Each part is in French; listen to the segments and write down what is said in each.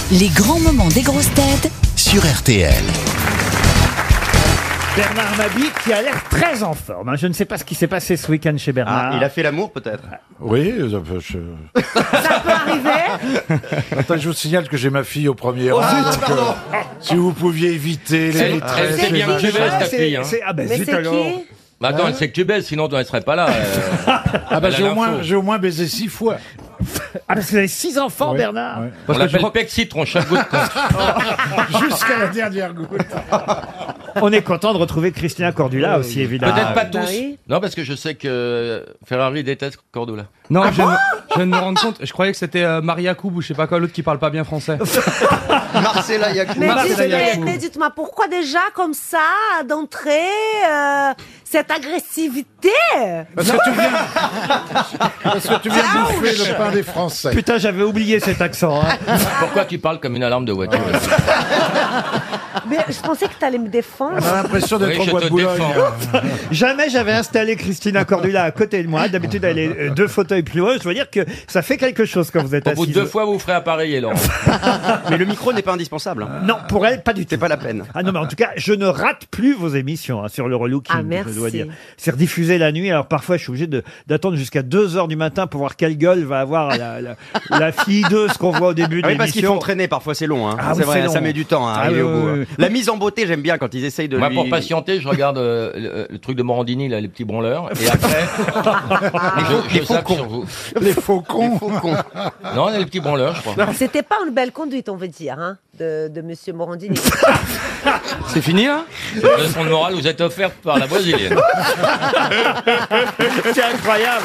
Les grands moments des grosses têtes sur RTL. Bernard Mabie qui a l'air très en forme. Je ne sais pas ce qui s'est passé ce week-end chez Bernard. Il a fait l'amour peut-être. Oui, Ça peut arriver. Attends, je vous signale que j'ai ma fille au premier rang. Si vous pouviez éviter les Elle maîtresses. sait bien que tu baises ta fille. Hein. Ah ben Mais zut c'est alors. qui? Bah attends, elle sait que tu baises, sinon elle serait pas là. Ah bah Elle a j'ai au moins baisé 6 fois. Ah parce que vous avez 6 enfants, Ouais, Bernard. ouais. On l'appelle Pec Citron, chaque goutte compte. Jusqu'à la dernière goutte. On est content de retrouver Christina Cordula aussi, évidemment. Peut-être pas Bah tous. oui. Non, parce que je sais que Ferrari déteste Cordula. Non, je viens de me rendre compte, je croyais que c'était Marie Yacoub ou je sais pas quoi, l'autre qui parle pas bien français. Marcella Yacoub. Mais dites-moi, pourquoi déjà comme ça, d'entrée, cette agressivité? Parce que tu viens de bouffer le pain des Français. Putain, j'avais oublié cet accent. Hein. Pourquoi tu parles comme une alarme de voiture? Mais je pensais que tu allais me défendre. On a l'impression d'être Oui, au je bois te de Boulogne. défends. Jamais j'avais installé Christina Cordula à côté de moi. D'habitude, elle est 2 fauteuils plus haut. Je dois dire que ça fait quelque chose quand vous êtes Au bout assise. de 2 fois, vous ferez appareiller, Laurent. Mais le micro n'est pas indispensable. Hein. Non, pour elle, pas du tout. C'est pas la peine. Ah non, mais en tout cas, je ne rate plus vos émissions hein, sur le relooking, Ah, merci. je dois dire. C'est rediffusé la nuit, alors parfois je suis obligé d'attendre jusqu'à 2h du matin pour voir quelle gueule va avoir la fille d'eux, ce qu'on voit au début de Ah oui, parce qu'ils l'émission. font traîner, parfois c'est long. Hein. Ah c'est oui, vrai, c'est long. ça met du temps à Ah arriver oui, au bout. oui, hein. oui. La mise en beauté, j'aime bien quand ils essayent de Moi, lui... pour patienter, je regarde le truc de Morandini, là, les petits branleurs. Et après, je zappe sur vous. Les faucons. Non, les petits branleurs, je crois. C'était pas une belle conduite, on veut dire, hein, de Monsieur Morandini. C'est fini là? Cette leçon de morale vous êtes offerte par la brésilienne. C'est incroyable.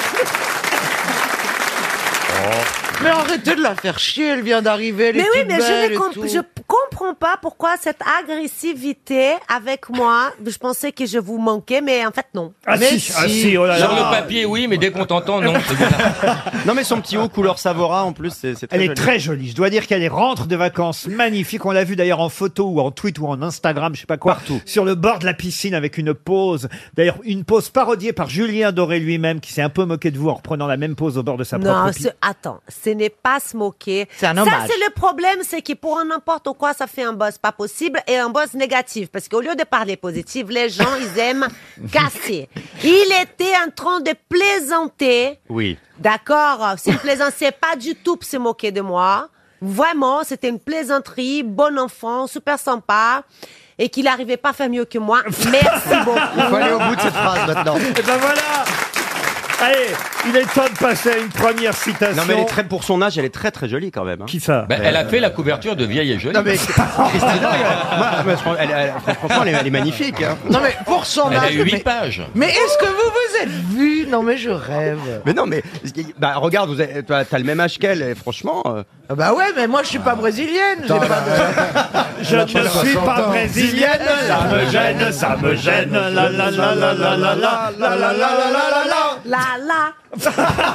Mais arrêtez de la faire chier, elle vient d'arriver, elle est Mais oui, toute mais belle et je comprends pas pourquoi cette agressivité avec moi. Je pensais que je vous manquais, mais en fait, non. Ah Mais si, ah si, oh là Sur le là. papier, oui, mais dès qu'on t'entend, non. C'est bien. Non mais son petit haut couleur Savora en plus, c'est très Elle est joli. très jolie. Je dois dire qu'elle est rentre de vacances magnifique. On l'a vu d'ailleurs en photo ou en tweet ou en Instagram, je sais pas quoi. Partout. Sur le bord de la piscine avec une pose. D'ailleurs, une pose parodiée par Julien Doré lui-même qui s'est un peu moqué de vous en reprenant la même pose au bord de sa Non, propre piscine. attends, ce n'est pas se moquer. C'est un Ça, hommage. c'est le problème, c'est que pour n'importe quoi, ça fait un buzz pas possible et un buzz négatif. Parce qu'au lieu de parler positif, les gens, ils aiment casser. Il était en train de plaisanter. Oui. D'accord, c'est une plaisanterie, c'est pas du tout pour se moquer de moi. Vraiment, c'était une plaisanterie, bon enfant, super sympa. Et qu'il n'arrivait pas à faire mieux que moi. Merci beaucoup. Il faut aller au bout de cette phrase maintenant. Et ben voilà. Allez, il est temps de passer à une première citation. Non mais elle est très, pour son âge, elle est très très jolie quand même. Hein. Qui ça? Ben, elle a fait la couverture de Vieille et Jolie. Non mais Christina, franchement, elle est magnifique. Hein. Non mais pour son Elle a âge, eu 8 pages. mais est-ce que vous vous êtes vu? Non mais je rêve. Mais non mais, bah regarde, t'as le même âge qu'elle, et franchement. Ah bah ouais, mais moi je suis pas brésilienne. J'ai pas de... Je ne suis 60 pas ans. brésilienne, ça me gêne, ça me gêne. La la la la la la la la la la la la. Là.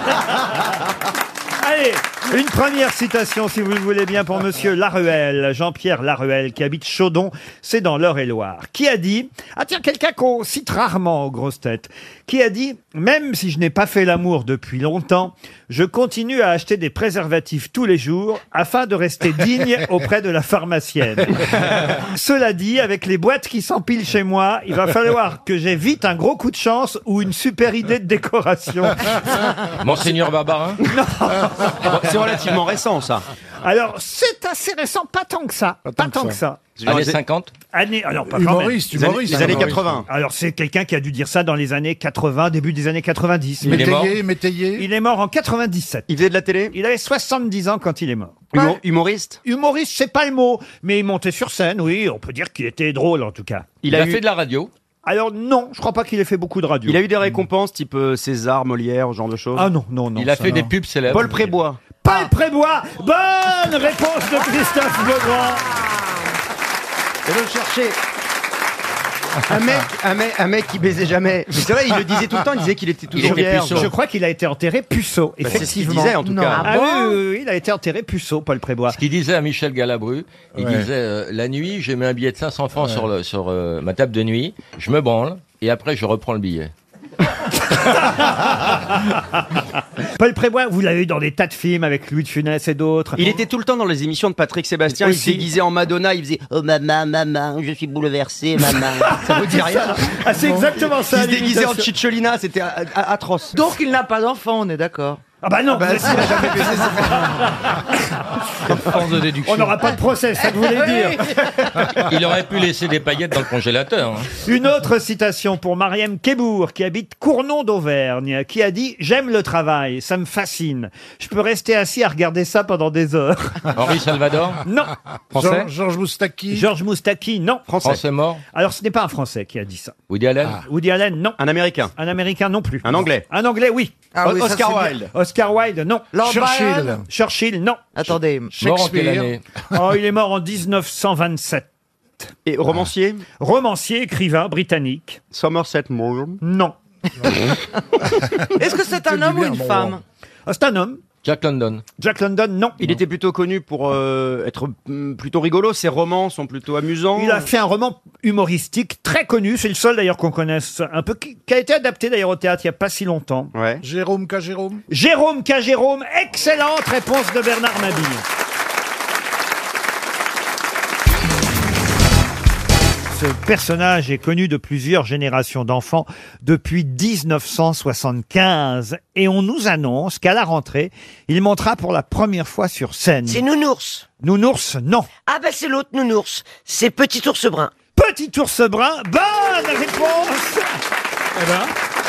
Allez, une première citation, si vous le voulez bien, pour Monsieur Laruelle, Jean-Pierre Laruelle, qui habite Chaudon, c'est dans l'Eure-et-Loire, qui a dit, ah tiens, quelqu'un qu'on cite rarement aux grosses têtes, qui a dit, même si je n'ai pas fait l'amour depuis longtemps, je continue à acheter des préservatifs tous les jours afin de rester digne auprès de la pharmacienne. Cela dit, avec les boîtes qui s'empilent chez moi, il va falloir que j'ai vite un gros coup de chance ou une super idée de décoration. Monseigneur Barbarin. C'est relativement récent ça. Alors, c'est assez récent, pas tant que ça. Pas tant que ça. Années 50. Alors, pas quand même. Humoriste. Les années 80. Alors, c'est quelqu'un qui a dû dire ça dans les années 80, début des années 90. Il est mort. Métayer. Il est mort en 97. Il faisait de la télé. Il avait 70 ans quand il est mort. Humoriste. Humoriste, c'est pas le mot, mais il montait sur scène, oui, on peut dire qu'il était drôle en tout cas. Il a fait de la radio. Alors non, je crois pas qu'il ait fait beaucoup de radio. Il a eu des récompenses type César, Molière, ce genre de choses. Ah non, non, non. Il a ça, fait non. des pubs célèbres. Paul Prébois. Paul Prébois. Bonne réponse de Christophe Beaugrand. Je vais le chercher. Un mec qui baisait jamais. Mais c'est vrai, il le disait tout le temps, il disait qu'il était toujours était vierge. puceau. Je crois qu'il a été enterré puceau, Bah, c'est ce qu'il effectivement. disait en tout Non. cas. Ah oui, oui, oui, il a été enterré puceau, Paul Prébois. Ce qu'il disait à Michel Galabru, il Ouais. disait la nuit, j'ai mis un billet de 500 francs sur ma table de nuit, je me branle et après je reprends le billet. Paul Prébois, vous l'avez eu dans des tas de films avec Louis de Funès et d'autres. Il était tout le temps dans les émissions de Patrick Sébastien. Il se Aussi. déguisait en Madonna. Il faisait oh maman, je suis bouleversé, maman. Ça vous dit rien? Ah, c'est exactement ça. Il se déguisait en l'imitation. Cicciolina. C'était atroce. Donc il n'a pas d'enfant, on est d'accord. Ah bah non, Bah, s'il a jamais baisé, Force de déduction. on n'aura pas de procès, ça que vous voulez dire. Il aurait pu laisser des paillettes dans le congélateur. Hein. Une autre citation pour Mariam Kebour, qui habite Cournon d'Auvergne, qui a dit « J'aime le travail, ça me fascine. Je peux rester assis à regarder ça pendant des heures. Henri Salvador, » Non. Français. Georges Moustaki. Georges Moustaki, non. Français mort. Alors, ce n'est pas un Français qui a dit ça. Woody Allen. Woody Allen, non. Un Américain. Un Américain, non plus. Un Anglais. Un Anglais, oui. Ah oui, ça, Oscar c'est bien. Wilde. Oscar Wilde, non. Lord Churchill. Byron. Churchill, non. Attendez. Mort en quelle Shakespeare. année? Oh, il est mort en 1927. Et romancier. Romancier, écrivain, britannique. Somerset Maugham. Non. Est-ce que c'est un homme ou une femme? Ah, c'est un homme. Jack London. Jack London, non. Il était plutôt connu pour être plutôt rigolo. Ses romans sont plutôt amusants. Il a fait un roman humoristique très connu. C'est le seul d'ailleurs qu'on connaisse un peu, qui a été adapté d'ailleurs au théâtre il n'y a pas si longtemps. Ouais. Jérôme K. Jérôme. Jérôme K. Jérôme, excellente réponse de Bernard Mabille. Ce personnage est connu de plusieurs générations d'enfants depuis 1975 et on nous annonce qu'à la rentrée, il montera pour la première fois sur scène. C'est Nounours. Nounours, non. Ah ben c'est l'autre Nounours. C'est Petit Ours Brun. Petit ours brun, bonne réponse. Eh ben,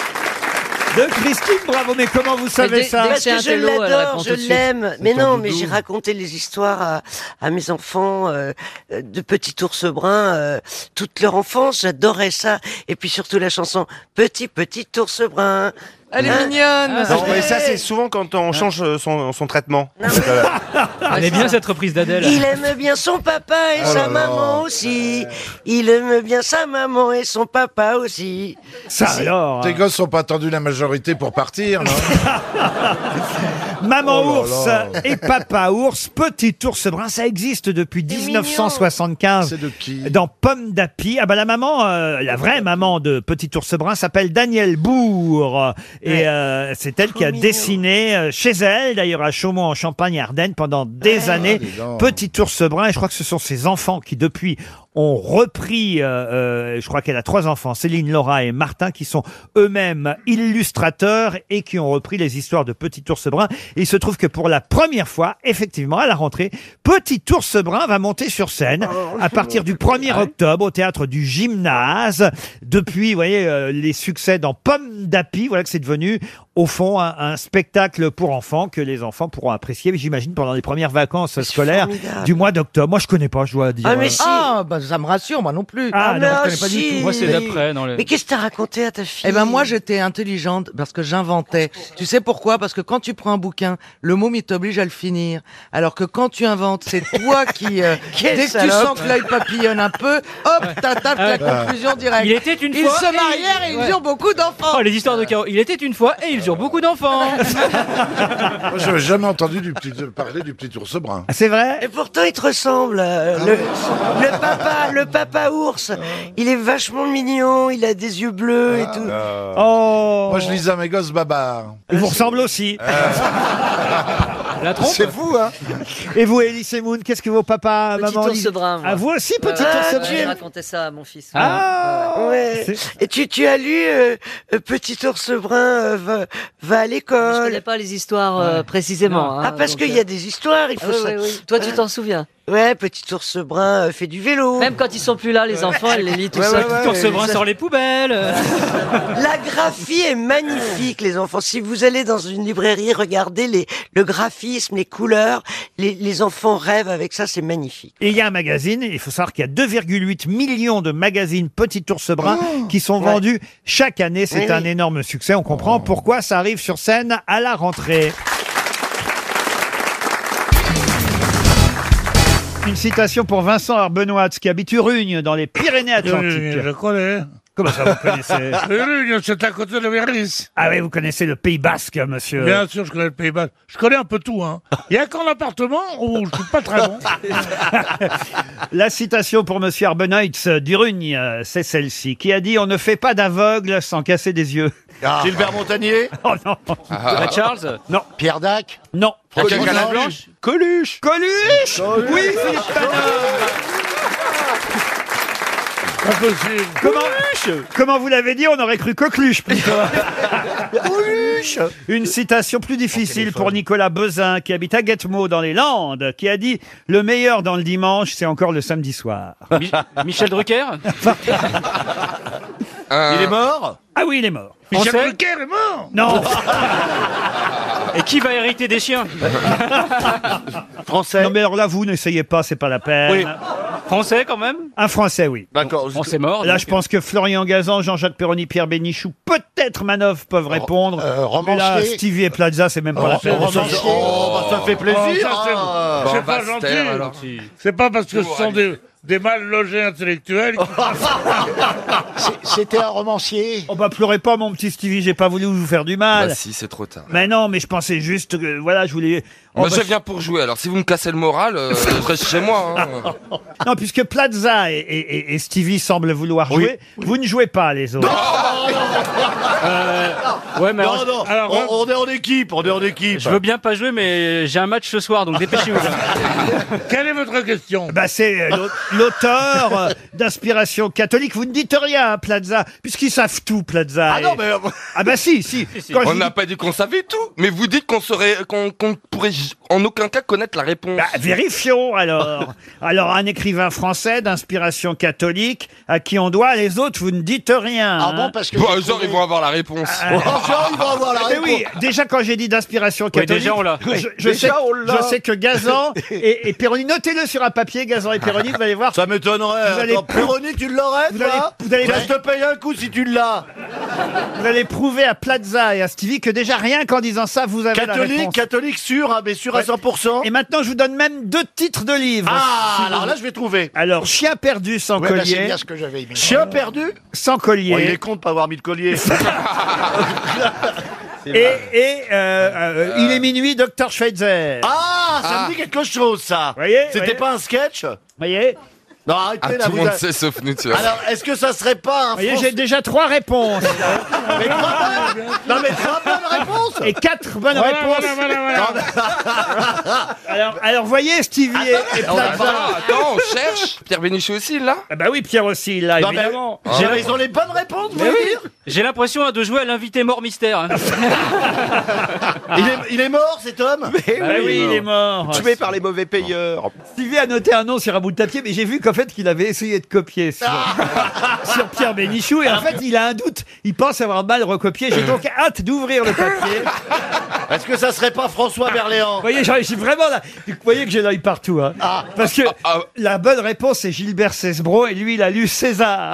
de Christine, bravo, mais comment vous savez ça? Parce que je l'adore, je l'aime. Mais non, mais j'ai raconté les histoires à mes enfants de Petit Ours Brun toute leur enfance. J'adorais ça. Et puis surtout la chanson Petit Ours Brun. Elle est mignonne. Non, mais ça, c'est souvent quand on change son traitement. Elle est bien cette reprise d'Adèle. Il aime bien son papa et sa maman aussi. Il aime bien sa maman et son papa aussi. Ça alors. Tes gosses sont pas attendus la majorité pour partir, non? Maman Oh là ours là. et papa ours, petit ours brun, ça existe depuis 1975. C'est de qui? Dans Pomme d'Api. Ah bah la maman, la vraie maman de Petit Ours Brun s'appelle Danielle Bourg. Et c'est elle qui a dessiné chez elle, d'ailleurs à Chaumont en Champagne-Ardenne pendant des années, dis donc. Petit Ours Brun. Et je crois que ce sont ses enfants qui depuis ont repris, je crois qu'elle a 3 enfants, Céline, Laura et Martin, qui sont eux-mêmes illustrateurs et qui ont repris les histoires de Petit Ours Brun. Et il se trouve que pour la première fois, effectivement, à la rentrée, Petit Ours Brun va monter sur scène à partir du 1er octobre au théâtre du Gymnase. Depuis, vous voyez, les succès dans Pomme d'Api, voilà que c'est devenu, au fond, un spectacle pour enfants que les enfants pourront apprécier, j'imagine, pendant les premières vacances scolaires formidable. du mois d'octobre. Moi, je connais pas, je dois dire. Ah mais si. Ah, bah ça me rassure, moi non plus. Ah, mais non, je connais pas du si. tout. Moi, c'est Mais- d'après. Dans les... Mais qu'est-ce que t'as raconté à ta fille? Eh ben moi j'étais intelligente parce que j'inventais. Tu sais pourquoi? Parce que quand tu prends un bouquin, le môme il t'oblige à le finir. Alors que quand tu inventes, c'est toi qui dès que tu salope. sens que l'œil papillonne un peu, hop, t'attapes la conclusion directe. Il était une Ils fois. se marièrent et ils eurent beaucoup d'enfants. Oh, les histoires de Caro. Il était une fois et ils eurent beaucoup d'enfants. Moi, j'avais jamais entendu parler du petit ours brun. Ah, c'est vrai? Et pourtant, il te ressemble. Le papa ours, il est vachement mignon, il a des yeux bleus et tout. Oh! Moi, je lisais à mes gosses Babar. Il vous ressemble aussi. La trompe. C'est fou, hein? Et vous, Elise et Moon, qu'est-ce que vos papas, Petit maman ours lisent? brun, moi. Ah, vous aussi, petit Ah, ours tu J'ai brun? raconté ça à mon fils. Ah! Ouais. C'est- Et tu as lu Petit ours brun va à Je l'école. connais pas les histoires précisément. Ah, parce qu'il y a des histoires, il faut ça. oui. Toi, tu t'en souviens. Ouais, Petit ours brun fait du vélo. Même quand ils sont plus là, les enfants, elle les lit tout Ouais, seul. ouais, ouais. Ours brun sort les poubelles. La graphie est magnifique, les enfants. Si vous allez dans une librairie, regardez le graphisme, les couleurs. Les enfants rêvent avec ça, c'est magnifique. Et il y a un magazine, il faut savoir qu'il y a 2,8 millions de magazines Petit Ours Brun qui sont vendus chaque année. C'est Oui, un oui. énorme succès. On comprend pourquoi ça arrive sur scène à la rentrée. Une citation pour Vincent Arbenoise qui habite Urugne dans les Pyrénées-Atlantiques. Je connais. Comment ça, vous connaissez? Rugne, c'est à côté de Véris. Ah oui, vous connaissez le Pays Basque, monsieur. Bien sûr, je connais le Pays Basque. Je connais un peu tout, hein. Il y a qu'en appartement où je suis pas très bon. La citation pour monsieur Arbeneitz d'Urugne, c'est celle-ci, qui a dit « On ne fait pas d'aveugle sans casser des yeux ». Gilbert Montagnier. Oh non. Red Charles. Non. Pierre Dac. Non. François Blanche. Coluche. Coluche. Oui, Philippe Tanov. Impossible. Comment vous l'avez dit, on aurait cru coqueluche plutôt. Une citation plus difficile pour Nicolas Bezin, qui habite à Guettemot dans les Landes, qui a dit « Le meilleur dans le dimanche, c'est encore le samedi soir ». Michel Drucker. Il est mort. Ah oui, il est mort. Michel Drucker est mort. Non. Et qui va hériter des chiens? Français. Non mais alors là, vous n'essayez pas, c'est pas la peine. Oui. Français quand même. Un Français, oui. D'accord. Français mort. Là, donc. je pense que Florian Gazan, Jean-Jacques Perroni, Pierre Bénichou, peut-être Manoff peuvent répondre. Mais là, romancier. Stevie et Plaza, c'est même pas la peine. Romancier. Oh, bah, ça fait plaisir. Oh, ça, c'est pas gentil. C'est pas parce que ce sont des mal logés intellectuels. C'était un romancier. Oh bah pleurez pas, mon petit Stevie, j'ai pas voulu vous faire du mal. Bah si, c'est trop tard. Mais non, mais je pensais juste que, voilà, je voulais... Moi, je viens pour jouer, alors si vous me cassez le moral, je reste chez moi. Hein. Non, puisque Plaza et Stevie semblent vouloir jouer, vous ne jouez pas, les autres. Ouais, mais alors, Non, on est en équipe, je veux bien pas jouer, mais j'ai un match ce soir, donc dépêchez-vous. Quelle est votre question? Bah, c'est l'auteur d'inspiration catholique. Vous ne dites rien, Plaza, puisqu'ils savent tout, Plaza. Ah non, mais... Ah bah si. Quand On n'a pas dit qu'on savait tout, mais vous dites qu'on pourrait en aucun cas connaître la réponse. Bah, vérifions alors. Alors, un écrivain français d'inspiration catholique à qui on doit, les autres, vous ne dites rien. Ah bon, parce que... Bon, genre, ils vont avoir la réponse. Genre, ils vont avoir la Mais réponse. oui, déjà quand j'ai dit d'inspiration catholique, déjà on l'a. je sais que Gazan et Perroni, notez-le sur un papier, Gazan et Perroni, vous allez voir. Ça m'étonnerait. Vous allez- Attends, Perroni, tu l'aurais, toi vous allez- Tiens, je te paye un coup si tu l'as. Vous allez prouver à Plaza et à Stevie que déjà rien qu'en disant ça, vous avez la réponse. Catholique sûr, hein, mais sûr à 100%. Et maintenant, je vous donne même 2 titres de livres. Ah, Si alors vous- là, je vais trouver. Alors, Chien perdu sans Ouais, bah, c'est collier. bien ce que j'avais mis. Chien perdu. Sans collier. Oh, il est con de pas avoir mis de collier. Il est minuit, Dr Schweitzer. Ah, ça me dit quelque chose, ça. Voyez, C'était voyez. pas un sketch? Voyez, Non, arrêtez là. Tout le monde sait sauf nous, tu vois. Alors, est-ce que ça serait pas un voyez, Français- j'ai déjà 3 réponses. Mais 3 bonnes. Non, mais 3 bonnes réponses. Et 4 bonnes réponses. Alors, voyez, Stevie et Plaza. Attends, on cherche. Pierre Bénichou aussi, là. Ah bah oui, Pierre aussi, là, Non, mais- évidemment. Ils ont les bonnes réponses, vous voulez dire? J'ai l'impression de jouer à l'invité mort mystère. hein. Il est mort, cet homme? Bah oui, il est mort. Tué par les mauvais payeurs. Stevie a noté un nom sur un bout de papier, mais j'ai vu qu'en fait, qu'il avait essayé de copier sur Pierre Bénichou, et en fait, il a un doute. Il pense avoir mal recopié. J'ai donc hâte d'ouvrir le papier. Est-ce que ça serait pas François Berléand? Vous voyez, j'ai vraiment là. Vous voyez que j'ai l'œil partout, hein. Parce que la bonne réponse, c'est Gilbert Cesbron, et lui, il a lu César.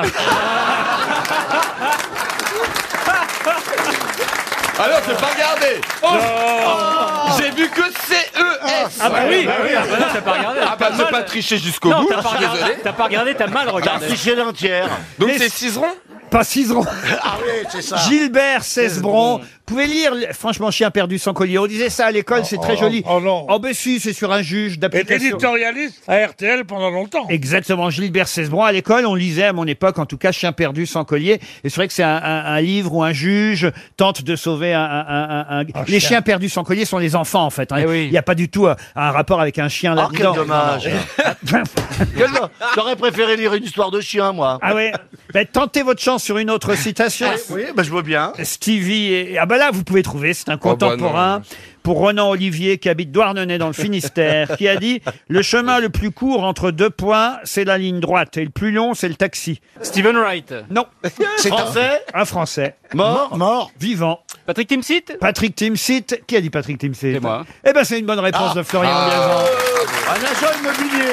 Ah non, j'ai pas regardé. J'ai vu que CES. Ah bah oui. Ah bah non, t'as pas regardé. Ah bah, j'ai pas triché jusqu'au Non, bout, t'as je pas suis regardé. désolé. T'as pas regardé, t'as mal T'as regardé. affiché l'entière. Donc Mais- c'est Cizeron. Pas Cizeron. Ah oui, c'est ça. Gilbert Cesbron. Vous pouvez lire, franchement, Chien perdu sans collier. On disait ça à l'école, c'est très joli. Oh non. Oh ben si, c'est sur un juge Et d'application. éditorialiste à RTL pendant longtemps. Exactement, Gilbert Cesbron. À l'école, on lisait, à mon époque, en tout cas, Chien perdu sans collier. Et c'est vrai que c'est un livre où un juge tente de sauver les chiens perdus sans collier sont les enfants, en fait. Hein. Eh oui. Il n'y a pas du tout un rapport avec un chien Oh, quel là-dedans. dommage. J'aurais préféré lire une histoire de chien, moi. Ah ouais. Ben, tentez votre chance sur une autre citation. Oui, bah, je veux bien. Stevie et... Ah bah là, vous pouvez trouver, c'est un contemporain pour Ronan Olivier qui habite Douarnenez dans le Finistère, qui a dit « Le chemin le plus court entre 2 points, c'est la ligne droite, et le plus long, c'est le taxi. Steven Wright. » Non. C'est Français? Un Français. Mort. Vivant. Patrick Timsit. Patrick Timsit. Qui a dit Patrick Timsit? C'est moi. Eh ben, c'est une bonne réponse de Florian Gazan. Un agent immobilier.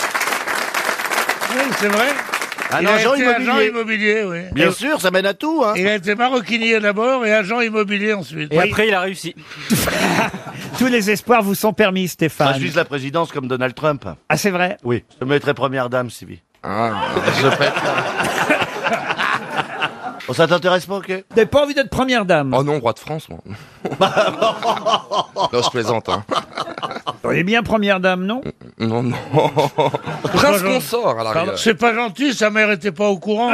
Oui, c'est vrai. Un Il a agent été immobilier. agent immobilier, oui. Bien sûr, ça mène à tout, hein. Il a été maroquinier d'abord et agent immobilier ensuite. Et après, il a réussi. Tous les espoirs vous sont permis, Stéphane. Je vise la présidence comme Donald Trump. Ah, c'est vrai? Oui. Je me mettrai première dame, Stevie. Ah, je pète. Oh, ça t'intéresse pas, ok? Vous n'avez pas envie d'être première dame? Oh non, roi de France, moi. Non, je plaisante, hein. Vous êtes bien première dame, non? Non, non. Prince consort, à la rigueur. C'est pas gentil, sa mère était pas au courant.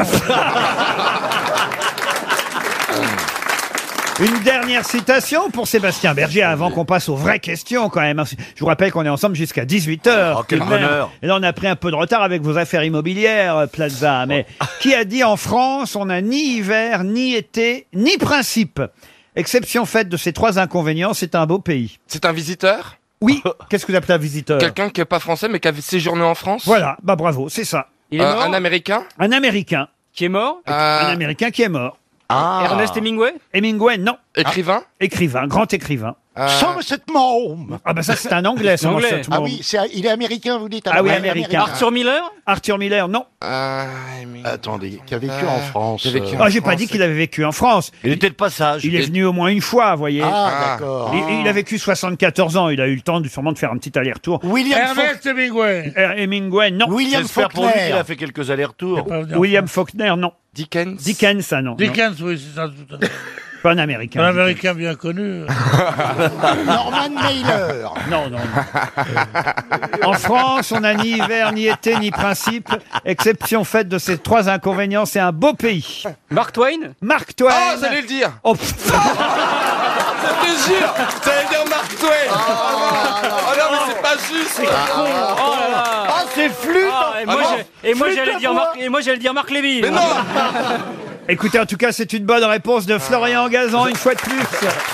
Une dernière citation pour Sébastien Berger avant qu'on passe aux vraies questions quand même. Je vous rappelle qu'on est ensemble jusqu'à 18h. Oh, quel bonheur. Et là, on a pris un peu de retard avec vos affaires immobilières, Plaza. Mais qui a dit en France, on n'a ni hiver, ni été, ni principe? Exception faite de ces 3 inconvénients, c'est un beau pays. C'est un visiteur? Oui. Qu'est-ce que vous appelez un visiteur? Quelqu'un qui est pas français mais qui a séjourné en France? Voilà, bah bravo, c'est ça. Il est mort? Un Américain? Un Américain. Qui est mort? Un Américain qui est mort. Ernest Hemingway? Hemingway, non. Écrivain? Écrivain, grand écrivain. Somerset Maugham. Ah bah ça c'est un anglais, Somerset Maugham. Ah oui, il est américain, vous dites? Ah oui, américain. Arthur Miller? Arthur Miller, non. Attendez, qui a vécu en France. Ah, j'ai pas dit qu'il avait vécu en France. Il était de passage. Il est venu au moins une fois, vous voyez. Ah, d'accord. Il a vécu 74 ans, il a eu le temps sûrement de faire un petit aller-retour. Ernest Hemingway. Hemingway, non. William Faulkner. Il a fait quelques allers-retours. William Faulkner, non. Dickens? Dickens, ça non. Dickens, oui, c'est ça tout à fait. Pas un Américain. Un Américain bien connu. Norman Mailer. Non, non, non. En France, on n'a ni hiver, ni été, ni principe. Exception faite de ces 3 inconvénients, c'est un beau pays. Mark Twain? Mark Twain. Oh, j'allais le dire. Oh, C'est sûr. J'allais dire Mark Twain. Oh non, mais c'est pas juste. Oh là là. Ah, c'est flûte. Et moi j'allais dire Marc Lévy. Mais non. Écoutez, en tout cas, c'est une bonne réponse de Florian Gazan, une fois de plus.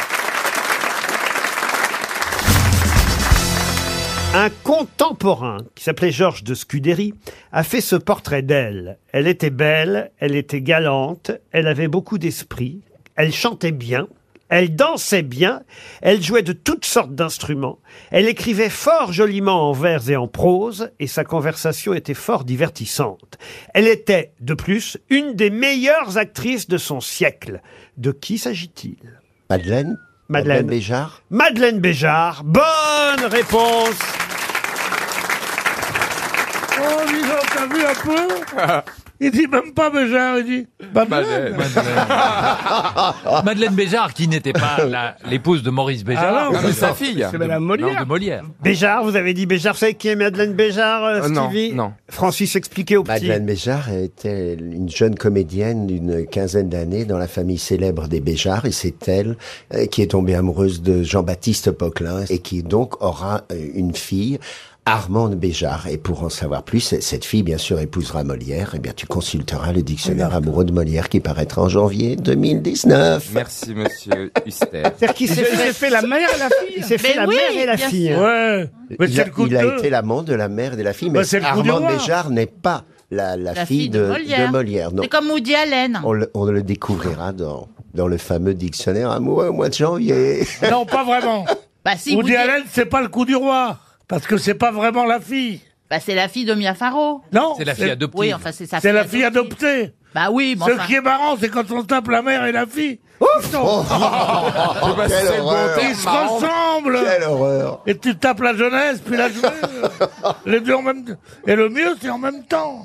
Un contemporain qui s'appelait Georges de Scudéry a fait ce portrait d'elle. Elle était belle, elle était galante, elle avait beaucoup d'esprit, elle chantait bien, elle dansait bien, elle jouait de toutes sortes d'instruments, elle écrivait fort joliment en vers et en prose, et sa conversation était fort divertissante. Elle était, de plus, une des meilleures actrices de son siècle. De qui s'agit-il? Madeleine Béjart. Madeleine Béjart. Bonne réponse. Oh, dis donc, t'as vu un peu? Il dit même pas Béjart, il dit Madeleine. Madeleine Béjart, qui n'était pas l'épouse de Maurice Béjart. Ah non, c'est sa fille. C'est Madame Molière. Non, de Molière. Béjart, vous avez dit Béjart. Vous savez qui est Madeleine Béjart, Stevie? Non. Francis, expliquez au petit. Madeleine Béjart était une jeune comédienne d'une quinzaine d'années dans la famille célèbre des Béjart, et c'est elle qui est tombée amoureuse de Jean-Baptiste Poquelin et qui donc aura une fille, Armande Béjart. Et pour en savoir plus, cette fille, bien sûr, épousera Molière. Eh bien, tu consulteras le dictionnaire amoureux de Molière qui paraîtra en janvier 2019. Merci, monsieur Huster. C'est-à-dire qu'il s'est fait la mère et la fille. Il s'est fait la mère et la fille. Ouais. Mais c'est le coup Il a été l'amant de la mère et de la fille, mais Armande Béjart n'est pas la fille de Molière. C'est comme Woody Allen. On le découvrira dans le fameux dictionnaire amoureux au mois de janvier. Non, pas vraiment. Bah, si Woody Allen, c'est pas le coup du roi. Parce que c'est pas vraiment la fille. Bah, c'est la fille de Mia Farrow. Non. C'est la fille adoptive. Oui, enfin, c'est sa fille. C'est la fille adoptée. Bah oui, mais Ce qui est marrant, c'est quand on tape la mère et la fille. Quelle horreur. Ils se ressemblent. Quelle horreur. Et tu tapes la jeunesse, puis la jeunesse. Les deux en même temps. Et le mieux, c'est en même temps.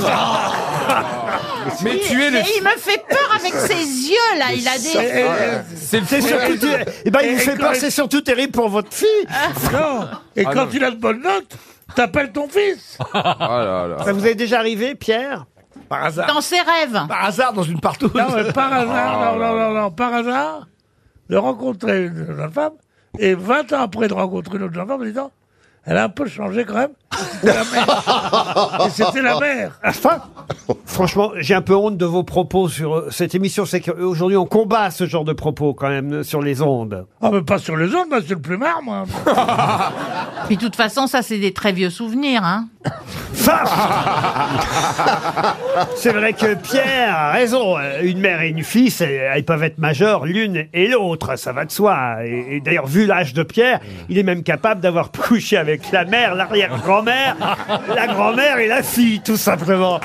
Mais tu es le... Et il me fait peur avec ses yeux, là. Il a des... C'est surtout... Eh ben, il vous fait peur, c'est surtout terrible pour votre fille. Non. Et quand il a de bonnes notes, t'appelles ton fils. Ça vous est déjà arrivé, Pierre? Par hasard. Dans ses rêves. Par hasard, dans une partouze. Non, mais par hasard, non, par hasard, de rencontrer une jeune femme, et 20 ans après de rencontrer une autre jeune femme, en disant, elle a un peu changé quand même. C'était la mère. Et c'était la mère. Enfin, franchement, j'ai un peu honte de vos propos sur cette émission. C'est qu'aujourd'hui, on combat ce genre de propos quand même sur les ondes. Ah, mais pas sur les ondes, moi, c'est le plumard, moi. Puis de toute façon, ça, c'est des très vieux souvenirs, hein. C'est vrai que Pierre a raison. Une mère et une fille, elles peuvent être majeures l'une et l'autre. Ça va de soi. Et d'ailleurs, vu l'âge de Pierre, il est même capable d'avoir couché avec la mère, l'arrière-grand-mère, la grand-mère et la fille, tout simplement.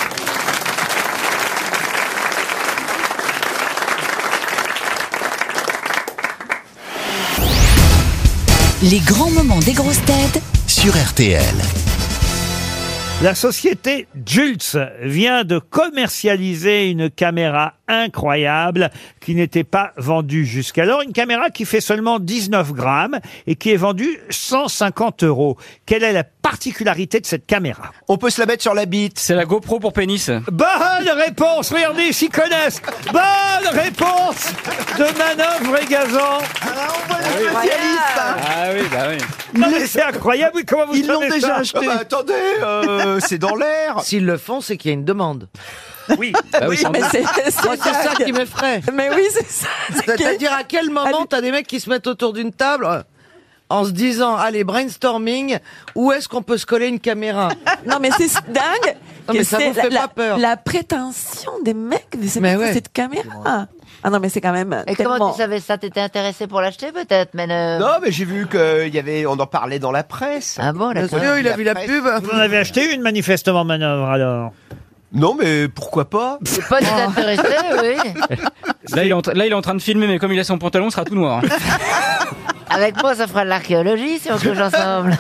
Les grands moments des grosses têtes sur RTL. La société Julz vient de commercialiser une caméra incroyable qui n'était pas vendue jusqu'alors. Une caméra qui fait seulement 19 grammes et qui est vendue 150 €. Quelle est la particularité de cette caméra? On peut se la mettre sur la bite. C'est la GoPro pour pénis. Bonne réponse. Regardez, ils s'y connaissent. Bonne réponse de Manœuvre et Gazan. Ah oui, bah oui. Non mais c'est incroyable. Oui, comment vous Ils l'ont savez déjà ça? acheté. Attendez, c'est dans l'air. S'ils le font, c'est qu'il y a une demande. Oui. oui, mais c'est Moi, c'est ça qui m'effraie. Mais oui, c'est ça. C'est-à-dire à quel moment t'as des mecs qui se mettent autour d'une table en se disant, allez, brainstorming, où est-ce qu'on peut se coller une caméra? Non, mais c'est dingue. Non, mais ça vous fait pas peur. La prétention des mecs de Mais ouais. cette caméra. Ah non, mais c'est quand même. Et comment tu savais ça? T'étais intéressé pour l'acheter peut-être, mais Non, mais j'ai vu on en parlait dans la presse. Ah bon, d'accord. Monsieur, il a vu la pub. Vous en avez acheté une manifestement, Manœuvre, alors? Non, mais pourquoi pas? C'est pas désintéressé, oui. Là, il est en train de filmer, mais comme il a son pantalon, il sera tout noir. Avec moi, ça fera de l'archéologie si on couche ensemble.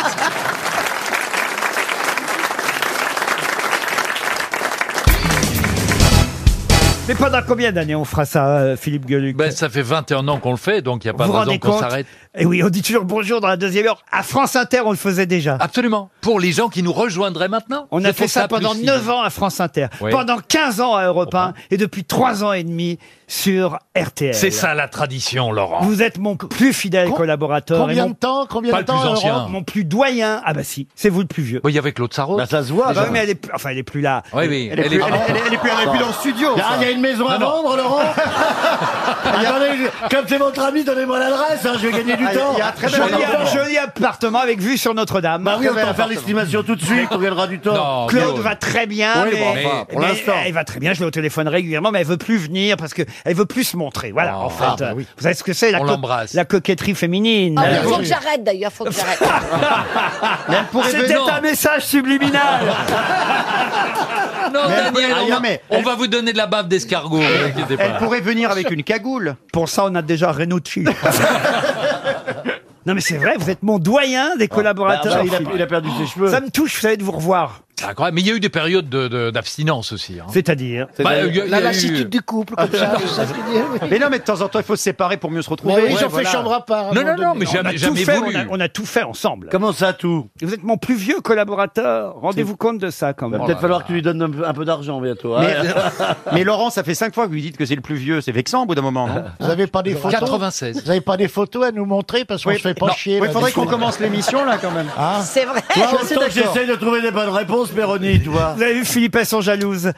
Mais pendant combien d'années on fera ça, Philippe Gueluc? Ben, ça fait 21 ans qu'on le fait, donc il n'y a pas Vous de vous raison rendez qu'on compte? s'arrête. Et oui, on dit toujours bonjour dans la deuxième heure. À France Inter, on le faisait déjà. Absolument. Pour les gens qui nous rejoindraient maintenant. On a fait ça pendant 9 ans à France Inter, Oui. pendant 15 ans à Europe 1 et depuis 3 ans et demi sur RTL. C'est ça la tradition, Laurent. Vous êtes mon plus fidèle collaborateur. Combien et de temps Pas le plus ancien. mon plus doyen. Ah bah si, c'est vous le plus vieux. Oui, avec Claude Sarraute. Bah, ça se voit. Ah bah ça. oui, mais elle est plus là. Oui, oui. Elle est plus dans le studio. Il y a une maison à vendre, Laurent. Attendez, comme c'est votre ami, donnez-moi l'adresse, je vais gagner du temps. Il y a un très joli appartement avec vue sur Notre-Dame. Bah oui, on va faire l'estimation tout de suite, on gagnera du temps. Non, Claude Guillaume. va très bien, Oui, bon, mais, enfin, pour l'instant. elle va très bien. Je l'ai au téléphone régulièrement, mais elle veut plus venir parce que elle veut plus se montrer. Voilà, Oh, en fait, bah oui. vous savez ce que c'est On l'embrasse. la coquetterie féminine. Ah, il faut que j'arrête d'ailleurs, faut que j'arrête. C'était un message subliminal. Non, Daniel, Ah, non, mais on va vous donner de la bave d'escargot. Ne vous inquiétez pas. elle pourrait venir avec une cagoule. Pour ça, on a déjà Renucci. Non mais c'est vrai, vous êtes mon doyen des collaborateurs. Il a perdu ses cheveux. Ça me touche, vous savez, de vous revoir. C'est incroyable. Mais il y a eu des périodes d'abstinence aussi. Hein. C'est-à-dire La lassitude du couple, comme ça. Mais non, mais de temps en temps, il faut se séparer pour mieux se retrouver. Mais oui, ils ont fait chambre à part. Non, mais on a jamais tout fait, voulu. on a tout fait ensemble. Comment ça, tout? Vous êtes mon plus vieux collaborateur. Rendez-vous compte de ça, quand Va même. peut-être falloir que tu lui donnes un peu d'argent bientôt. Mais, mais Laurent, ça fait 5 fois que vous lui dites que c'est le plus vieux. C'est vexant au bout d'un moment, non? Vous avez pas des photos? 96. Vous avez pas des photos à nous montrer parce qu'on se fait pas non. chier. Il là, faudrait des qu'on photos. commence l'émission, là, quand même. Hein? C'est vrai. Toi, autant que j'essaie de trouver des bonnes réponses, Péroni, tu vois. Vous avez vu, Philippe, elles sont jalouses.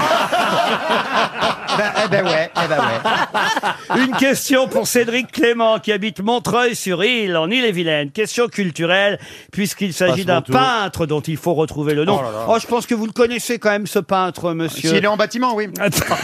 Eh ben ouais. Une question pour Cédric Clément qui habite Montreuil-sur-Île en Île-et-Vilaine. Question culturelle puisqu'il s'agit d'un peintre dont il faut retrouver le nom. Oh, je pense que vous le connaissez quand même ce peintre, monsieur. S'il est en bâtiment, oui.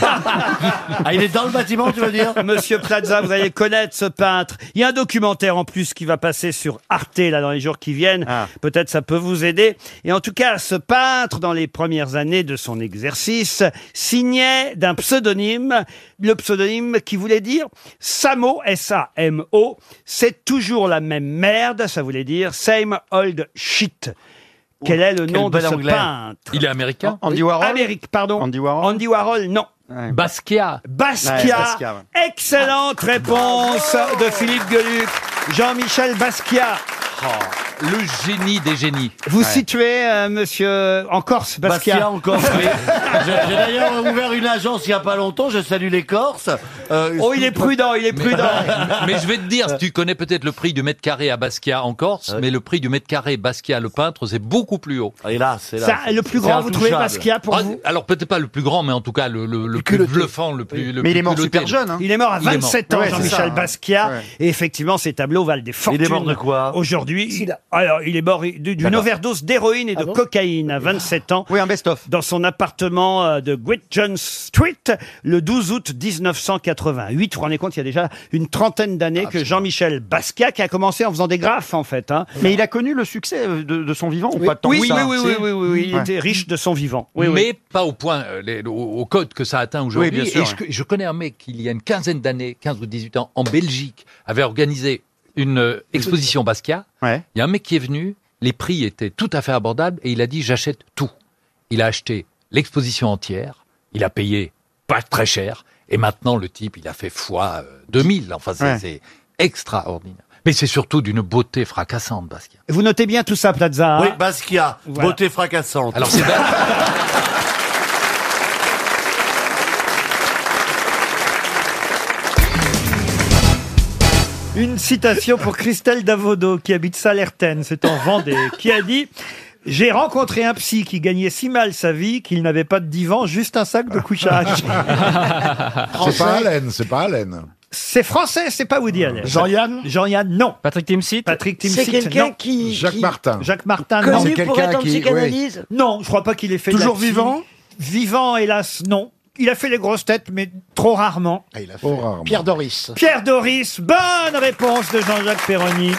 Ah, il est dans le bâtiment, tu veux dire? Monsieur Plaza, vous allez connaître ce peintre. Il y a un documentaire en plus qui va passer sur Arte là dans les jours qui viennent. Peut-être ça peut vous aider. Et en tout cas, ce peintre, dans les premières années de son exercice, signait d'un pseudonyme, le pseudonyme qui voulait dire Samo, S-A-M-O, c'est toujours la même merde, ça voulait dire same old shit. Quel est le nom de ce peintre? Il est américain. Andy Warhol. Amérique, pardon. Andy Warhol. Andy Warhol, non. Basquiat. Basquiat. Excellente réponse de Philippe Gueluc. Jean-Michel Basquiat. Le génie des génies. Vous situez, monsieur, en Corse, Basquiat. Basquiat en Corse, oui. J'ai d'ailleurs ouvert une agence il y a pas longtemps, je salue les Corses. Oh, il est prudent, il est prudent. Mais je vais te dire, tu connais peut-être le prix du mètre carré à Basquiat en Corse, mais le prix du mètre carré Basquiat le peintre, c'est beaucoup plus haut. Hélas, Ça, le plus grand, vous trouvez Basquiat pour vous? Alors peut-être pas le plus grand, mais en tout cas le plus bluffant, le plus. Mais il est mort culotté. super jeune, hein. Il est mort à 27 ans, Ouais, c'est Jean-Michel ça. Basquiat. Ouais. Et effectivement, ses tableaux valent des fortunes. Il est mort de quoi? Aujourd'hui. Alors, il est mort d'une overdose d'héroïne et de cocaïne à 27 ans. Oui, un best-of. Dans son appartement de Great John Street, le 12 août 1988. Vous vous rendez compte, il y a déjà une trentaine d'années que Jean-Michel Basquiat, qui a commencé en faisant des graphes, en fait. Hein. Mais il a connu le succès de son vivant ou pas tant Oui, que ça, oui, il Ouais. était riche de son vivant. Mais pas au point, au code que ça atteint aujourd'hui. Oui, bien sûr, Et je connais un mec qui, il y a une quinzaine d'années, 15 ou 18 ans, en Belgique, avait organisé une exposition Basquiat. Ouais. Il y a un mec qui est venu, les prix étaient tout à fait abordables et il a dit j'achète tout. Il a acheté l'exposition entière, il a payé pas très cher. Et maintenant, le type, il a fait fois 2000. Enfin, c'est extraordinaire. Mais c'est surtout d'une beauté fracassante, Basquiat. Vous notez bien tout ça, Plaza. Oui, Basquiat, Voilà. beauté fracassante. Alors c'est Une citation pour Christelle Davodo, qui habite Salertaine, c'est en Vendée, qui a dit « J'ai rencontré un psy qui gagnait si mal sa vie qu'il n'avait pas de divan, juste un sac de couchage. » C'est pas Allen, c'est pas Allen. C'est français, c'est pas Woody Allen. Jean-Yann Jean-Yann, non. Patrick Timsit. Patrick Timsit, C'est quelqu'un non. qui... Jacques Martin. Jacques Martin, Connu non. C'est pour quelqu'un être en qui- psychanalyse Non, je crois pas qu'il ait fait Toujours de la psy. vivant Vivant, hélas, non. Il a fait les grosses têtes, mais trop rarement. Il a fait rarement. Pierre Doris. Pierre Doris, bonne réponse de Jean-Jacques Perroni.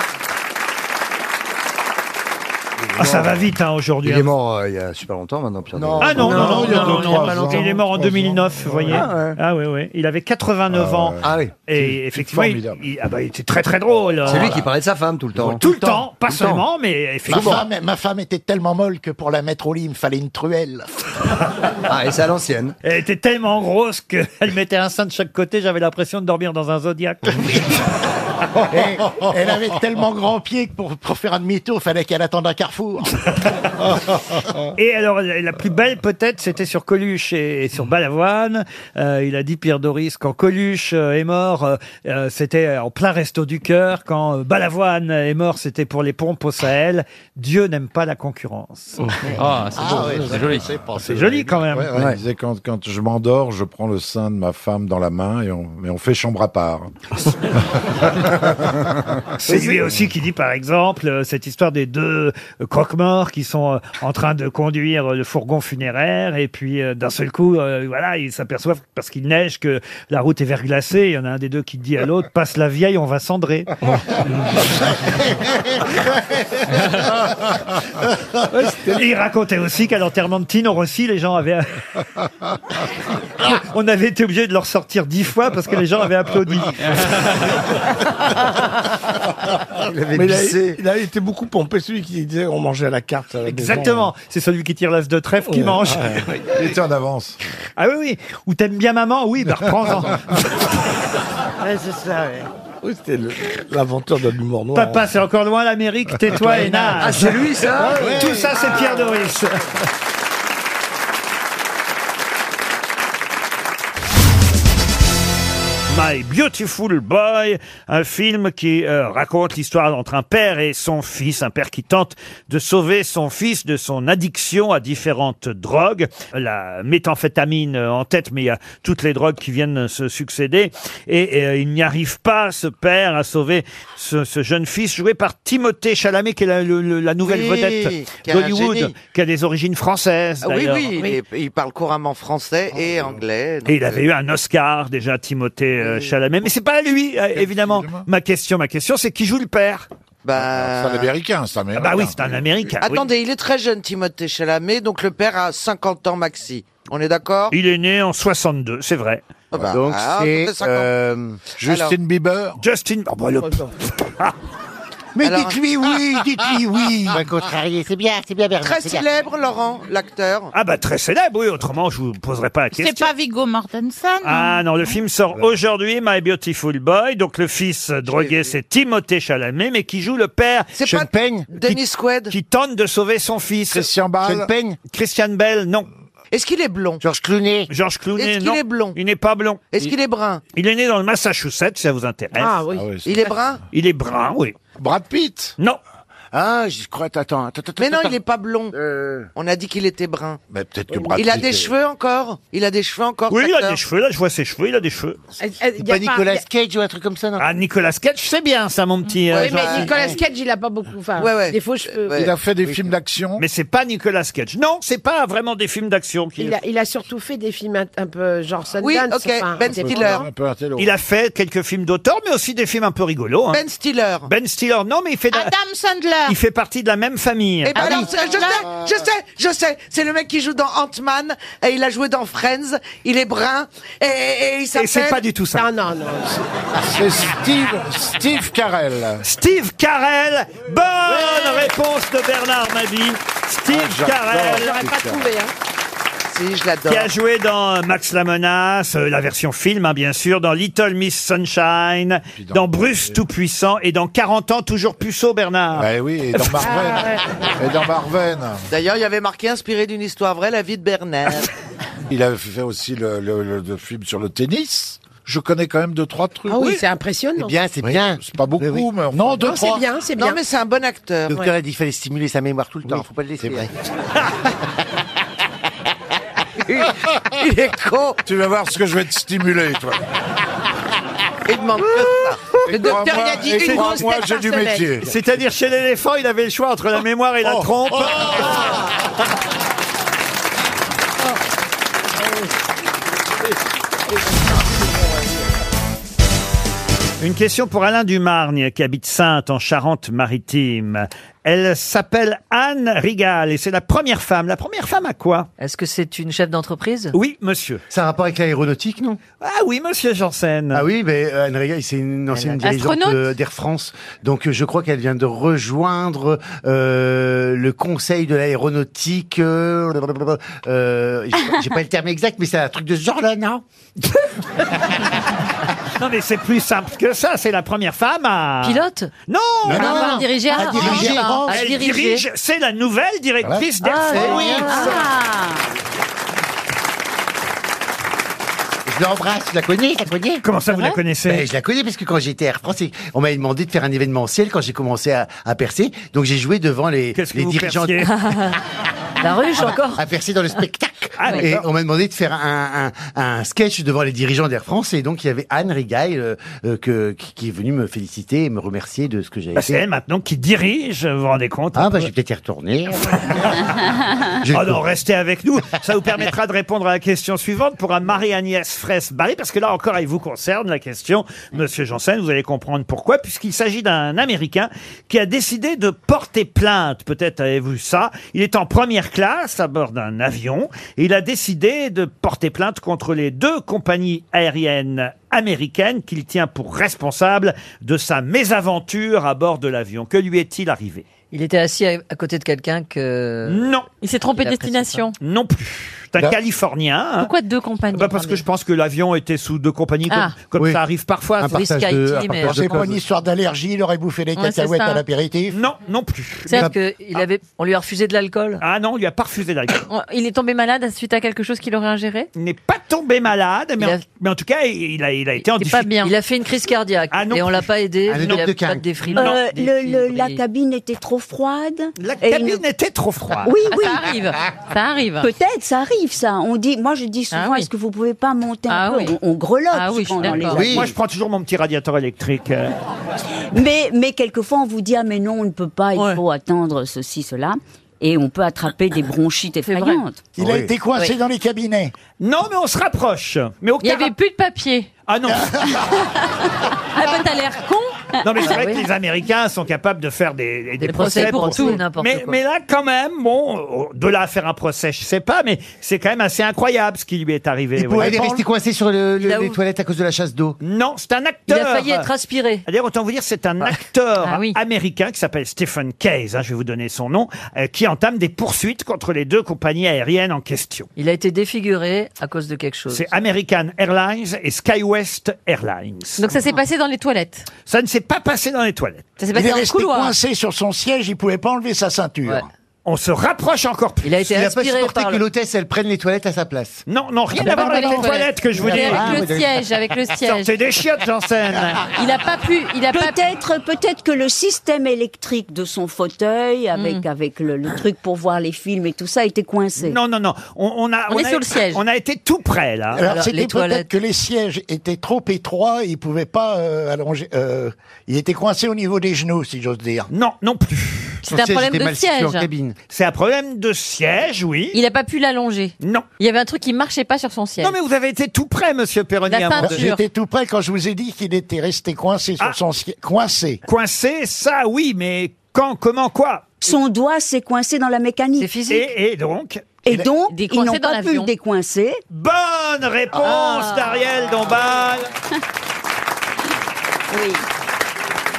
Ah, ça va vite hein, aujourd'hui. Il est mort il y a super longtemps maintenant, Pierre Doris. Ah non, non, il y a deux, trois ans. il est mort en 2009, vous voyez. Ah oui, oui. Il avait 89 ans. Ah oui. Et effectivement, formidable. il était très très drôle. C'est lui qui parlait de sa femme tout le temps. Tout le temps, pas seulement, mais effectivement. Ma femme était tellement molle que pour la mettre au lit, il me fallait une truelle. Ah, et c'est à l'ancienne. Elle était tellement grosse qu'elle mettait un sein de chaque côté, j'avais l'impression de dormir dans un zodiaque. Et elle avait tellement grand pied que pour faire un demi-tour, il fallait qu'elle attende un carrefour. Et alors, la plus belle peut-être, c'était sur Coluche et sur Balavoine. Il a dit, Pierre Doris, quand Coluche est mort, c'était en plein resto du cœur. Quand Balavoine est mort, c'était pour les pompes au Sahel. Dieu n'aime pas la concurrence. Ah, c'est beau, c'est joli. C'est joli quand même. Il disait quand je m'endors, je prends le sein de ma femme dans la main et on fait chambre à part. C'est lui aussi qui dit, par exemple, cette histoire des deux croque-morts qui sont en train de conduire le fourgon funéraire et puis d'un seul coup, voilà, ils s'aperçoivent parce qu'il neige que la route est verglacée. Il y en a un des deux qui dit à l'autre, passe la vieille, on va cendrer. Et il racontait aussi qu'à l'enterrement de Tino Rossi, les gens avaient... On avait été obligé de leur sortir 10 fois parce que les gens avaient applaudi. Mais il a été beaucoup pompé, celui qui disait on mangeait à la carte. À la Exactement, c'est celui qui tire l'as de trèfle qui mange. Il était en avance. Ah oui, oui. Ou t'aimes bien maman? Oui, bah reprends-en. Ouais, c'est ça, ouais. Oui, c'était l'inventeur de l'humour noir. Papa, c'est encore loin l'Amérique, tais-toi et nage. Ah, c'est lui, ça? Ouais. Tout ça, c'est Pierre Doris. My Beautiful Boy, un film qui raconte l'histoire entre un père et son fils, un père qui tente de sauver son fils de son addiction à différentes drogues, la méthamphétamine en tête, mais il y a toutes les drogues qui viennent se succéder, et il n'y arrive pas, ce père, à sauver ce jeune fils, joué par Timothée Chalamet, qui est la nouvelle vedette qui est un d'Hollywood, génie. qui a des origines françaises, Ah oui, d'ailleurs. oui, il parle couramment français et anglais. Et il avait eu un Oscar déjà, Timothée Chalamet. Mais c'est pas lui, évidemment. Ma question, c'est qui joue le père? C'est un Américain, c'est un Américain. Ah bah oui, c'est un Américain. oui. Attendez, il est très jeune, Timothée Chalamet, donc le père a 50 ans maxi. On est d'accord? Il est né en 62, c'est vrai. Donc c'est Justin Bieber. Justin... Oh bah, Mais Alors- dites-lui oui, dites-lui oui. Contrarié, c'est bien Bernard. Très c'est bien. célèbre, Laurent, l'acteur. Ah bah très célèbre, oui, autrement je vous poserai pas la question. C'est pas Viggo Mortensen. Ah non, le film sort aujourd'hui, My Beautiful Boy. Donc le fils drogué, c'est Timothée Chalamet, mais qui joue le père C'est pas Dennis Quaid. qui tente de sauver son fils. Christian Bale. Christian Bell, non. Est-ce qu'il est blond? Georges Clooney. Georges Clooney, Est-ce non. qu'il est blond? Il n'est pas blond. Est-ce qu'il est brun? Il est né dans le Massachusetts, si ça vous intéresse. Ah oui. Il est brun? Il est brun, oui. Brad Pitt. Non. Ah, je crois, attends. Mais non, il est pas blond. On a dit qu'il était brun. Mais peut-être que Brad Il a Pitt des est- cheveux encore? Il a des cheveux encore? Oui, il a l'acteur des cheveux, là je vois ses cheveux, il a des cheveux. Pas Nicolas Cage ou un truc comme ça, non? Ah, Nicolas Cage, c'est bien ça, mon petit. Oui, Jean. mais Nicolas Cage, il a pas beaucoup. Enfin, Ouais. des faux cheveux. Ouais. Il a fait des films d'action. Mais c'est pas Nicolas Cage. Non, c'est pas vraiment des films d'action qu'il Il a surtout fait des films un peu genre Sundance. Oui, ok, Ben des Stiller. films- Un peu intello. Il a fait quelques films d'auteur, mais aussi des films un peu rigolos. Hein. Ben Stiller. Ben Stiller, non, mais Adam Sandler. il fait partie de la même famille. Eh ben alors, je sais, c'est le mec qui joue dans Ant-Man, et il a joué dans Friends, il est brun, et il Et s'appelle... c'est pas du tout ça. Non. C'est Steve Carell. Steve Carell, bonne réponse de Bernard Mabie. Steve Carell. J'aurais pas trouvé. Hein. Si, je l'adore. Qui a joué dans Max la Menace, la version film, hein, bien sûr, dans Little Miss Sunshine, dans Bruce Tout-Puissant et dans 40 ans toujours puceau, Bernard. Bah oui, et dans Marvel. Et dans Marvel. D'ailleurs, il y avait marqué inspiré d'une histoire vraie, la vie de Bernard. Il a fait aussi le film sur le tennis. Je connais quand même 2-3 trucs. Ah oui, c'est impressionnant. C'est bien, c'est bien. C'est pas beaucoup, mais enfin, Non, 2-3. C'est bien, c'est bien. Non, mais c'est un bon acteur. Le docteur a dit qu'il fallait stimuler sa mémoire tout le temps. Faut pas le laisser. C'est vrai. Il est con. Tu vas voir ce que je vais te stimuler, toi. Il demande que ça. Le docteur, il a dit une grosse Moi, tête j'ai par du semaine. métier. C'est-à-dire, chez l'éléphant, il avait le choix entre la mémoire et la trompe. Une question pour Alain Dumargne, qui habite Saintes, en Charente-Maritime. Elle s'appelle Anne Rigal, et c'est la première femme. La première femme à quoi? Est-ce que c'est une chef d'entreprise? Oui, monsieur. C'est un rapport avec l'aéronautique, non? Ah oui, monsieur Janssen. Ah oui, mais Anne Rigal, c'est une ancienne dirigeante d'Air France. Donc je crois qu'elle vient de rejoindre le conseil de l'aéronautique. J'ai pas le terme exact, mais c'est un truc de ce genre-là, non? Non, mais c'est plus simple que ça. C'est la première femme à... Pilote? Non, à diriger. Elle dirige, c'est la nouvelle directrice d'Air France. Je l'embrasse, je la connais, Comment ça, vous la connaissez? Ben, je la connais parce que quand j'étais à Air France, on m'avait demandé de faire un événementiel quand j'ai commencé à percer. Donc j'ai joué devant les dirigeants. La ruche encore? À percer dans le spectacle. Ah, et d'accord. on m'a demandé de faire un sketch devant les dirigeants d'Air France. Et donc il y avait Anne Rigail qui est venue me féliciter et me remercier de ce que j'avais Bah, fait. c'est elle maintenant qui dirige, vous vous rendez compte? Ah bah je vais peut-être y retourner. Oh non, restez avec nous. Ça vous permettra de répondre à la question suivante pour un Marie-Agnès Fraisse-Barré, parce que là encore, elle vous concerne, la question. Monsieur Janssen, vous allez comprendre pourquoi, puisqu'il s'agit d'un Américain qui a décidé de porter plainte. Peut-être avez-vous vu ça. Il est en première classe à bord d'un avion et il a décidé de porter plainte contre les 2 compagnies aériennes américaines qu'il tient pour responsables de sa mésaventure à bord de l'avion. Que lui est-il arrivé? Il était assis à côté de quelqu'un que... Non. Il s'est trompé de destination? Non plus. C'est un Californien. Hein. Pourquoi 2 compagnies? Parce que je pense que l'avion était sous 2 compagnies, comme ça arrive parfois. C'est pas une histoire d'allergie, il aurait bouffé des cacahuètes à l'apéritif? Non, non plus. C'est-à-dire on lui a refusé de l'alcool? Ah non, on lui a pas refusé d'alcool. Il est tombé malade suite à quelque chose qu'il aurait ingéré? Il n'est pas tombé malade, mais en tout cas, il a été en difficulté. Pas bien. Il a fait une crise cardiaque et on l'a pas aidé. Il a pas de défrilement. La cabine était trop froide. La cabine était trop froide. Oui, oui. Ça arrive. Ça arrive. Peut-être, ça arrive, ça. On dit, moi, je dis souvent, est-ce que vous pouvez pas monter un peu? On grelotte. Dans les avions. Moi, je prends toujours mon petit radiateur électrique. Mais quelquefois, on vous dit, ah, mais non, on ne peut pas, il faut attendre ceci, cela. Et on peut attraper des bronchites effrayantes. Il a été coincé dans les cabinets. Non, mais on se rapproche. Mais il n'y avait plus de papier. Ah non. Ah ben t'as l'air con. Non, mais c'est vrai que les Américains sont capables de faire des procès pour tout, n'importe quoi. Mais là, quand même, bon, de là à faire un procès, je sais pas, mais c'est quand même assez incroyable ce qui lui est arrivé. Elle est restée coincée sur les toilettes à cause de la chasse d'eau. Non, c'est un acteur. Il a failli être aspiré. D'ailleurs, autant vous dire, c'est un acteur américain qui s'appelle Stephen Case, je vais vous donner son nom, qui entame des poursuites contre les 2 compagnies aériennes en question. Il a été défiguré à cause de quelque chose. C'est American Airlines et SkyWest Airlines. Donc ça s'est passé dans les toilettes. Ça ne s'est pas passé dans les toilettes. Ça s'est passé dans le couloir. Il est resté coincé sur son siège, il pouvait pas enlever sa ceinture. Ouais. On se rapproche encore plus. Il a été Il n'a pas aspiré supporté par que l'hôtesse, elle prenne les toilettes à sa place. Non, rien à voir avec les toilettes que je vous dis. Avec le siège. Sortez des chiottes, Janssen. Il a pas pu. Peut-être que le système électrique de son fauteuil, avec le truc pour voir les films et tout ça, était coincé. Non. On est sur le siège. On a été tout près, là. Alors c'était peut-être que les sièges étaient trop étroits, il pouvait pas allonger. Il était coincé au niveau des genoux, si j'ose dire. Non plus. C'est un problème de siège. C'est un problème de siège, oui. Il n'a pas pu l'allonger. Non. Il y avait un truc qui marchait pas sur son siège. Non, mais vous avez été tout près, monsieur Perroni. J'étais tout près quand je vous ai dit qu'il était resté coincé sur son siège. Coincé. Coincé, ça, oui, mais quand, comment, quoi? Son doigt s'est coincé dans la mécanique. C'est physique. Et donc? Et donc, ils décoincé n'ont dans pas pu l'avion. le décoincer. Bonne réponse d'Ariel Dombal. Oui.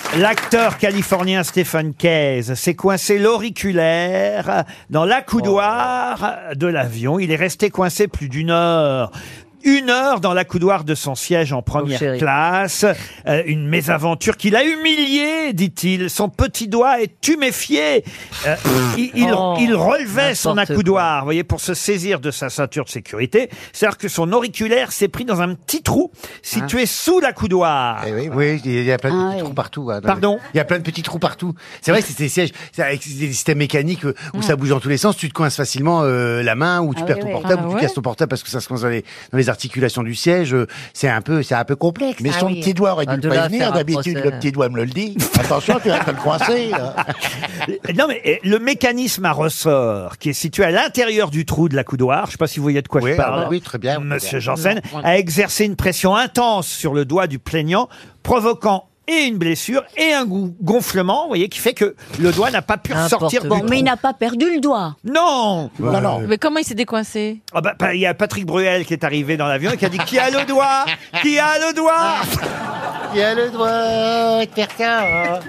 L'acteur californien Stephen Case s'est coincé l'auriculaire dans l'accoudoir de l'avion. Il est resté coincé plus d'1 heure. 1 heure dans l'accoudoir de son siège en première classe. Une mésaventure qui l'a humilié, dit-il. Son petit doigt est tuméfié. Il relevait son accoudoir, vous voyez, pour se saisir de sa ceinture de sécurité. C'est-à-dire que son auriculaire s'est pris dans un petit trou situé sous l'accoudoir. Oui, il y a plein de petits trous partout. Pardon ? Il y a plein de petits trous partout. C'est vrai que c'est des sièges, avec des systèmes mécaniques où ça bouge dans tous les sens, tu te coinces facilement la main, ou tu perds ton portable, ou tu casses ton portable parce que ça se coince dans les articulations du siège. C'est un peu complexe. Mais son petit doigt aurait dû le prévenir. D'habitude, le petit doigt me le dit. Attention, tu vas te le coincer. Là. Non, mais le mécanisme à ressort qui est situé à l'intérieur du trou de l'accoudoir, je ne sais pas si vous voyez de quoi je parle. Oui, très bien. Monsieur Janssen a exercé une pression intense sur le doigt du plaignant, provoquant et une blessure et un gonflement, vous voyez, qui fait que le doigt n'a pas pu ressortir du trou. Mais il n'a pas perdu le doigt. Non. Mais comment il s'est décoincé? Il y a Patrick Bruel qui est arrivé dans l'avion et qui a dit « Qui a le doigt? Qui a le doigt ?» Qui a le doigt de faire ça?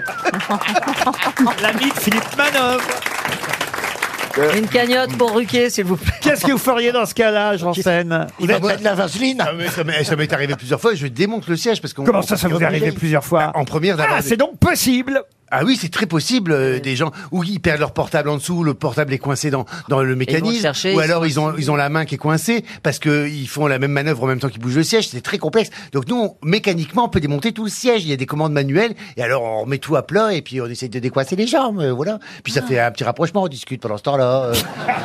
L'ami de Philippe Manœuvre. Une cagnotte pour Ruquier, s'il vous plaît. Qu'est-ce que vous feriez dans ce cas-là, Janssen? Il va mettre de la vaseline. Ça m'est arrivé plusieurs fois. Je démonte le siège parce qu'on. Comment ça vous est arrivé plusieurs fois? En première d'avoir. Ah, c'est donc possible. Ah oui, c'est très possible. Des gens où ils perdent leur portable en dessous, le portable est coincé dans le mécanisme, ou alors ils ont la main qui est coincée parce que ils font la même manœuvre en même temps qu'ils bougent le siège. C'est très complexe. Donc nous, mécaniquement, on peut démonter tout le siège. Il y a des commandes manuelles et alors on met tout à plat et puis on essaye de décoincer les jambes. Voilà. Puis ça fait un petit rapprochement. On discute pendant ce temps-là.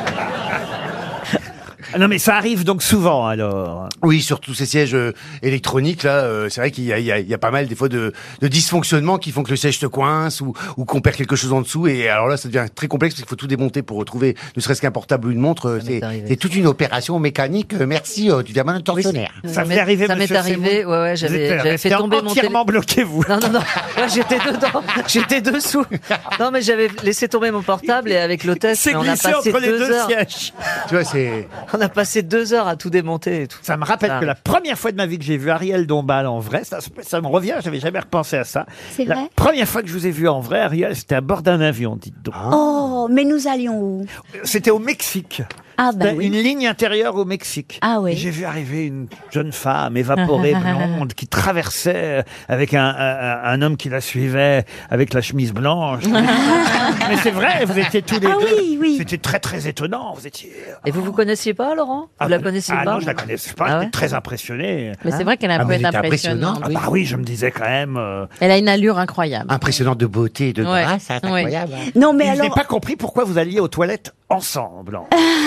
Non mais ça arrive donc souvent alors. Oui, sur tous ces sièges électroniques là, c'est vrai qu'il y a pas mal des fois de dysfonctionnements qui font que le siège te coince ou qu'on perd quelque chose en dessous et alors là ça devient très complexe parce qu'il faut tout démonter pour retrouver ne serait-ce qu'un portable ou une montre. C'est toute une opération mécanique. Merci du diamant tortionnaire. Ça m'est arrivé. Ça m'est arrivé. Ouais, j'avais fait tomber mon entièrement bloqué vous. Non. Ouais, j'étais dedans. J'étais dessous. Non mais j'avais laissé tomber mon portable et avec l'hôtesse. C'est glissé entre les deux sièges. Tu vois c'est. On a passé 2 heures à tout démonter et tout. Ça me rappelle que la première fois de ma vie que j'ai vu Ariel Dombal en vrai, ça me revient, j'avais jamais repensé à ça. C'est vrai. La première fois que je vous ai vu en vrai, Ariel, c'était à bord d'un avion, dites donc. Oh, mais nous allions où? C'était au Mexique. Ah ben oui. Une ligne intérieure au Mexique. Ah oui. Et j'ai vu arriver une jeune femme évaporée, blonde, qui traversait avec un homme qui la suivait avec la chemise blanche. Mais c'est vrai, vous étiez tous les deux. Oui. C'était très très étonnant. Vous étiez. Et vous connaissiez pas, Laurent? Vous la connaissiez pas? Non, je la connaissais pas. J'étais très impressionné. Mais c'est vrai qu'elle a un peu impressionnante. Ah bah oui, je me disais quand même. Elle a une allure incroyable. Impressionnante de beauté et de grâce, c'est incroyable. Non mais je n'ai pas compris pourquoi vous alliez aux toilettes ensemble.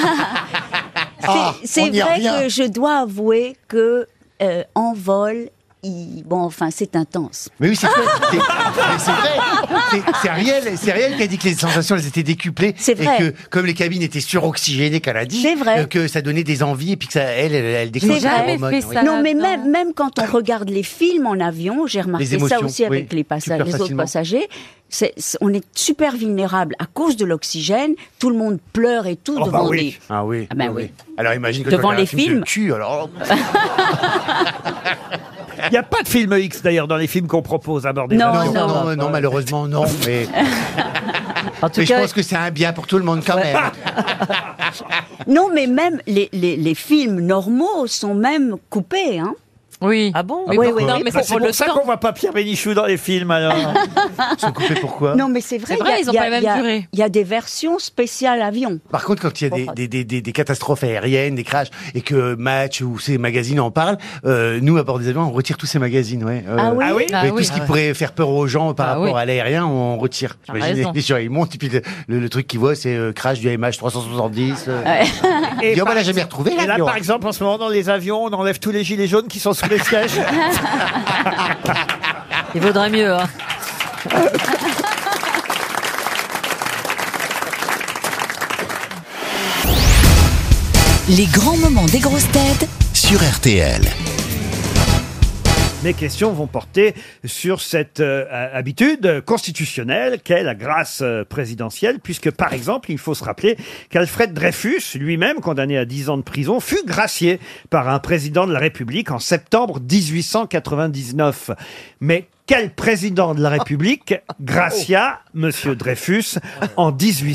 C'est vrai que je dois avouer que en vol, c'est intense. Mais oui, c'est vrai. C'est Ariel qui a dit que les sensations elles étaient décuplées. C'est vrai. Et que comme les cabines étaient suroxygénées, qu'elle a dit, c'est vrai. Que ça donnait des envies et puis que ça, elle déclenchait jamais fait ça. Non, mais même quand on regarde les films en avion, j'ai remarqué ça aussi avec les autres passagers. On est super vulnérable à cause de l'oxygène. Tout le monde pleure et tout devant des. Ah oui. Ah ben oui. Alors imagine que devant les films. De cul, alors. Il n'y a pas de film X d'ailleurs dans les films qu'on propose à bord des avions. Non, malheureusement non. Mais, je pense que c'est un bien pour tout le monde quand même. Non, mais même les films normaux sont même coupés, hein. Oui. Ah bon? Oui. C'est pour ça qu'on voit pas Pierre Bénichou dans les films alors. Ils sont coupés pourquoi? Non mais c'est vrai, ils ont pas la même durée. Il y a des versions spéciales avion. Par contre, quand il y a des catastrophes aériennes, des crashs, et que Match ou ces magazines en parlent, nous à bord des avions, on retire tous ces magazines. Ouais. Ah oui. Tout ce qui pourrait faire peur aux gens par rapport à l'aérien, on retire. Ils montent et puis le truc qu'ils voient, c'est crash du MH370. Et on l'a jamais retrouvé. Et là, par exemple, en ce moment, dans les avions, on enlève tous les gilets jaunes qui sont sous les sièges. Il vaudrait mieux, hein. Les grands moments des grosses têtes sur RTL. Mes questions vont porter sur cette habitude constitutionnelle qu'est la grâce présidentielle, puisque par exemple, il faut se rappeler qu'Alfred Dreyfus, lui-même condamné à 10 ans de prison, fut gracié par un président de la République en septembre 1899. Mais Quel président de la République gracia Monsieur Dreyfus en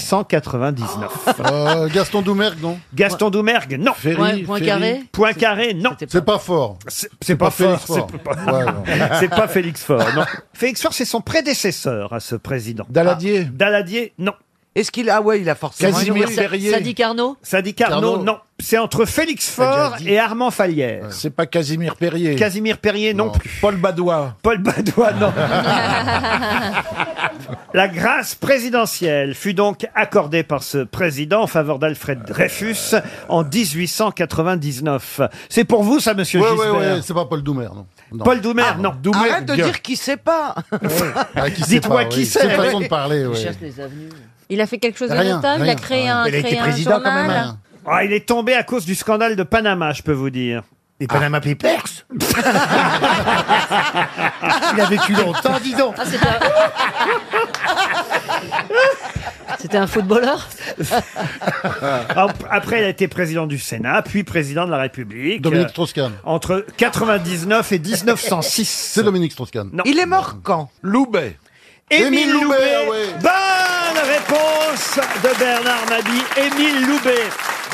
1899 Gaston Doumergue, non Gaston Doumergue, non. Poincaré Poincaré, non. C'est pas fort. C'est pas fort. Félix Faure. C'est pas Félix Faure, non. Félix Faure, c'est son prédécesseur à ce président. Daladier. Daladier, non. Est-ce qu'il a, ouais, il a forcément. Casimir Perrier. Sadi Carnot Sadi Carnot, non. C'est entre Félix Faure et Armand Fallière. C'est pas Casimir Perrier. Casimir Perrier, non plus. Paul Badois. Paul Badois, non. La grâce présidentielle fut donc accordée par ce président en faveur d'Alfred Dreyfus en 1899. C'est pour vous, ça, monsieur Gisbert? Ouais, c'est pas Paul Doumer, non. Paul Doumer, non. Arrête de dire qui sait pas. Dites-moi qui c'est. C'est une façon de parler, Il ouais. cherche les avenues. Il a fait quelque chose de Rien, notable. Il rien. a créé un, Il a été créé un président quand même. journal. Hein. Ah, il est tombé à cause du scandale de Panama, je peux vous dire. Les Panama Papers. Il a vécu longtemps, dis donc. C'était un footballeur. Après, il a été président du Sénat, puis président de la République. Dominique Strauss-Kahn. Entre 99 et 1906. C'est Dominique Strauss-Kahn. Non. Il est mort quand? Loubet. Émile Loubet. ah ouais. Bonne réponse de Bernard Mabie. Émile Loubet.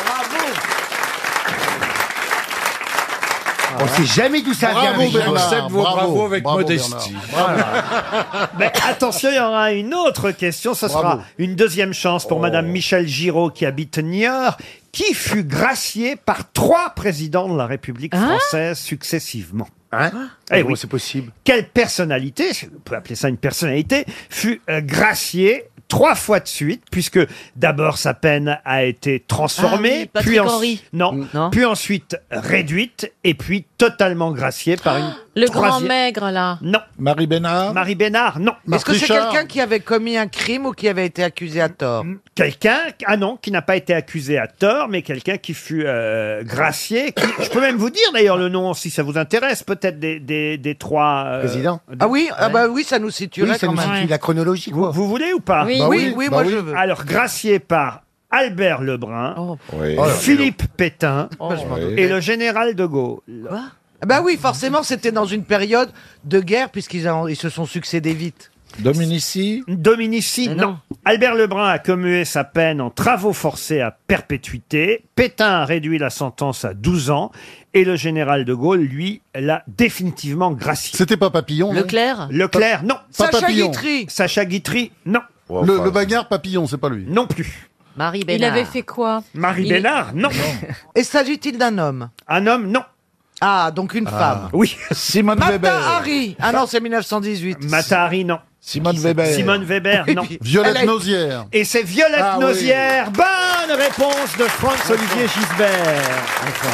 On sait jamais d'où ça vient. Bravo, Bernard. J'accepte vos bravos avec Bravo, modestie. Mais attention, il y aura une autre question. Ce sera Bravo. une deuxième chance pour Madame Michel Giraud qui habite Niort, qui fut graciée par 3 présidents de la République française successivement. Eh oui. C'est possible. Quelle personnalité, on peut appeler ça une personnalité, fut graciée 3 fois de suite, puisque d'abord sa peine a été transformée, Ah oui, Patrick Henry. non, puis ensuite réduite, et puis totalement graciée par une Le grand troisième. maigre, là. Non. Marie Bénard. Marie Bénard, non. Est-ce que c'est Richard. quelqu'un qui avait commis un crime ou qui avait été accusé à tort? Quelqu'un, qui n'a pas été accusé à tort, mais quelqu'un qui fut gracié. Je peux même vous dire d'ailleurs le nom, si ça vous intéresse, peut-être des 3 Président. Ah oui, bah oui, ça nous situerait Oui, ça quand nous même. situe la chronologie, quoi. Vous voulez ou pas? Oui. Bah Oui, bah moi je veux. Alors, gracié par Albert Lebrun, Oui. Philippe Pétain Oui. et le général de Gaulle. Ah bah oui, forcément, c'était dans une période de guerre puisqu'ils ils se sont succédés vite. Dominici. Dominici, non. Albert Lebrun a commué sa peine en travaux forcés à perpétuité. Pétain a réduit la sentence à 12 ans. Et le général de Gaulle, lui, l'a définitivement gracié. C'était pas Papillon. non Leclerc. Leclerc, non. Pas Sacha Papillon. Guitry. Sacha Guitry, non. Le bagarre Papillon, c'est pas lui. Non plus. Marie Bénard. Il avait fait quoi? Marie Il- Bénard, non. Et s'agit-il d'un homme? Un homme, non. Ah, donc une femme. Oui. Simone Mata Weber. Hari. Ah non, c'est 1918. Matahari, non. Simone Weber. Simone Weber, non. Violette Elle a- Nausière. Et c'est Violette Ah oui. Nausière. Bonne réponse de Franz-Olivier Gisbert.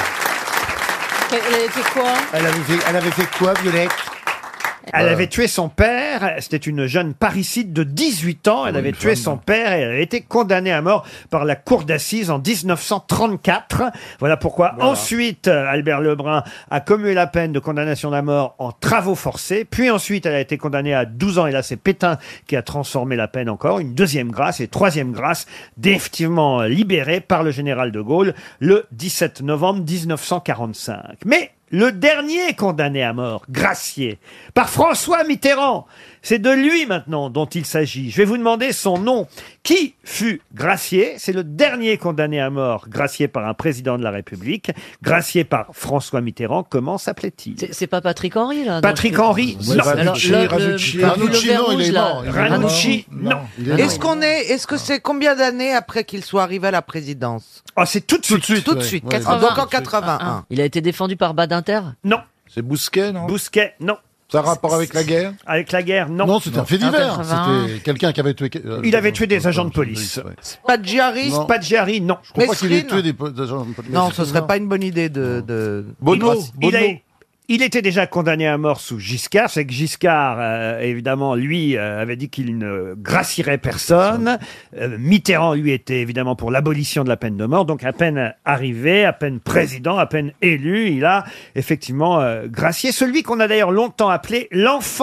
Elle avait fait quoi? Elle avait fait quoi, Violette? Elle avait tué son père. C'était une jeune parricide de 18 ans. Elle avait tué son père et elle a été condamnée à mort par la cour d'assises en 1934. Voilà pourquoi ensuite Albert Lebrun a commué la peine de condamnation à mort en travaux forcés. Puis ensuite elle a été condamnée à 12 ans et là c'est Pétain qui a transformé la peine encore. Une deuxième grâce et troisième grâce définitivement libérée par le général de Gaulle le 17 novembre 1945. Mais le dernier condamné à mort, gracié, par François Mitterrand. C'est de lui maintenant dont il s'agit. Je vais vous demander son nom. Qui fut gracié? C'est le dernier condamné à mort, gracié par un président de la République, gracié par François Mitterrand. Comment s'appelait-il? C'est pas Patrick Henry, là? Patrick Henry, non. Ranucci, Ranucci. Ranucci, non, il est mort. Ranucci, non. Est-ce que c'est combien d'années après qu'il soit arrivé à la présidence? Oh, c'est tout de suite. Tout de suite. Ouais. Donc en 81. Il a été défendu par Badinter? Non. C'est Bousquet, non? Bousquet, non. Ça a rapport avec la guerre? Avec la guerre, non. Non, c'était un fait divers. 81. C'était quelqu'un qui avait tué. Il avait tué des agents de police. Ouais. Padjiari? Non. Padjiari, non. Je crois pas qu'il ait Mesrine. tué des agents de police. Non, ce serait pas une bonne idée de... Bono. Il était déjà condamné à mort sous Giscard. C'est que Giscard, évidemment, lui, avait dit qu'il ne gracierait personne. Mitterrand, lui, était évidemment pour l'abolition de la peine de mort. Donc, à peine arrivé, à peine président, à peine élu, il a effectivement gracié celui qu'on a d'ailleurs longtemps appelé l'enfant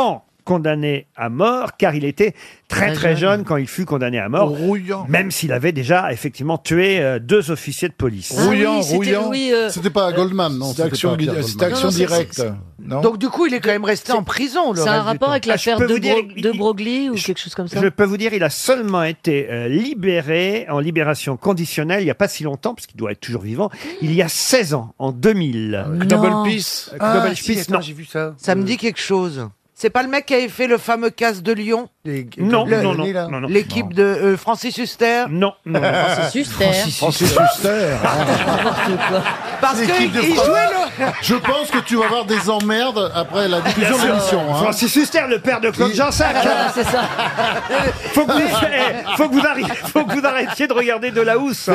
condamné à mort, car il était très jeune quand il fut condamné à mort. Rouillant. Même s'il avait déjà effectivement tué 2 officiers de police. Rouillant, c'était rouillant. Louis, C'était pas à Goldman, non. C'était action, pas Pierre c'était Goldman. action c'est- directe. c'est- Non. Donc du coup, il est quand même resté en prison. Le C'est un reste du rapport temps. avec l'affaire je peux de, vous dire, de Broglie ou quelque chose comme ça? Je peux vous dire, il a seulement été libéré en libération conditionnelle il n'y a pas si longtemps, parce qu'il doit être toujours vivant, il y a 16 ans, en 2000. Double Peace. Double si, Peace, attends, non. j'ai vu ça. Ça me dit quelque chose. C'est pas le mec qui avait fait le fameux casse de Lyon? Non, Le- non, non, non, non. L'équipe de Francis Huster? Non, non. Francis Huster. Francis Huster. Parce L'équipe de qu'il France. jouait le... Je pense que tu vas avoir des emmerdes après la diffusion de l'émission. Hein. Francis Huster, le père de Claude Jansac. Voilà, c'est ça. Faut que vous arrêtiez de regarder de la housse.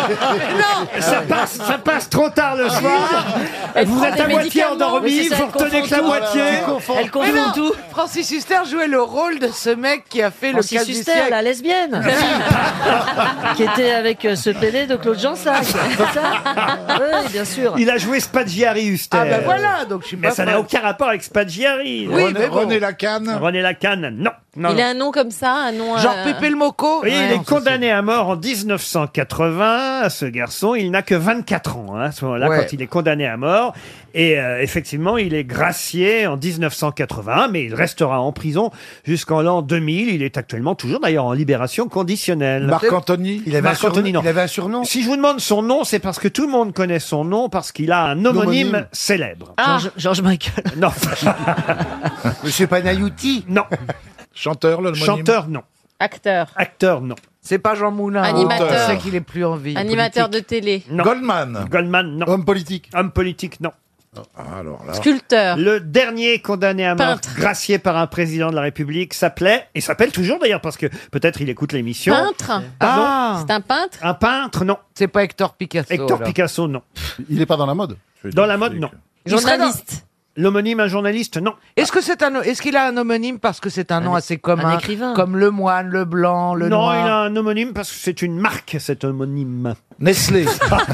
Ça passe trop tard le soir. Vous prend êtes des à moitié médicaments, endormi, mais c'est ça, vous elle retenez que la confond moitié. Elle confond Mais non, tout. Francis Huster jouait le rôle de ce mec qui a fait Francis le casse du Huster, siècle. la lesbienne. Qui était avec ce PD de Claude Jansac. C'est ça? Oui, bien sûr. Il a joué Spaggiari Huster. Ah ben voilà, donc je suis Mais pas ça n'a fan. aucun rapport avec Spaggiari. Oui, mais bon. René Lacanne. René Lacanne, non. Non, Il non. a un nom comme ça, un nom. Genre Pépé le Moco. Oui, il Ouais. est condamné à mort en 1980, ce garçon. Il n'a que 24 ans hein, à ce moment-là, Ouais. quand il est condamné à mort. Et effectivement, il est gracié en 1981, mais il restera en prison jusqu'en l'an 2000. Il est actuellement toujours d'ailleurs en libération conditionnelle. Marc Anthony. Il avait, Marc Anthony, non. il avait un surnom. Si je vous demande son nom, c'est parce que tout le monde connaît son nom, parce qu'il a un homonyme Homonyme. célèbre. George Michael. Non, Monsieur Panayuti. non. Chanteur, le Chanteur, non. Acteur. Acteur, non. C'est pas Jean Moulin. Animateur. Je sais qu'il est plus en vie. Animateur de télé. Non. Goldman. Goldman, non. Homme politique. Homme politique, non. Ah, alors là. Sculpteur. Le dernier condamné à mort, Peintre. gracié par un président de la République, s'appelait, et s'appelle toujours d'ailleurs, parce que peut-être il écoute l'émission. Peintre. Pardon Ah, C'est un peintre. Un peintre, non. c'est pas Hector Picasso. Hector alors. Picasso, non. Il est pas dans la mode. Dans la mode, non. Il serait dans- Journaliste. L'homonyme, un journaliste, non. Est-ce qu'il a un homonyme parce que c'est un nom assez commun, un écrivain. comme le moine, le blanc, le Non, noir. il a un homonyme parce que c'est une marque, cet homonyme. Nestlé.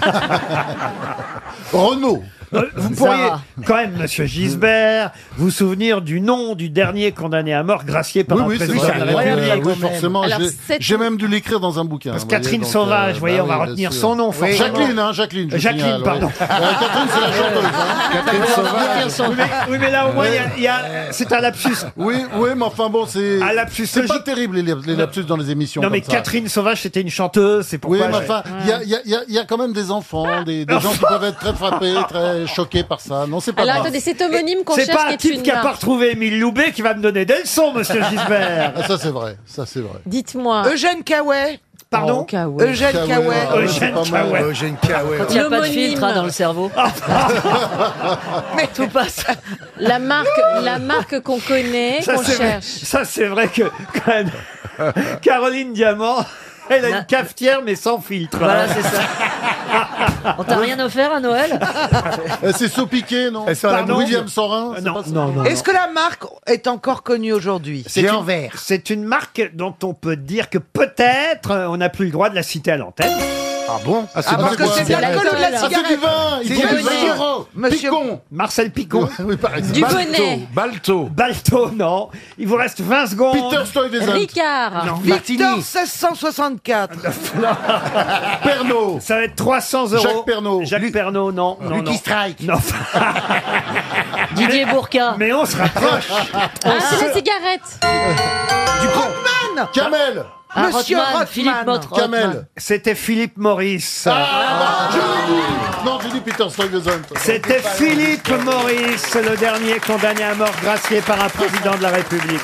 Renault. Vous pourriez, Zara. quand même, monsieur Gisbert, vous souvenir du nom du dernier condamné à mort, gracié par Oui, un oui, c'est président vrai. de la Oui, République. oui, forcément. Alors, J'ai même dû l'écrire dans un bouquin. Parce vous que Catherine voyez, donc, Sauvage, vous voyez, bah on va oui, retenir bien son sûr. nom, forcément. Jacqueline, hein, Jacqueline. je Jacqueline, signale, pardon. ouais. Catherine, c'est la chanteuse. Hein. Catherine Sauvage. Oui, mais là, au moins, c'est un lapsus. Oui, oui, mais enfin bon, c'est. Un lapsus C'est pas logique. terrible les lapsus dans les émissions. Non, mais comme ça. Catherine Sauvage, c'était une chanteuse, c'est Oui, pourquoi. mais enfin, il y a quand même des enfants, des gens qui peuvent être très frappés, très choqués par ça. Non, c'est pas Alors grave. attendez, cet homonyme qu'on C'est cherche pas un qui est type une qui a pas marque. retrouvé Émile Loubet qui va me donner des leçons, monsieur Gisbert. Ah, ça c'est vrai, ça c'est vrai. Dites-moi. Eugène Caouet. Pardon Eugène Caouet. Ah oui, Eugène c'est pas mal. Caouet. Eugène Caouet. Quand il n'y a pas de L'homonyme. filtre hein, dans le cerveau. Mais Tout passe. La marque qu'on connaît, Ça, qu'on c'est vrai- cherche. ça, c'est vrai que, quand même, Caroline Diamant, elle a une cafetière, mais sans filtre. Voilà, c'est ça. On t'a rien offert à Noël? C'est Saupiquet, non? Pardon William Sorin? c'est Non, pas ça non, non. Est-ce que la marque est encore connue aujourd'hui? C'est Géant une- vert. C'est une marque dont on peut dire que peut-être on n'a plus le droit de la citer à l'antenne. Ah bon? Ah, parce que c'est de l'alcool ou de la Ah, c'est du cigarette? vin! Il C'est faut du du vin. vin! Monsieur- Picon! Marcel Picon. Oui, par exemple. Du bonnet. Balto. Balto, non. Il vous reste 20 secondes. Peter Stuyvesant. Ricard. Non. Victor 1664. Pernod. Ça va être 300 euros. Jacques Pernaut. Jacques Pernaut, non. non, Lucky non. Strike. Non. Didier Bourca. Mais on se rapproche. Ah, c'est la cigarette. Du Rothman. Kamel. Ah, Monsieur Rothman, Rothman. Philippe Motte Rothman. Kamel. C'était Philippe Maurice. Je l'ai dit. Non, j'ai dit Peter Stuyvesant. C'était Philippe Maurice, le dernier condamné à mort gracié par un président de la République.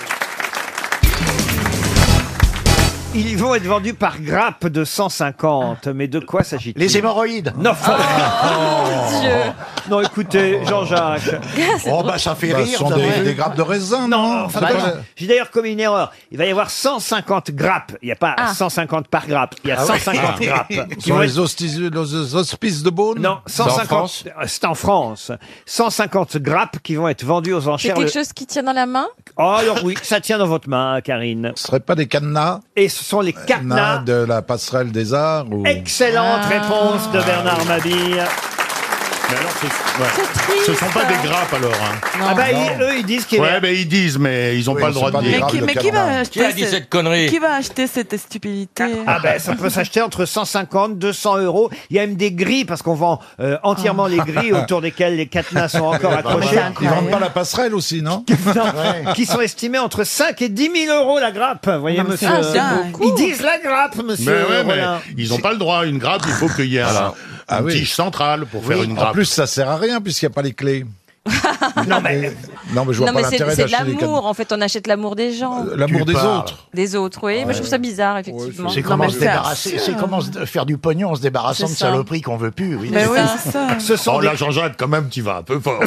Ils vont être vendus par grappe de 150. Mais de quoi s'agit-il? Les hémorroïdes. Non, Dieu. non, écoutez, Jean-Jacques. Oh, bah, ça fait Bah, ce rire. sont ça, ouais. des grappes de raisin, non? Enfin, C'est non. pas- J'ai d'ailleurs commis une erreur. Il va y avoir 150 grappes. Il n'y a pas 150 par grappe. Il y a 150 grappes. Ce Qui sont vont les être- hospices de Beaune? Non, C'est en 150. France. C'est en France. 150 grappes qui vont être vendues aux C'est enchères. quelque chose qui tient dans la main. Oh, alors oui, ça tient dans votre main, Karine. Ce serait pas des cadenas? Et ce sont les cadenas. De la passerelle des arts ou... Excellente réponse de Bernard Mabille. Mais alors, ce sont pas des grappes alors. Hein. Ah bah, eux, ils disent qu'il Ouais, mais ils disent, mais ils ont pas le droit de dire. Mais qui va acheter Qui a dit cette connerie? Qui va acheter cette stupidité? Ah ben, ça peut s'acheter entre 150, 200 euros. Il y a même des grilles, parce qu'on vend entièrement les grilles autour desquelles les cadenas sont encore accrochés. Ils vendent pas la passerelle aussi, non? Non, qui sont estimés entre 5 et 10 000 euros la grappe. Vous voyez, monsieur. Ils disent la grappe, monsieur. Mais Rollin. ils ont pas le droit. Une grappe, il faut qu'il y ait un tige central pour faire une grappe. En plus, ça sert à rien puisqu'il n'y a pas les clés. Non mais je vois pas l'intérêt c'est de d'acheter des l'amour, en fait, on achète l'amour des gens. L'amour des autres. Des autres, oui. Mais je trouve ça bizarre, effectivement. C'est comment se débarrasser, c'est comment faire du pognon en se débarrassant de saloperies qu'on veut plus. Oui, mais oui, c'est ça. Ce sont là, Jean-Jacques, quand même, tu vas un peu fort.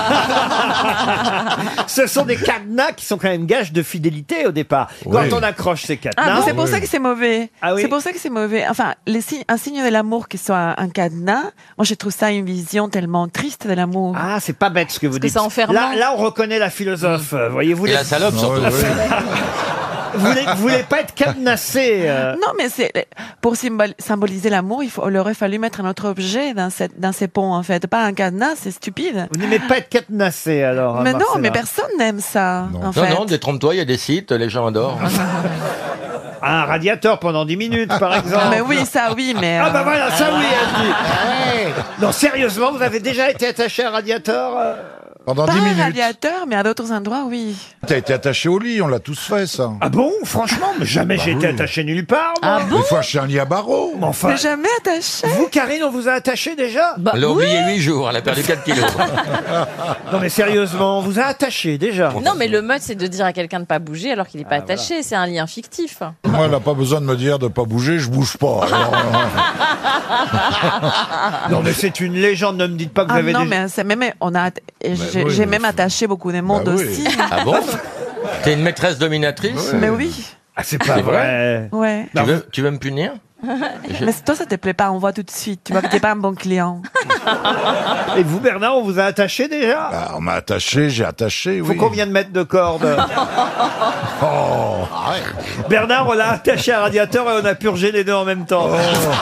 Ce sont des cadenas qui sont quand même gages de fidélité au départ. Quand on accroche ces cadenas. Ah, mais c'est pour ça que c'est mauvais. Ah oui. C'est pour ça que c'est mauvais. Enfin, un signe de l'amour qui soit un cadenas, moi je trouve ça une vision tellement triste de l'amour. Ah, c'est pas bête ce que vous dites. Que ça enferme. Là, on reconnaît la philosophe. Voyez-vous. Et la salope, surtout. Vous voulez pas être cadenassé. Non, mais c'est pour symboliser l'amour, il aurait fallu mettre un autre objet dans ces ponts, en fait. Pas un cadenas, c'est stupide. Vous n'aimez pas être cadenassé, alors. Mais non, Marcella. mais personne n'aime ça. En fait. Non, détrompe-toi, il y a des sites, les gens adorent. Un radiateur pendant 10 minutes, par exemple. Mais oui, ça oui, mais... Ah bah voilà, ça oui, elle dit. Non, sérieusement, vous avez déjà été attaché à un radiateur Pendant Pas 10 un minutes. radiateur, mais à d'autres endroits, oui. T'as été attaché au lit, on l'a tous fait, ça. Ah bon? Franchement, mais jamais j'ai été attaché nulle part, moi. Ah bon? Des fois, chez un lit à barreaux. Mais enfin, T'es jamais attaché? vous, Karine, on vous a attaché déjà? Elle a oublié 8 jours, elle a perdu 4 kilos. Non mais sérieusement, on vous a attaché déjà. Non, mais le mode, c'est de dire à quelqu'un de pas bouger alors qu'il n'est pas attaché. C'est un lien fictif. Moi, elle n'a pas besoin de me dire de pas bouger, je bouge pas. Alors, Non mais c'est une légende, ne me dites pas que vous avez non, déjà... mais c'est même, j'ai même attaché beaucoup de monde Bah oui. aussi. Ah bon? T'es une maîtresse dominatrice? Mais oui. Ah c'est pas C'est vrai. Ouais. Tu veux me punir? Mais toi, ça te plaît pas, on voit tout de suite. Tu vois que t'es pas un bon client. Et vous, Bernard, on vous a attaché déjà? bah, on m'a attaché, j'ai attaché, Faut oui. combien de mètres de corde? Oh. Bernard, on l'a attaché à un radiateur et on a purgé les deux en même temps.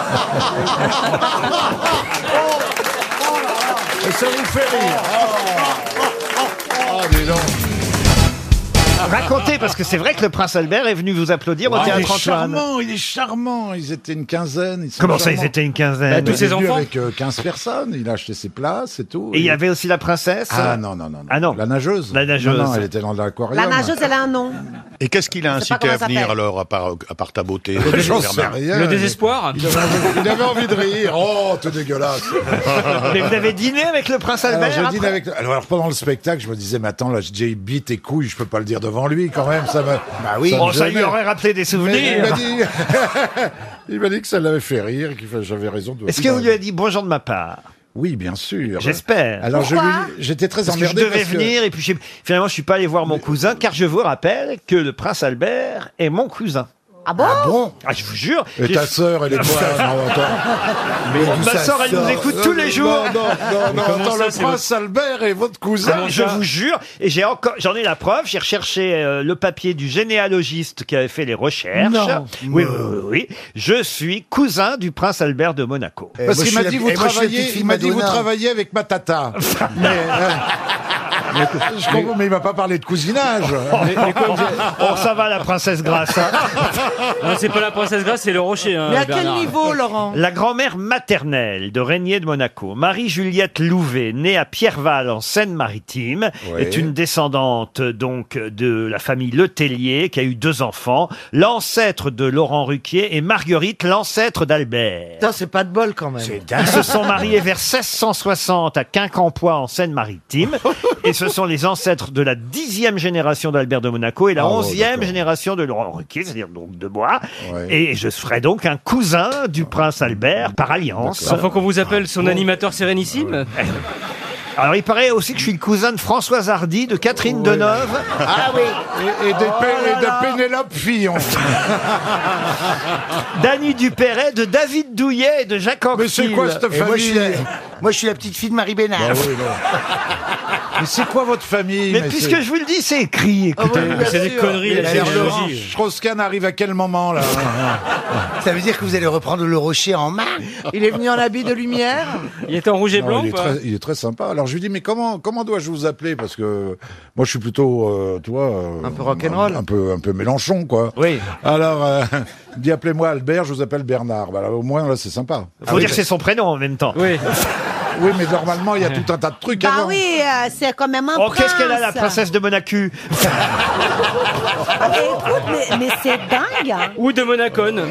Et ça vous fait rire. Oh, dis donc. Racontez, parce que c'est vrai que le prince Albert est venu vous applaudir au Il est théâtre Antoine. charmant, il est charmant. Ils étaient une quinzaine. Ils sont Comment ça, ils charmants. étaient une quinzaine? tous ses Il est venu enfants avec 15 personnes. Il a acheté ses places et tout. Et il y avait aussi la princesse? Ah non. Ah non. La nageuse. La nageuse. Non, elle était dans l'aquarium. La nageuse, elle a un nom. Et qu'est-ce qu'il a Je sais pas incité comment à ça venir s'appelle. alors, à part ta beauté? J'en sais Bernard rien. Le désespoir? Il avait envie de rire. Oh, t'es dégueulasse. Mais vous avez dîné avec le prince Albert? Alors, je dîne après avec... alors pendant le spectacle, je me disais, mais attends, là, j'ai bite et couilles, je peux pas le dire devant lui quand même. Ça me... Bah oui. Bon, ça lui aurait rappelé des Mais souvenirs. il m'a dit... il m'a dit que ça l'avait fait rire, j'avais raison de... Est-ce que vous lui avez dit bonjour de ma part? Oui, bien sûr. J'espère. Alors j'étais très Parce que je emmerdé devais venir et puis finalement je suis pas allé voir mon cousin car je vous rappelle que le prince Albert est mon cousin. Ah bon? Ah bon? Ah, je vous jure. Et ta sœur, elle est quoi? Non, attends. Ma sœur, elle nous écoute tous les jours. Non, attends, le prince Albert est votre cousin. Je vous jure, et j'en ai la preuve. J'ai recherché le papier du généalogiste qui avait fait les recherches. Non. Oui. Je suis cousin du prince Albert de Monaco. Parce qu'il m'a dit, vous travaillez avec ma tata. Je comprends, mais il m'a pas parlé de cousinage. Oh, ça va, la princesse Grasse. Hein. Non, c'est pas la princesse Grasse, c'est le rocher. Mais à quel Bernard. niveau, Laurent? La grand-mère maternelle de Régnier de Monaco, Marie-Juliette Louvet, née à Pierreval en Seine-Maritime, Ouais. est une descendante donc de la famille Le Tellier qui a eu 2 enfants, l'ancêtre de Laurent Ruquier et Marguerite, l'ancêtre d'Albert. Putain, c'est pas de bol quand même. Ils se sont mariés vers 1660 à Quincampoix en Seine-Maritime et ce sont les ancêtres de la 10e génération d'Albert de Monaco et la 11e génération de Laurent Ruquier, c'est-à-dire donc de moi. Ouais. Et je serai donc un cousin du prince Albert par alliance. Il faut qu'on vous appelle son animateur sérénissime. Alors il paraît aussi que je suis le cousin de Françoise Hardy, de Catherine Deneuve. Ah oui. Et de Pénélope Fillon. d'Annie Dupéret, de David Douillet et de Jacques Anquetil. Mais c'est quoi cette Et moi, famille? Moi, je suis la petite fille de Marie Bénard. Bah oui, non. Mais c'est quoi votre famille? Mais puisque je vous le dis, c'est écrit, écoutez. C'est des conneries, la généalogie. Strauss-Kahn arrive à quel moment, là? Ça veut dire que vous allez reprendre le rocher en main. Il est venu en habit de lumière. Il était en rouge et Non, blanc il, ou est pas très, il est très sympa. Alors je lui dis, mais comment dois-je vous appeler? Parce que moi je suis plutôt, tu vois, Un peu rock'n'roll. un peu Mélenchon, quoi. Oui. Alors, il dit, appelez-moi Albert, je vous appelle Bernard. Bah, là, au moins, là, c'est sympa. Faut dire que c'est son prénom en même temps. Oui. Oui, mais normalement, il y a tout un tas de trucs Bah avant. oui, c'est quand même un Oh, prince. qu'est-ce qu'elle a, la princesse de Monaco? Ah, mais écoute, mais c'est dingue. Hein. Ou de Monacone.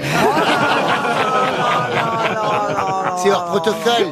C'est hors protocole.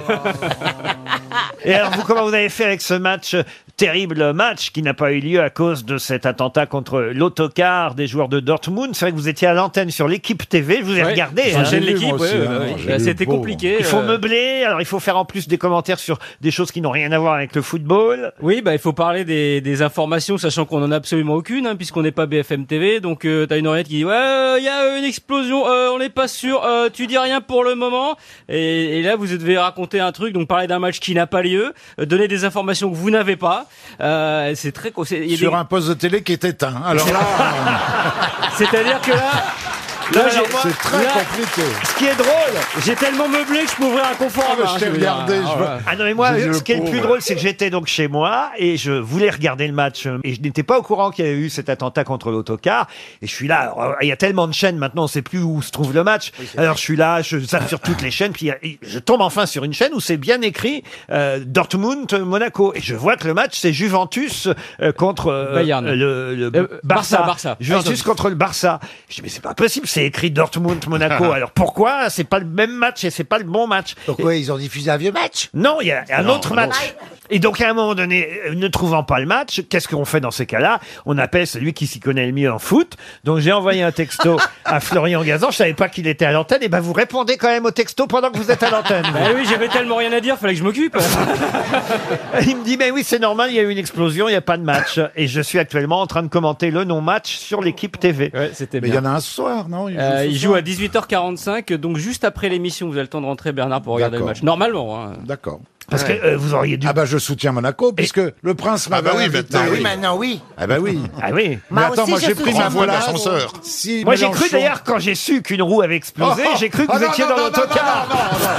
Et alors, comment vous avez fait avec ce terrible match qui n'a pas eu lieu à cause de cet attentat contre l'autocar des joueurs de Dortmund? C'est vrai que vous étiez à l'antenne sur l'équipe TV, je vous ai regardé. J'enchaîne l'équipe, moi aussi, j'ai C'était lu le compliqué. Il faut meubler, alors il faut faire en plus des commentaires sur des choses qui n'ont rien à voir avec le football. Oui, bah il faut parler des informations, sachant qu'on en a absolument aucune, hein, puisqu'on n'est pas BFM TV. Donc t'as une oreillette qui dit ouais, il y a une explosion, on n'est pas sûr, tu dis rien pour le moment. Et là vous devez raconter un truc, donc parler d'un match qui n'a pas lieu, donner des informations que vous n'avez pas. C'est très sur un poste de télé qui est éteint. Alors là, c'est-à-dire que là c'est très compliqué. Ce qui est drôle, j'ai tellement meublé que je peux ouvrir un confort à main. Je t'ai regardé. Ah non mais moi, ce qui est le plus drôle, c'est que j'étais donc chez moi et je voulais regarder le match et je n'étais pas au courant qu'il y avait eu cet attentat contre l'autocar. Et je suis là, alors, il y a tellement de chaînes maintenant, on sait plus où se trouve le match. Alors je suis là, je zappe sur toutes les chaînes, puis je tombe enfin sur une chaîne où c'est bien écrit Dortmund Monaco et je vois que le match c'est Juventus contre Bayern. le Barça. Barça. Juventus contre le Barça. Je dis mais c'est pas possible, c'est écrit Dortmund Monaco. Alors pourquoi c'est pas le même match et c'est pas le bon match? Pourquoi ils ont diffusé un vieux match? Non, il y a un autre match. Et donc, à un moment donné, ne trouvant pas le match, qu'est-ce qu'on fait dans ces cas-là? On appelle celui qui s'y connaît le mieux en foot. Donc, j'ai envoyé un texto à Florian Gazan. Je savais pas qu'il était à l'antenne. Et ben, vous répondez quand même au texto pendant que vous êtes à l'antenne. Bah oui, j'avais tellement rien à dire, fallait que je m'occupe. Il me dit, mais oui, c'est normal, il y a eu une explosion, il n'y a pas de match. Et je suis actuellement en train de commenter le non-match sur l'équipe TV. Ouais, c'était Mais bien. il y en a un ce soir, non? Il joue à 18h45, donc juste après l'émission, vous avez le temps de rentrer, Bernard, pour regarder le match. Normalement. Hein. D'accord. Parce que vous auriez dû... Ah bah je soutiens Monaco, puisque le prince m'avait invité. Oui, maintenant, oui. Ah bah oui. Ah oui. Mais attends, moi j'ai pris ma Envoie place. l'ascenseur. Si Moi, j'ai Mélenchon- cru d'ailleurs, quand j'ai su qu'une roue avait explosé, j'ai cru que vous étiez dans l'autocar.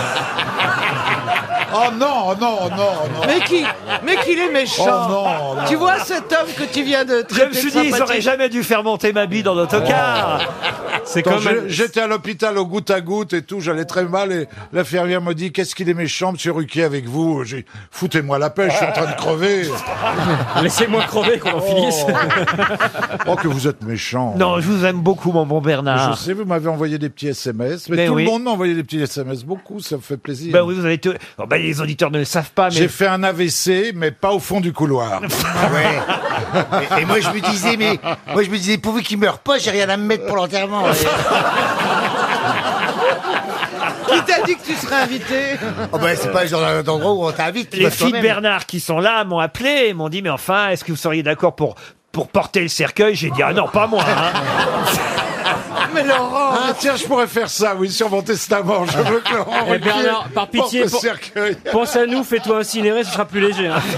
Oh non, non, non, non. Mais qu'il est méchant. Oh non, non. Tu vois cet homme que tu viens de Je traiter me suis de dit, ils sympathique. auraient jamais dû faire monter ma bille dans l'autocar. C'est Quand comme j'étais à l'hôpital au goutte à goutte et tout, j'allais très mal et l'infirmière me dit qu'est-ce qu'il est méchant, monsieur Ruquier, avec vous. J'ai foutez-moi la paix, je suis en train de crever. Laissez-moi crever qu'on en finisse. Oh que vous êtes méchant. Non, je vous aime beaucoup, mon bon Bernard. Je sais, vous m'avez envoyé des petits SMS, mais Ben tout oui. le monde m'a envoyé des petits SMS, beaucoup, ça me fait plaisir. Ben oui, vous avez tout... Oh, ben, les auditeurs ne le savent pas, mais... J'ai fait un AVC, mais pas au fond du couloir. Ouais. Et moi je me disais, pourvu qu'il meure pas, j'ai rien à me mettre pour l'enterrement. Qui t'a dit que tu serais invité? Oh ben c'est pas le genre d'endroit où on t'invite. tu Les vas filles de toi-même. Bernard qui sont là m'ont appelé et m'ont dit, mais enfin, est-ce que vous seriez d'accord pour porter le cercueil? J'ai dit, ah non, pas moi. Hein. Mais Laurent, Ah tiens, je pourrais faire ça, oui, sur mon testament. Je veux que Laurent Eh, Bernard, par pitié, porte le cercueil. pense à nous, fais-toi incinérer, ce sera plus léger. Hein.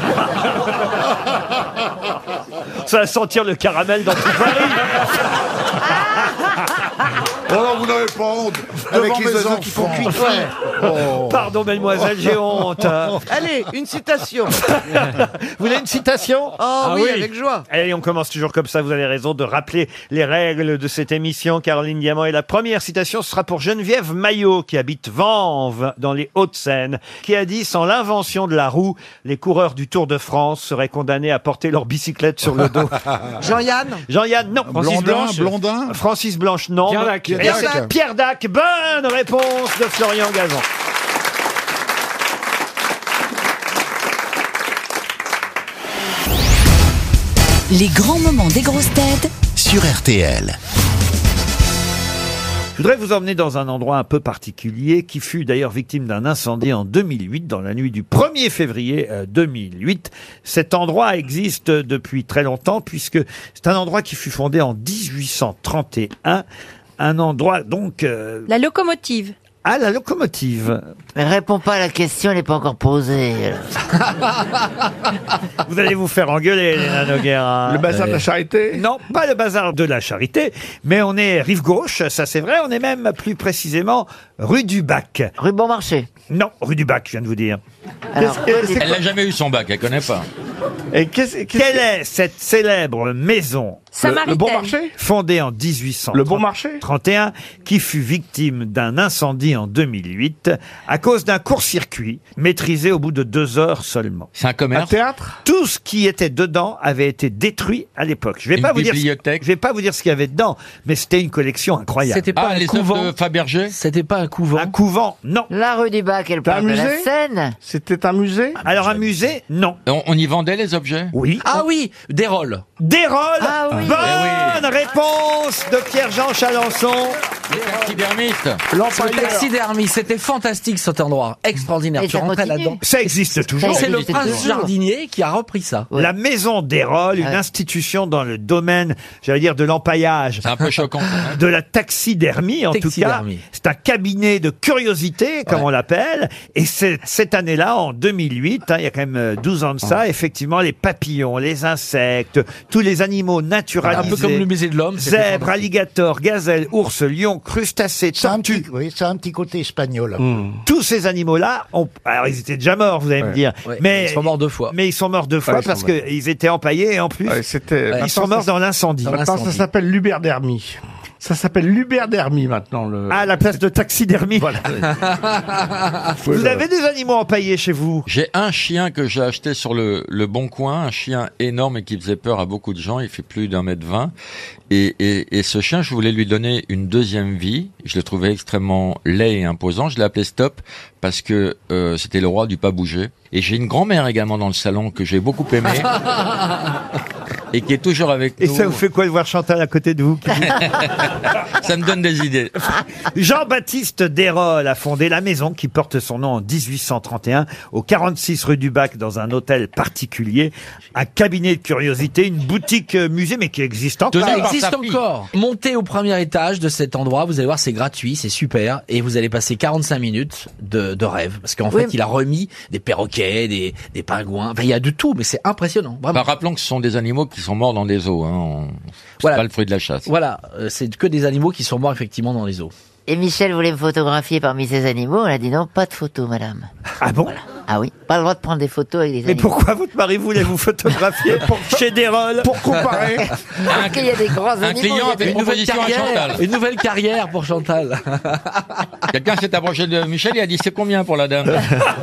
Ça va sentir le caramel dans tout Paris. Oh non, vous n'avez pas honte. Avec Devant les mes oiseaux qui font enfants. cuit. Pardon, mademoiselle, j'ai honte. allez, une citation. Vous voulez une citation? Oh oui, avec joie. Allez, on commence toujours comme ça, vous avez raison de rappeler les règles de cette émission. Caroline Diamant, et la première citation sera pour Geneviève Maillot, qui habite Vanves, dans les Hauts-de-Seine, qui a dit « Sans l'invention de la roue, les coureurs du Tour de France seraient condamnés à porter leur bicyclette sur le dos. » Jean-Yann. Jean-Yann, non. Blondin. Francis Blanche, non. Pierre Dac. Et c'est Pierre Dac. Bonne réponse de Florian Gazan. Les grands moments des grosses têtes sur RTL. Je voudrais vous emmener dans un endroit un peu particulier qui fut d'ailleurs victime d'un incendie en 2008, dans la nuit du 1er février 2008. Cet endroit existe depuis très longtemps puisque c'est un endroit qui fut fondé en 1831. Un endroit donc... La locomotive. Ah, la locomotive. Mais réponds pas à la question, elle n'est pas encore posée. Vous allez vous faire engueuler, Léna Noguera. Le bazar de la Charité? Non, pas le bazar de la Charité, mais on est rive gauche, ça c'est vrai, on est même plus précisément rue du Bac. Rue Bon Marché? Non, rue du Bac, je viens de vous dire. Elle n'a jamais eu son bac, elle connaît pas. Et quelle est cette célèbre maison Le Bon Marché? Fondée en 1831, qui fut victime d'un incendie en 2008 à cause d'un court-circuit maîtrisé au bout de 2 heures seulement. C'est un commerce? Un théâtre? Tout ce qui était dedans avait été détruit à l'époque. Je vais pas vous dire ce qu'il y avait dedans, mais c'était une collection incroyable. C'était pas un couvent de Fabergé? C'était pas un couvent. Un couvent, non. La rue du Bac, elle parle de la Seine. C'était un musée? Alors un musée, non. On y vendait les objets? Oui. Ah oui, des rôles. Des rôles. Ah oui. Bonne réponse de Pierre-Jean Chalençon. Les taxidermistes. Le taxidermie, c'était fantastique cet endroit, extraordinaire. Et Tu ça rentrais continue. là-dedans. Ça existe toujours. C'est le existe prince toujours. jardinier qui a repris ça. La maison d'Hérold, une institution dans le domaine, j'allais dire, de l'empaillage. C'est un peu choquant. De la taxidermie, en tout cas. Taxidermie. C'est un cabinet de curiosité, comme on l'appelle. Et c'est cette année-là, en 2008, il y a quand même 12 ans de ça, effectivement, les papillons, les insectes, tous les animaux naturalisés. Un peu comme le musée de l'homme. c'était Zèbres, fantastique. alligators, gazelles, ours, lions, crustacés, tortues. Oui, c'est un petit côté espagnol. Tous ces animaux-là, alors ils étaient déjà morts, vous allez me dire. Ouais. Mais Ils sont morts 2 fois. Mais ils sont morts 2 fois Ouais, ils parce sont morts. qu'ils étaient empaillés et en plus, ils sont morts dans l'incendie. Maintenant, ça s'appelle l'uberdermie. Ça s'appelle l'uberdermie maintenant. À la place de taxidermie. Voilà. Vous avez des animaux empaillés chez vous? J'ai un chien que j'ai acheté sur le Bon Coin, un chien énorme et qui faisait peur à beaucoup de gens. Il fait plus d'1,20 m. Et ce chien, je voulais lui donner une deuxième vie. Je le trouvais extrêmement laid et imposant. Je l'ai appelé Stop parce que c'était le roi du pas bouger. Et j'ai une grand-mère également dans le salon que j'ai beaucoup aimé et qui est toujours avec nous. Et ça vous fait quoi de voir Chantal à côté de vous? Ça me donne des idées. Jean-Baptiste Desrolles a fondé la maison qui porte son nom en 1831 au 46 rue du Bac dans un hôtel particulier, un cabinet de curiosité, une boutique musée mais qui existe encore. Ça existe encore. Montez au premier étage de cet endroit, vous allez voir, c'est gratuit, c'est super, et vous allez passer 45 minutes de rêve, parce qu'en fait, il a remis des perroquets, des pingouins, enfin, il y a de tout, mais c'est impressionnant. Vraiment. Rappelons que ce sont des animaux qui sont morts dans des eaux. C'est pas le fruit de la chasse. Voilà, c'est que des animaux qui sont morts effectivement dans les eaux. Et Michel voulait me photographier parmi ces animaux. Elle a dit non, pas de photos, madame. Ah bon? Voilà. Ah oui, pas le droit de prendre des photos avec des Mais animaux. pourquoi votre mari voulait vous photographier chez Desrolles? Pour comparer. Parce qu'il y a des grands animaux. Un client avait une proposition à Chantal. Une nouvelle carrière pour Chantal. Quelqu'un s'est approché de Michel et a dit c'est combien pour la dame?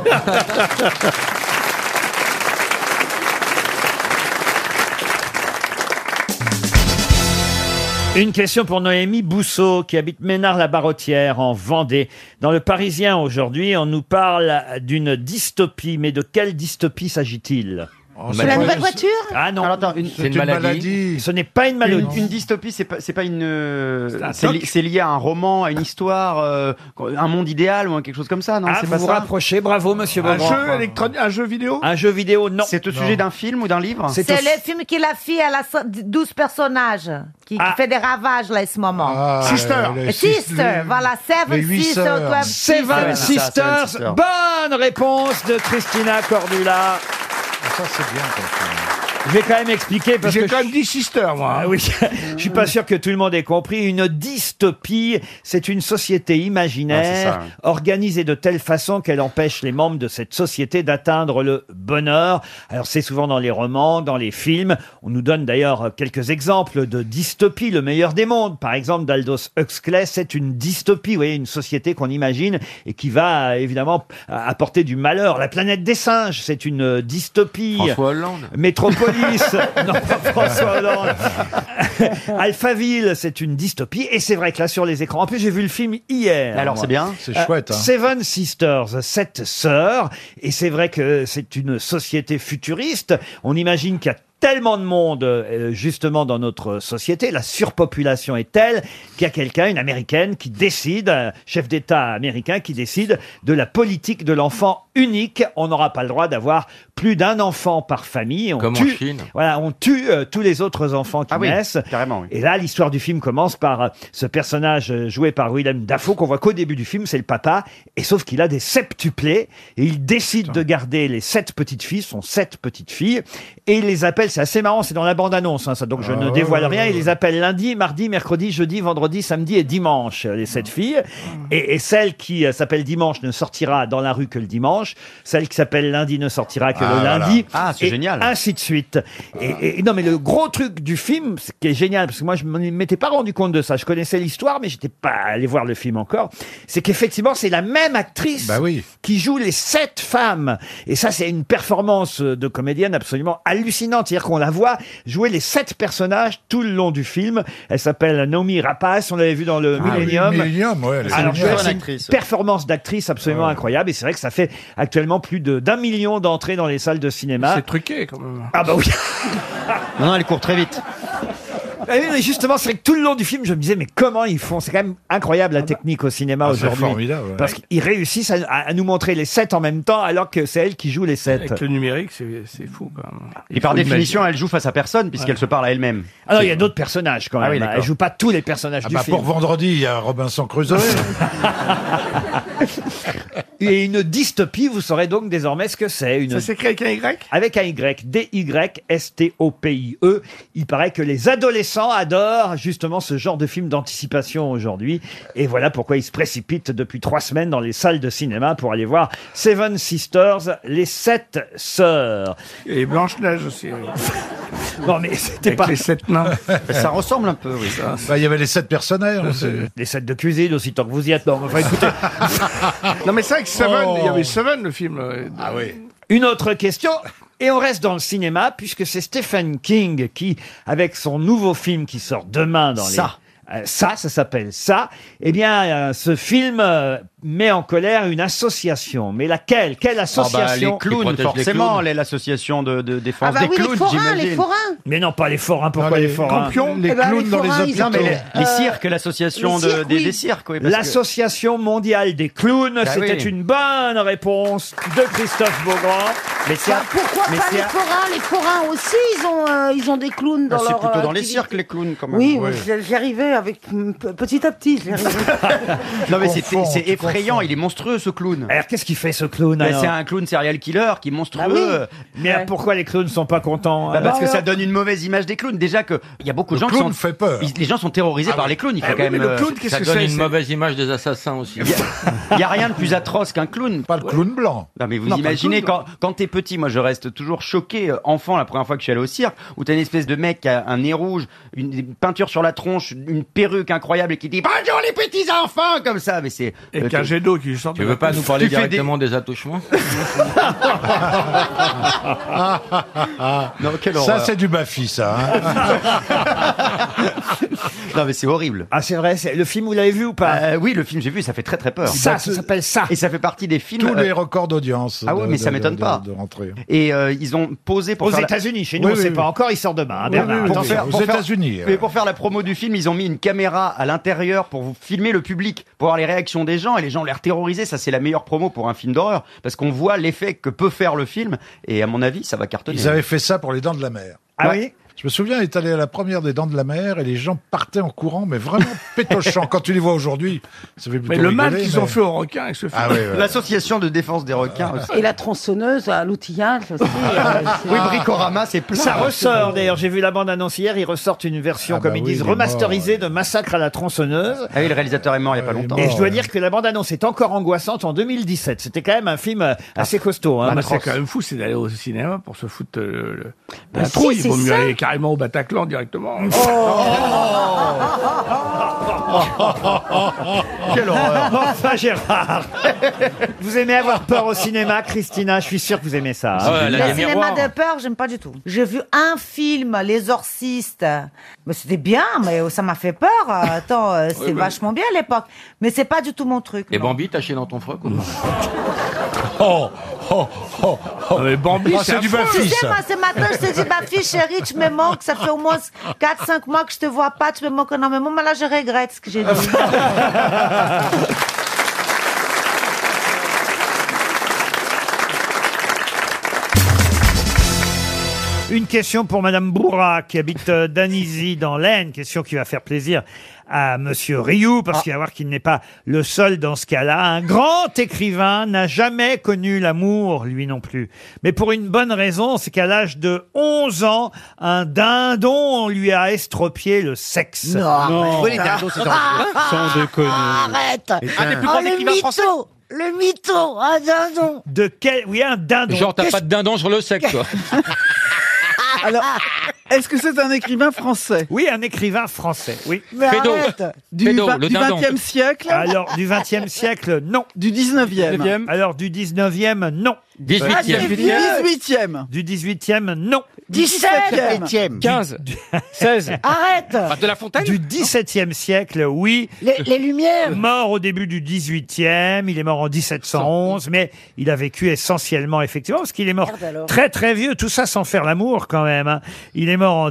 Une question pour Noémie Bousseau, qui habite Ménard-la-Barrotière, en Vendée. Dans Le Parisien, aujourd'hui, on nous parle d'une dystopie. Mais de quelle dystopie s'agit-il? C'est la nouvelle voiture? Ah non. Alors, attends, C'est une maladie. Ce n'est pas une maladie. Une dystopie, c'est pas une. un C'est toc. c'est lié à un roman, à une histoire, un monde idéal ou quelque chose comme ça, non? Ah, C'est vous pas vous ça. rapprochez, bravo monsieur Beaugrand. Un jeu vidéo? Un jeu vidéo, non. C'est au sujet d'un film ou d'un livre? C'est le film qu'il a fait à la 12 personnages, qui fait des ravages là, à ce moment. Sister, voilà, Seven Sisters. Seven Sisters. Bonne réponse de Christina Cordula. Ça, c'est bien comme ça. Je vais quand même expliquer parce J'ai que quand même dit Sister, moi. Ah oui, je suis pas sûr que tout le monde ait compris. Une dystopie, c'est une société imaginaire organisée de telle façon qu'elle empêche les membres de cette société d'atteindre le bonheur. Alors c'est souvent dans les romans, dans les films. On nous donne d'ailleurs quelques exemples de dystopie. Le meilleur des mondes, par exemple, d'Aldous Huxley, c'est une dystopie. Vous voyez, une société qu'on imagine et qui va évidemment apporter du malheur. La planète des singes, c'est une dystopie. François Hollande. Métropolis. Non, pas François Hollande. Alphaville, c'est une dystopie. Et c'est vrai que là, sur les écrans, en plus, j'ai vu le film hier. Alors, moi. c'est bien? C'est chouette. Hein. Seven Sisters, 7 sœurs. Et c'est vrai que c'est une société futuriste. On imagine qu'il y a tellement de monde, justement, dans notre société. La surpopulation est telle qu'il y a quelqu'un, une américaine, qui décide, un chef d'État américain, qui décide de la politique de l'enfant unique. On n'aura pas le droit d'avoir plus d'un enfant par famille. On Comme en tue, Chine. Voilà, on tue tous les autres enfants qui naissent. Carrément, oui. Et là, l'histoire du film commence par ce personnage joué par Willem Dafoe qu'on voit qu'au début du film, c'est le papa. Et sauf qu'il a des septuplés et il décide de garder les 7 petites filles, son 7 petites filles, et il les appelle. C'est assez marrant, c'est dans la bande-annonce, hein, ça, donc je ne dévoile rien. Il les appelle lundi, mardi, mercredi, jeudi, vendredi, samedi et dimanche, les 7 filles. Et celle qui s'appelle dimanche ne sortira dans la rue que le dimanche. Celle qui s'appelle lundi ne sortira que le lundi. Ah, c'est et génial. Ainsi de suite. Et non, mais le gros truc du film, ce qui est génial, parce que moi je ne m'étais pas rendu compte de ça. Je connaissais l'histoire, mais j'étais pas allé voir le film encore. C'est qu'effectivement, c'est la même actrice qui joue les 7 femmes. Et ça, c'est une performance de comédienne absolument hallucinante. C'est-à-dire qu'on la voit jouer les 7 personnages tout le long du film. Elle s'appelle Naomi Rapace. On l'avait vu dans le Millennium. Millennium, ouais. Alors, c'est une performance d'actrice absolument incroyable. Et c'est vrai que ça fait actuellement plus d'1 million d'entrées dans les salles de cinéma. C'est truqué, quand même. Ah bah oui. Non, elle court très vite. Oui, mais justement, c'est vrai que tout le long du film, je me disais, mais comment ils font? C'est quand même incroyable la technique au cinéma c'est aujourd'hui. formidable, ouais. Parce qu'ils réussissent à nous montrer les 7 en même temps, alors que c'est elle qui joue les 7. Avec le numérique, c'est fou, quand même. Et par définition, elle joue face à personne puisqu'elle se parle à elle-même. Alors, il y a d'autres personnages quand même. Ah oui, d'accord. Elle joue pas tous les personnages du film. Pour vendredi, il y a Robinson Crusoe. Et une dystopie, vous saurez donc désormais ce que c'est. Ça s'écrit avec un Y? Avec un Y. D-Y-S-T-O-P-I-E. Il paraît que les adolescents adorent justement ce genre de film d'anticipation aujourd'hui. Et voilà pourquoi ils se précipitent depuis 3 semaines dans les salles de cinéma pour aller voir Seven Sisters, les 7 sœurs. Et Blanche-Neige aussi. Non, mais c'était avec pas... les 7 nains. Ça ressemble un peu, oui. Il y avait les 7 personnages. Les 7 de cuisine aussi, tant que vous y êtes. Non, enfin, écoutez... Non, mais c'est vrai que Seven, il y avait Seven, le film. Ah oui. Une autre question, et on reste dans le cinéma, puisque c'est Stephen King qui, avec son nouveau film qui sort demain dans ça s'appelle Ça. Eh bien, ce film met en colère une association. Mais laquelle? Quelle association? Les clowns, forcément. L'association de défense des clowns, j'imagine. Les forains. Mais non, pas les forains. Pourquoi les forains? Les clowns dans les hôpitaux. Non, mais les cirques, l'association des cirques. Oui, L'association mondiale des clowns, c'était une bonne réponse de Christophe Beaugrand. Mais pourquoi pas les forains? Les forains aussi, ils ont des clowns dans leur C'est plutôt dans les activité. cirques, les clowns, quand même. Oui, j'y arrivais avec petit à petit. Non, mais c'est effrayant. Il est monstrueux, ce clown. Alors, qu'est-ce qu'il fait, ce clown? C'est un clown serial killer qui est monstrueux. Mais pourquoi les clowns sont pas contents? Parce que ça donne une mauvaise image des clowns. Déjà que il y a beaucoup de gens qui sont fait peur. Les gens sont terrorisés par les clowns. Il faut quand même. Le clown, qu'est-ce Ça que donne c'est? une mauvaise image des assassins aussi. Il y a rien de plus atroce qu'un clown. Pas le clown blanc. Non, mais vous imaginez quand t'es petit, moi je reste toujours choqué, enfant, la première fois que je suis allé au cirque, où t'as une espèce de mec qui a un nez rouge, une peinture sur la tronche, une perruque incroyable et qui dit bonjour les petits enfants comme ça. Mais c'est et qu'un jet d'eau qui sort. Tu veux pas nous parler directement des attouchements? Non, quelle Ça, horreur. c'est du Bafi, ça. Hein. Non, mais c'est horrible. Ah, c'est vrai, le film, vous l'avez vu ou pas? Oui, le film, j'ai vu, ça fait très très peur. Ça s'appelle Ça. Et ça fait partie des films. Tous les records d'audience. Ah oui, mais ça m'étonne pas. De rentrer. Et ils ont posé pour Aux faire États-Unis, chez nous, on sait pas encore, il sort demain. Hein, Bernard. Oui, Attention. aux États-Unis. Mais pour faire la promo du film, ils ont mis une caméra à l'intérieur pour vous filmer le public, pour voir les réactions des gens, et les gens ont l'air terrorisés. Ça, c'est la meilleure promo pour un film d'horreur, parce qu'on voit l'effet que peut faire le film, et à mon avis, ça va cartonner. Ils avaient fait ça pour les Dents de la Mer. Ah oui? Je me souviens, il est allé à la première des Dents de la Mer et les gens partaient en courant, mais vraiment pétochant. Quand tu les vois aujourd'hui, ça fait plutôt Mais le mal rigoler, qu'ils ont fait aux requins avec ce film. Ah, oui, L'association de défense des requins aussi. Et la tronçonneuse à l'outillage aussi. Oui, Bricorama, c'est plein. Ça ressort d'ailleurs, j'ai vu la bande-annonce hier, ils ressortent une version, comme ils disent, remasterisée de Massacre à la tronçonneuse. Ah oui, le réalisateur est mort il y a pas longtemps. Et je dois dire que la bande-annonce est encore angoissante en 2017. C'était quand même un film assez costaud. Hein, C'est quand même fou, c'est d'aller au cinéma pour se foutre la trouille. Il vaut mieux aller carrément au Bataclan directement. Quelle horreur. Enfin, Gérard. Vous aimez avoir peur au cinéma, Christina? Je suis sûr que vous aimez ça. Hein. Le cinéma de peur, j'aime pas du tout. J'ai vu un film, Les Orcistes. Mais c'était bien, mais ça m'a fait peur. Attends, c'était vachement bien à l'époque. Mais c'est pas du tout mon truc. Et Bambi, taché dans ton froc ou Mais Bambi, c'est du Bafi, Tu sais, ça. moi, ce matin, je te dis, Bafi, chérie, tu me manques. Ça fait au moins 4-5 mois que je te vois pas. Tu me manques énormément. Mais là, je regrette ce que j'ai dit. Une question pour Madame Bourra, qui habite Danizy dans l'Aisne. Question qui va faire plaisir à Monsieur Rioux, parce qu'il va voir qu'il n'est pas le seul dans ce cas-là. Un grand écrivain n'a jamais connu l'amour, lui non plus. Mais pour une bonne raison, c'est qu'à l'âge de 11 ans, un dindon lui a estropié le sexe. Non. Les dindons, c'est dangereux. Sans déconner. Arrête. Un des plus grands écrivains français. Le mytho, un dindon. De quel... Oui, un dindon. Genre, t'as pas de dindon sur le sexe, toi. Alors, est-ce que c'est un écrivain français? Oui, un écrivain français, oui. Mais Pédo. arrête. Du Pédo, le dindon. 20e siècle? Alors, du 20e siècle, non. Du 19e? Alors, du 19e, non. 18e. Du 18e? Du 18e, non. 17e. 15. 16. Arrête. De La Fontaine? Du 17e siècle, oui. Les Lumières. Mort au début du 18e, il est mort en 1711, mais il a vécu essentiellement, effectivement, parce qu'il est mort Merde alors. très très vieux, tout ça sans faire l'amour quand même. Hein. Il est mort en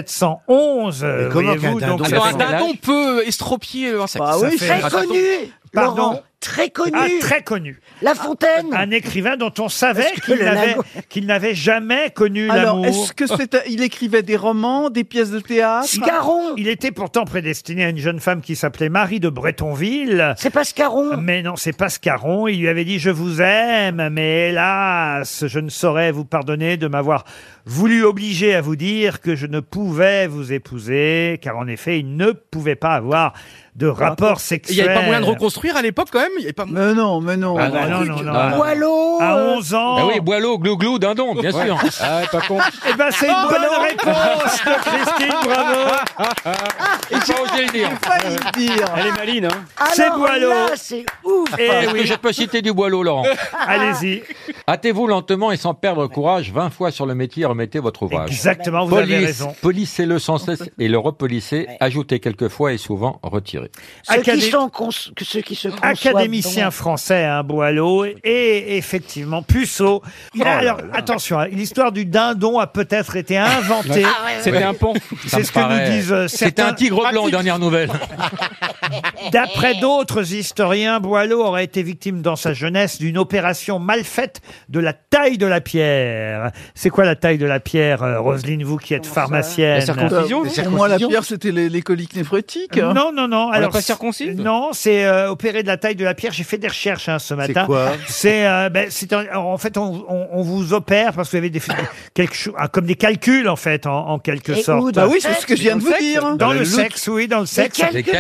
1711, comment voyez-vous, qu'un donc dindon- ça Alors, fait- un dindon peut estropier un sexe. Bah oui, Très connu. Pardon. Laurent, très connu. Ah, très connu. La Fontaine. Un écrivain dont on savait Parce que qu'il n'avait jamais connu Alors, l'amour. est-ce que il écrivait des romans, des pièces de théâtre? Scarron. Il était pourtant prédestiné à une jeune femme qui s'appelait Marie de Bretonville. C'est pas Scarron. Mais non, c'est pas Scarron. Il lui avait dit « Je vous aime, mais hélas, je ne saurais vous pardonner de m'avoir voulu obliger à vous dire que je ne pouvais vous épouser, car en effet, il ne pouvait pas avoir de rapport Il sexuel. n'y avait pas moyen de reconstruire à l'époque quand même. Il y avait pas. Mais non. Ah bah non, non, non. Boileau. À 11 ans. Ah oui, Boileau, glou-glou, dindon, bien sûr. Ah, pas con. Eh ben, c'est une bonne réponse de Christine, bravo. J'ai pas osé le dire. Failli le dire. Elle est maline, hein. C'est Alors Boileau. là, c'est ouf. Eh Est-ce que oui, je peux citer du Boileau, Laurent? allez-y. Hâtez-vous lentement et sans perdre courage, 20 fois sur le métier, remettez votre ouvrage. Exactement, vous avez raison. Polissez-le sans cesse et le repolissez, ajoutez quelques fois et souvent retirez. Ceux qui se conçoivent. Académicien français, hein, Boileau, et effectivement puceau. Alors, attention, hein, l'histoire du dindon a peut-être été inventée. C'était un pont. C'est ce que nous disent C'était un certains. tigre blanc, dernière nouvelle. D'après d'autres historiens, Boileau aurait été victime dans sa jeunesse d'une opération mal faite de la taille de la pierre. C'est quoi la taille de la pierre, Roselyne, vous qui êtes pharmacienne? La circoncision, non Pour moi, la pierre, c'était les coliques néphrétiques. Non, non, non. Alors, pas circoncis? Non, c'est opérer de la taille de la pierre. J'ai fait des recherches ce matin. C'est quoi? C'est en fait on vous opère parce que vous avez quelque chose comme des calculs en fait en quelque Et sorte. où, Bah oui, c'est ce que je viens de vous dire. Dans le sexe, oui, dans le sexe.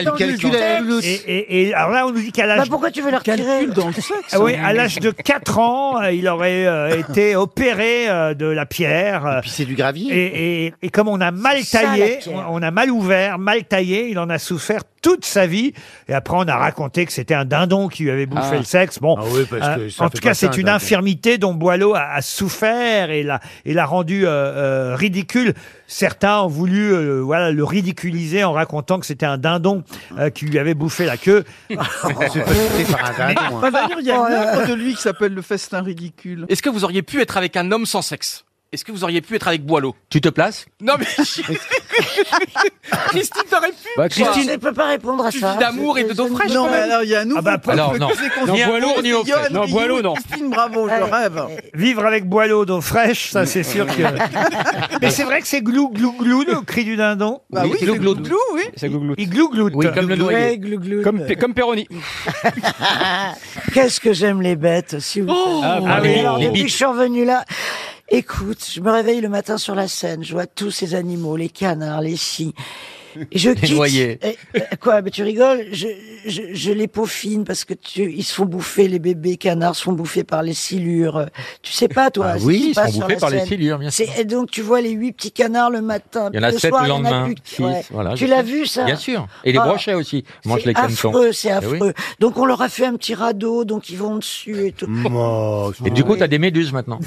Et alors là, on nous dit qu'à Bah l'âge pourquoi tu veux leur tirer? Calcul dans le sexe. ah oui, à l'âge de 4 ans, il aurait été opéré de la pierre. Puis c'est du gravier. Et comme on a mal C'est ça, taillé, la pierre. on a mal ouvert, mal taillé, il en a souffert toute sa vie. Et après, on a raconté que c'était un dindon qui lui avait bouffé le sexe. Bon, Ah oui, parce que ça en fait tout cas, pas ça, c'est un une dindon. infirmité dont Boileau a souffert et l'a rendu ridicule. Certains ont voulu le ridiculiser en racontant que c'était un dindon qui lui avait bouffé la queue. C'est pas cité par un dindon. Bah, d'ailleurs, il y a une œuvre de lui qui s'appelle Le Festin ridicule. Est-ce que vous auriez pu être avec un homme sans sexe? Est-ce que vous auriez pu être avec Boileau? Tu te places? Non mais Christine, t'aurais pu. Bah, Christine, Je peux pas répondre à Tu ça. vis d'amour et de d'eau fraîche. Non, quand mais même. alors, il y a un nouveau bah, peuple alors, non. qui s'est Ni constitué. amour, ni eau fraîche. Yoann, Non, Boileau, non. Christine, bravo, je rêve. Vivre avec Boileau d'eau fraîche, ça c'est sûr que... Mais c'est vrai que c'est glou glou glou le cri du dindon. Bah oui, c'est glougloute. glou, oui. ça gougloute. Il glougloute. Oui, comme le noyer. Ouais, glou-glou. Comme Perroni. Qu'est-ce que j'aime les bêtes, si vous savez. Ah Et oui, alors, les depuis bites. que je suis revenu là, écoute, je me réveille le matin sur la Seine, je vois tous ces animaux, les canards, les chiens. Et je quitte. noyés. Quoi, mais tu rigoles? Je les peaufine parce que ils se font bouffer, les bébés canards se font bouffer par les silures. Tu sais pas, toi? Ah ce oui, qui ils passe sont sur bouffés la par les Seine. silures, bien sûr. Et donc, tu vois les 8 petits canards le matin. Il y en a le 7 soir, le il y en a lendemain, plus que- 6, ouais. voilà. Tu l'as vu, ça? Bien sûr. Et les Ah, brochets aussi. Ils mangent C'est les canetons. affreux, c'est Eh oui. affreux. Donc, on leur a fait un petit radeau, donc ils vont dessus et tout. Et du coup, t'as des méduses maintenant.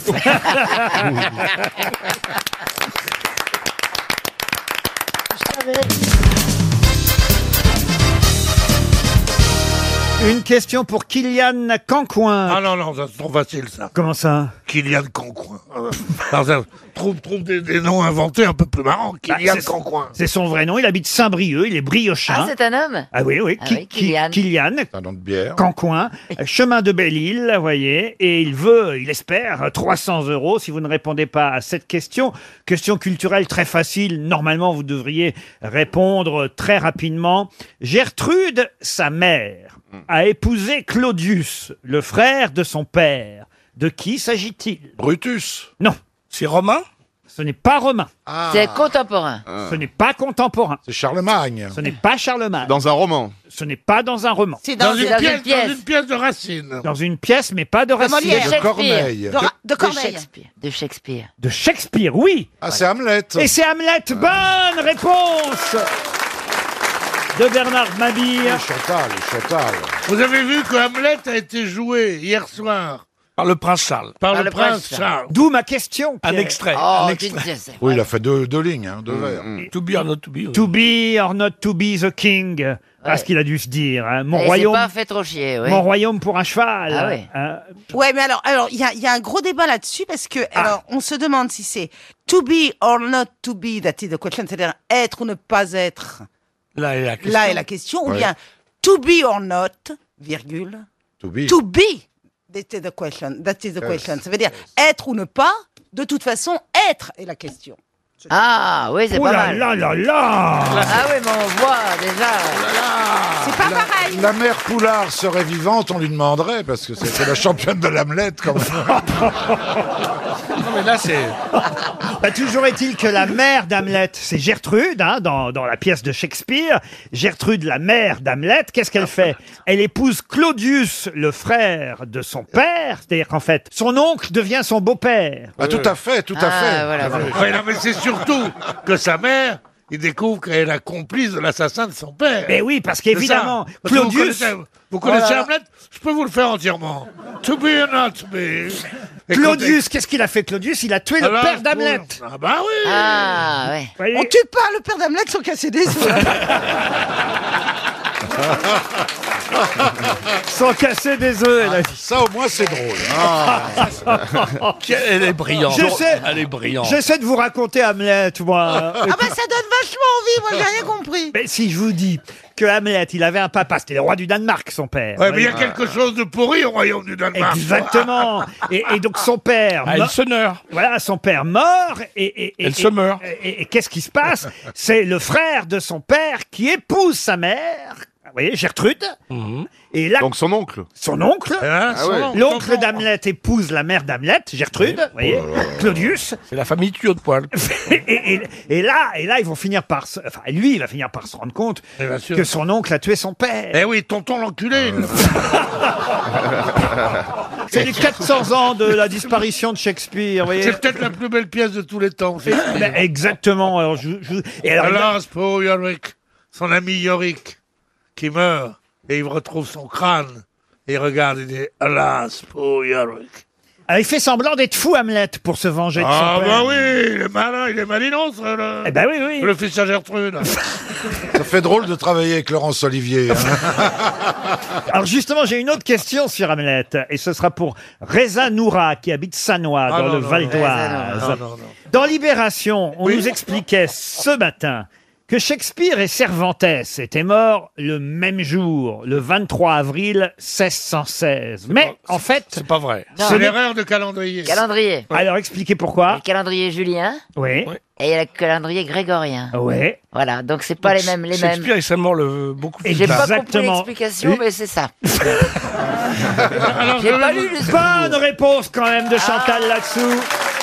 Une question pour Kylian Cancoin. Ah non, non, c'est trop facile ça. Comment ça? Kylian Cancoin. Alors, ça, trouve des noms inventés un peu plus marrants. Kylian c'est- Cancoin. C'est son vrai nom. Il habite Saint-Brieuc. Il est briochin. Ah, c'est un homme? Ah oui, oui. Ah oui, Kylian. Kylian. Un nom de bière. Cancoin, chemin de Belle-Île, vous voyez, et il espère 300 €. Si vous ne répondez pas à cette question culturelle très facile, normalement vous devriez répondre très rapidement. Gertrude, sa mère, a épousé Claudius, le frère de son père. De qui s'agit-il? Brutus. Non. C'est romain? Ce n'est pas romain. C'est contemporain. Ce n'est pas contemporain. C'est Charlemagne. Ce n'est pas Charlemagne. Dans un roman. Ce n'est pas dans un roman. C'est dans une pièce de Racine. Dans une pièce, mais pas de Racine. De Corneille. De Shakespeare. De Shakespeare. De Shakespeare, oui. Ah, c'est Hamlet. Et c'est Hamlet. Bonne réponse de Bernard Mabille. Chantal. Vous avez vu que Hamlet a été joué hier soir Par le prince Charles. par le prince Charles. D'où ma question. Un Pierre. extrait. Oh, un tu extrait. sais, Oui, il a fait deux lignes, deux vers. To be or not to be. To be or not to be the king. Ah, ce qu'il a dû se dire. Hein. Mon c'est royaume. pas fait trop chier, oui. Mon royaume pour un cheval. Ah oui. Hein. Ouais, mais alors, il y a un gros débat là-dessus parce que, alors, on se demande si c'est to be or not to be that is the question, c'est-à-dire être ou ne pas être. Là est la question. Là est la question, ou Ouais. bien to be or not, virgule, To be. to be, that is the question, that is the question. Ça veut dire être ou ne pas, de toute façon, être est la question. Ah, oui, c'est Oh pas là mal. là là là. Ah oui, mais on voit déjà. C'est pas pareil. La mère Poulard serait vivante, on lui demanderait, parce que c'est la championne de l'Hamlet, quand même. Non, mais là, c'est. Bah, toujours est-il que la mère d'Hamlet, c'est Gertrude, hein, dans la pièce de Shakespeare. Gertrude, la mère d'Hamlet, qu'est-ce qu'elle fait? Elle épouse Claudius, le frère de son père. C'est-à-dire qu'en fait, son oncle devient son beau-père. Ah, tout à fait, tout à fait. Voilà, voilà. Ouais, non, mais c'est surtout que sa mère, il découvre qu'elle est la complice de l'assassin de son père. Mais oui, parce C'est qu'évidemment, ça. Parce que Claudius... Vous connaissez Oh là là. Hamlet? Je peux vous le faire entièrement. To be or not to be. Claudius, qu'est-ce qu'il a fait, Claudius? Il a tué le Alors, père d'Hamlet. Ah bah oui. Ah, ouais. Vous voyez On tue pas le père d'Hamlet sans casser des os. Sans casser des œufs, elle a dit. Ça, au moins, c'est drôle. Elle est brillante. J'essaie- Elle est brillante. J'essaie de vous raconter Hamlet, moi. Ah bah ça donne vachement envie, moi j'ai rien compris. Mais si je vous dis que Hamlet, il avait un papa, c'était le roi du Danemark, son père. Ouais, mais il y a Voyez. quelque chose de pourri au royaume du Danemark. Exactement. Et donc son père... Ah, elle se meurt. Voilà, son père mort. Elle se meurt. Et qu'est-ce qui se passe? C'est le frère de son père qui épouse sa mère. Vous voyez, Gertrude. Et là, Donc son oncle. son oncle, Hein, Ah ouais. l'oncle d'Hamlet épouse la mère d'Hamlet, Gertrude, vous voyez, Claudius. C'est la famille tuyau de poil. Et là, ils vont finir par enfin, lui, il va finir par se rendre compte Eh bien sûr. que son oncle a tué son père. Eh oui, tonton l'enculé. C'est les 400 ans de la disparition de Shakespeare, vous voyez. C'est peut-être la plus belle pièce de tous les temps. Ben, exactement. Alors, et alors, Alas pour Yorick, son ami Yorick, qui meurt, et il retrouve son crâne, et il regarde et dit « Alas pour Yorick ». il fait semblant d'être fou, Hamlet, pour se venger de son Ah père. bah oui, il est malin, il est malinon, le... Eh ben oui, oui. Le fils à Gertrude. Ça fait drôle de travailler avec Laurence Olivier. Hein. Alors justement, j'ai une autre question sur Hamlet, et ce sera pour Reza Noura, qui habite Sannois, Ah dans non, le non, Val non. d'Oise. Non, non, non. Dans Libération, on Oui. nous expliquait ce matin que Shakespeare et Cervantes étaient morts le même jour, le 23 avril 1616. Mais en fait, C'est pas vrai. C'est l'erreur de calendrier. Calendrier. alors expliquez pourquoi. Le calendrier julien Oui. et il y a le calendrier grégorien. Oui. Voilà, donc c'est pas les mêmes. Shakespeare, il serait mort beaucoup plus J'ai pas tard. compris l'explication, mais c'est ça. Alors, J'ai je pas vais lu vous- le Bonne réponse quand même de Chantal là-dessous.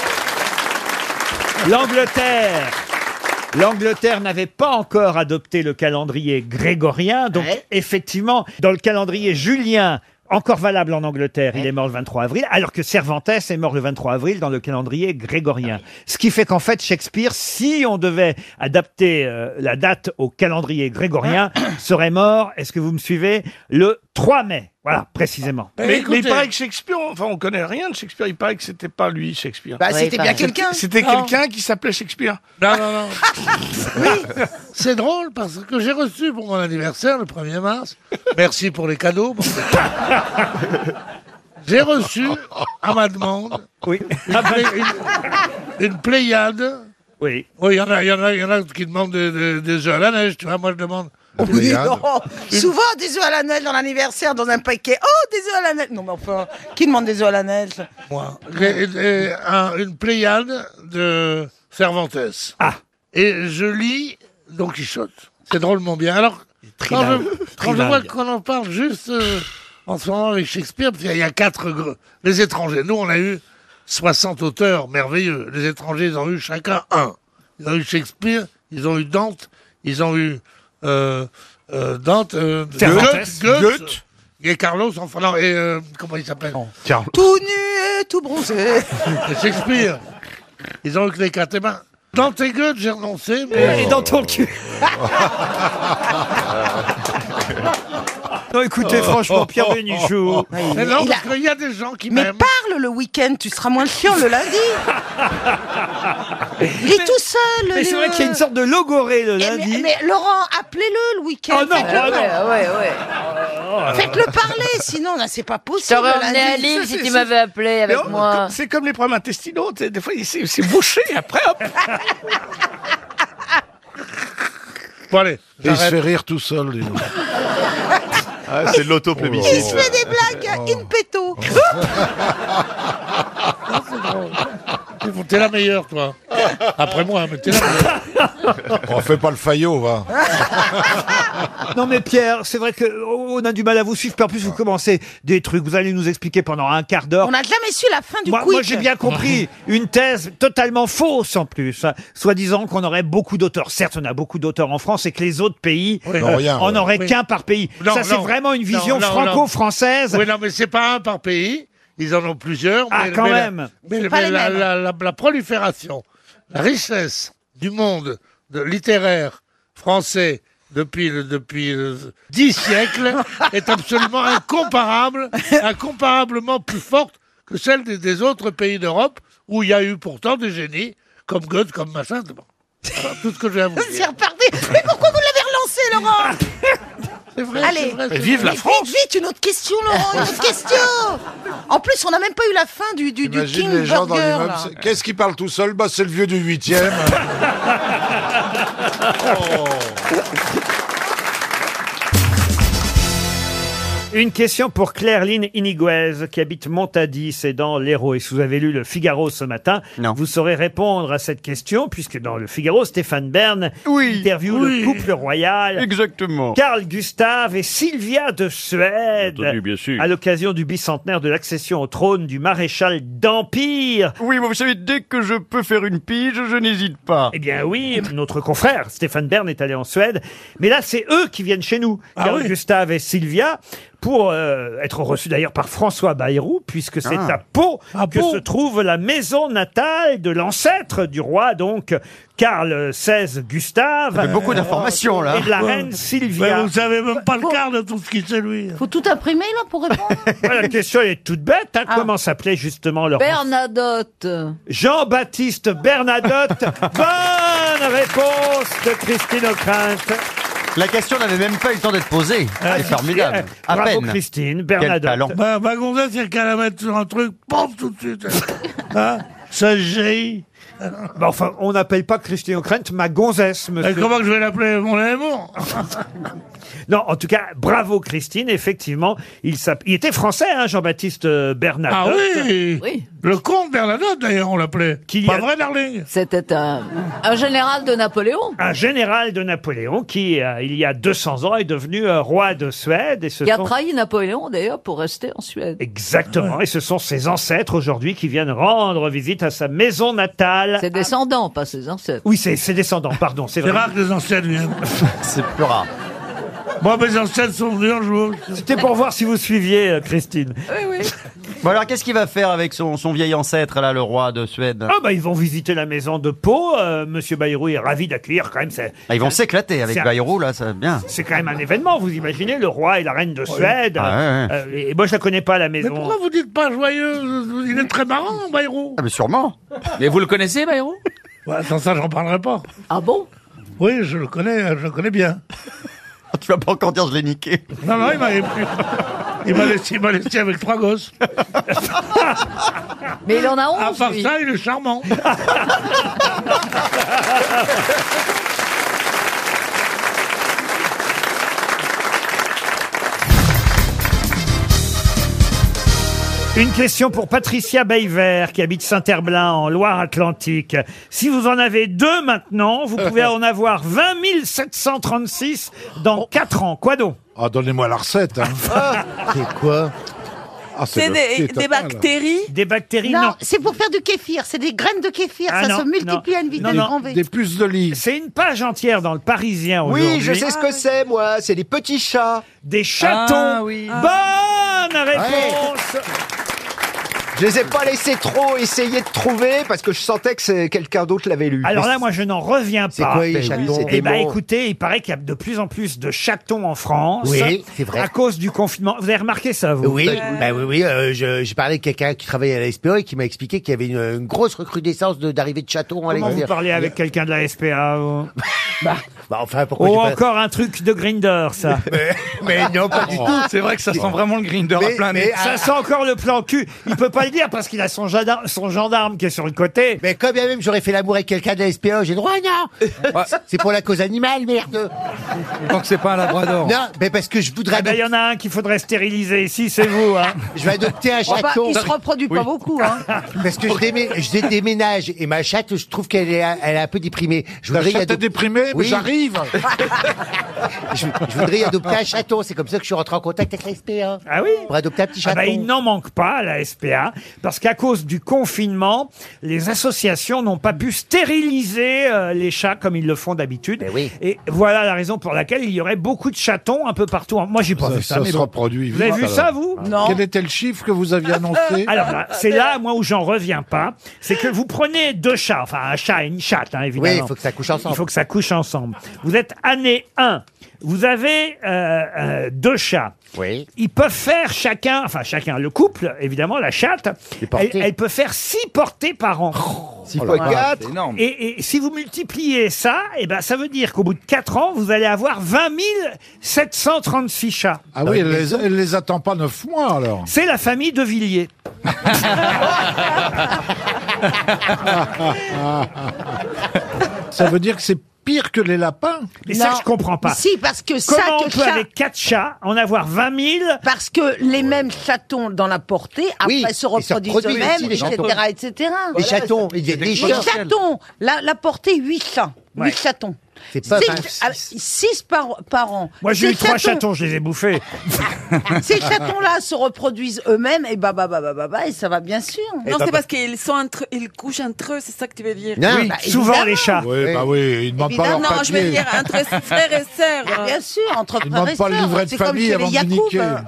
L'Angleterre n'avait pas encore adopté le calendrier grégorien, donc Ouais. effectivement, dans le calendrier julien, encore valable en Angleterre, il est mort le 23 avril, alors que Cervantes est mort le 23 avril dans le calendrier grégorien. Ce qui fait qu'en fait, Shakespeare, si on devait adapter la date au calendrier grégorien, serait mort, est-ce que vous me suivez, le 3 mai. Voilà, précisément. Mais écoutez- il paraît que Shakespeare, enfin on connaît rien de Shakespeare, il paraît que c'était pas lui Shakespeare. Bah Ouais, c'était bien pareil. quelqu'un. C'était Non. quelqu'un qui s'appelait Shakespeare. Non, non, non. Oui, c'est drôle parce que j'ai reçu pour mon anniversaire, le 1er mars, merci pour les cadeaux. J'ai reçu, à ma demande, Oui. une une pléiade. Oui. Oui, il y en a qui demandent des œufs à la neige, tu vois, moi je demande. Oui, non. Souvent des œufs à la neige dans l'anniversaire, dans un paquet. Oh, des œufs à la neige. Non, mais enfin, qui demande des œufs à la neige? Moi. Une pléiade de Cervantes. Ah. Et je lis Don Quichotte. C'est drôlement bien. Alors, quand je vois qu'on en parle juste en ce moment avec Shakespeare, parce qu'il y a 4 les étrangers. Nous, on a eu 60 auteurs merveilleux. Les étrangers, ils ont eu chacun un. Ils ont eu Shakespeare, ils ont eu Dante, ils ont eu Goethe et Carlos, enfin non, et comment il s'appelle? Tout nu et tout bronzé. Et Shakespeare. Ils ont eu que les 4. Eh ben, Dante et Goethe, j'ai renoncé, mais... Et dans ton cul. Non, écoutez, franchement, Pierre Bénichou. Mais non, parce qu'il y a des gens qui Mais m'aiment. parle le week-end, tu seras moins chiant le lundi. Il est tout seul. Mais c'est vrai qu'il y a une sorte de logorée le lundi. Mais Laurent, appelez-le le week-end. Oh non, Faites-le parler, sinon là, c'est pas Je possible. t'aurais le emmené à lundi. Lille si tu m'avais appelé avec moi. C'est comme les problèmes intestinaux, tu sais, des fois c'est bouché, après hop. Bon allez, Et il se fait rire tout seul, dis donc. Ah, c'est de Il l'autoplébiscite. se fait des blagues in petto. T'es la meilleure, toi. Après moi, mais t'es la meilleure. On fait pas le faillot, va. Non mais Pierre, c'est vrai qu'on a du mal à vous suivre. Puis en plus, vous commencez des trucs. Vous allez nous expliquer pendant un quart d'heure. On n'a jamais su la fin du quiz. Moi, j'ai bien compris une thèse totalement fausse en plus, soi-disant qu'on aurait beaucoup d'auteurs. Certes, on a beaucoup d'auteurs en France et que les autres pays en auraient qu'un par pays. Non, ça, c'est non. vraiment une vision Non, franco-française. Oui, non, mais c'est pas un par pays. Ils en ont plusieurs. Ah, quand même. Mais C'est pas les mêmes. la prolifération, la richesse du monde littéraire français depuis 10 siècles est absolument incomparablement plus forte que celle des autres pays d'Europe où il y a eu pourtant des génies comme Goethe, comme machin. Bon. Tout ce que j'ai à vous C'est dire. reparti. Mais pourquoi vous l'avez relancé, Laurent? C'est vrai, Allez, c'est vrai, Mais vive la vite, France. vite, une autre question, Laurent, une autre question. En plus, on n'a même pas eu la fin du Imagine King les gens dans Burger. l'immeuble. là. Qu'est-ce qui parle tout seul? Bah, c'est le vieux du 8e. Une question pour Claire-Lynne Iniguez qui habite Montadi, c'est dans l'Hérault. Et si vous avez lu le Figaro ce matin, vous saurez répondre à cette question puisque dans le Figaro, Stéphane Bern interviewe le couple royal. Exactement. Carl Gustave et Sylvia de Suède. Entendu, bien sûr. À l'occasion du bicentenaire de l'accession au trône du maréchal d'Empire. Oui, vous savez, dès que je peux faire une pige, je n'hésite pas. Eh bien oui, notre confrère Stéphane Bern est allé en Suède. Mais là, c'est eux qui viennent chez nous, Carl Gustave et Sylvia, pour être reçus d'ailleurs par François Bayrou, puisque c'est à Pau que se trouve la maison natale de l'ancêtre du roi, donc Carl XVI Gustave. Ça fait beaucoup d'informations, là. Et de la reine Sylvia. Ouais, vous savez même pas le quart de tout ce qui c'est lui. Faut tout imprimer là pour répondre. La question elle est toute bête. Hein. Comment s'appelait justement leur Bernadotte. Jean-Baptiste Bernadotte. Bonne réponse de Christine O'Krent. La question n'avait même pas eu le temps d'être posée. C'est formidable. À Bravo peine. Christine, Quel Bernadotte. talent. Ma gonzesse, c'est qu'elle la mettre sur un truc, paf, tout de suite. Hein, ça jaillit. Bah, enfin, on n'appelle pas Christine O'Krent ma gonzesse, monsieur. Et comment que je vais l'appeler mon amour? Non, en tout cas, bravo Christine, effectivement, il était français, hein, Jean-Baptiste Bernadotte. Ah oui, Le comte Bernadotte, d'ailleurs, on l'appelait. Pas vrai, darling? C'était un général de Napoléon. Un général de Napoléon qui, il y a 200 ans, est devenu roi de Suède. Et Qui a trahi Napoléon, d'ailleurs, pour rester en Suède. Exactement, et ce sont ses ancêtres aujourd'hui qui viennent rendre visite à sa maison natale. Ses descendants, pas ses ancêtres. Oui, c'est ses descendants, pardon, c'est C'est vrai. rare que les ancêtres viennent. C'est plus rare. Moi, mes ancêtres sont venus un jour. C'était pour voir si vous suiviez, Christine. Oui. Bon alors, qu'est-ce qu'il va faire avec son vieil ancêtre, là, le roi de Suède? Ah bah ils vont visiter la maison de Pau. Monsieur Bayrou est ravi d'accueillir quand même. Ils vont s'éclater avec Bayrou, là, ça va bien. C'est quand même un événement, vous imaginez, le roi et la reine de Suède. Ah, ouais. Et moi je la connais pas la Mais maison. pourquoi vous dites pas joyeux? Il est très marrant, Bayrou. Ah mais sûrement. Mais vous le connaissez, Bayrou? Ouais, sans ça, j'en parlerai pas. Ah bon? Oui, je le connais bien. Tu vas pas encore dire je l'ai niqué. Non, il m'avait pris. Il m'a laissé avec 3 gosses. Mais il en a 11. À part lui. ça, il est charmant. Une question pour Patricia Bayvert, qui habite Saint-Herblain, en Loire-Atlantique. Si vous en avez 2 maintenant, vous pouvez en avoir 20 736 dans 4 ans. Quoi donc? Ah, donnez-moi la recette. Hein. C'est quoi? Ah, C'est le des pied total. bactéries. Des bactéries, Non, non. c'est pour faire du kéfir. C'est des graines de kéfir. Ah, ça non, se multiplie non. à une vitesse Non, non. grand V. Des puces de lit. C'est une page entière dans le Parisien aujourd'hui. Oui, je sais ce que c'est, moi. C'est des petits chats. Des chatons. Ah, oui. Bonne réponse. Je les ai pas laissés trop essayer de trouver parce que je sentais que quelqu'un d'autre l'avait lu. Alors là, moi, je n'en reviens pas. C'est quoi, les chatons? Eh ben, écoutez, il paraît qu'il y a de plus en plus de chatons en France. Oui, c'est vrai. À cause du confinement. Vous avez remarqué ça, vous? Oui, oui. J'ai parlé avec quelqu'un qui travaillait à la SPA et qui m'a expliqué qu'il y avait une grosse recrudescence d'arrivée de chatons à Comment vous l'extérieur. parlez avec quelqu'un de la SPA? Vous Enfin, pourquoi Oh, j'ai pas... encore un truc de Grindr, ça. Mais non, pas du tout. C'est vrai que ça sent vraiment le Grindr à plein nez. Ça sent encore le plan cul. Il peut pas le dire parce qu'il a son gendarme qui est sur le côté. Mais quand bien même j'aurais fait l'amour avec quelqu'un de la SPA, j'ai le droit, non? C'est pour la cause animale, merde. Tant que c'est pas un labrador. Non, mais parce que je voudrais... Il y en a un qu'il faudrait stériliser ici, c'est vous. Hein. Je vais adopter un chaton. Il se reproduit pas beaucoup, hein. Parce que je déménage et ma chatte, je trouve qu'elle est un peu déprimée. Je La voudrais chatte est déprimée, mais Oui. j'arrive. je voudrais adopter un chaton. C'est comme ça que je suis rentré en contact avec la SPA. Ah oui? Pour adopter un petit Ah chaton. bah, il n'en manque pas à la SPA, parce qu'à cause du confinement, les associations n'ont pas pu stériliser les chats comme ils le font d'habitude. Et voilà la raison pour laquelle il y aurait beaucoup de chatons un peu partout. Moi, j'ai pas vu ça. Ça mais se bon. reproduit Vous avez vite, vu ça, alors. vous? Non. Quel était le chiffre que vous aviez annoncé? Alors là, c'est là, moi, où j'en reviens pas. C'est que vous prenez 2 chats, enfin un chat et une chatte, hein, évidemment. Oui, il faut que ça couche ensemble. Il faut que ça couche ensemble. Vous êtes année 1. Vous avez 2 chats. Oui. Ils peuvent faire chacun, le couple, évidemment, la chatte, elle peut faire 6 portées par an. 6 fois 4. C'est énorme. Et si vous multipliez ça, eh ben, ça veut dire qu'au bout de 4 ans, vous allez avoir 20 736 chats. Ah oui, elle les attend pas 9 mois, alors. C'est la famille de Villiers. Ça veut dire que c'est pire que les lapins? Et ça, je comprends pas. Si, parce que Comment on chaque peut, chat... avec 4 chats, en avoir 20 000? Parce que les mêmes chatons dans la portée, après Oui, se reproduisent reproduisent eux-mêmes, aussi, les etc., chatons. etc. Les chatons, il y a des Les chiens. chatons, la portée 8 chats. Ouais. 8 chatons. C'est pas 6 par an. Moi, j'ai Ces eu 3 chatons, je les ai bouffés. Ces chatons-là se reproduisent eux-mêmes et et ça va bien sûr. Non, c'est parce qu'ils ils couchent entre eux, c'est ça que tu veux dire. Non, Oui, bah, souvent évidemment. les chats. Oui, bah oui, ils demandent pas leur Non, je veux papier. dire entre frères et sœurs. Bien sûr, entre Ils frères demandent et pas le sœurs. livret de C'est comme famille chez avant les de Yacoub. niquer.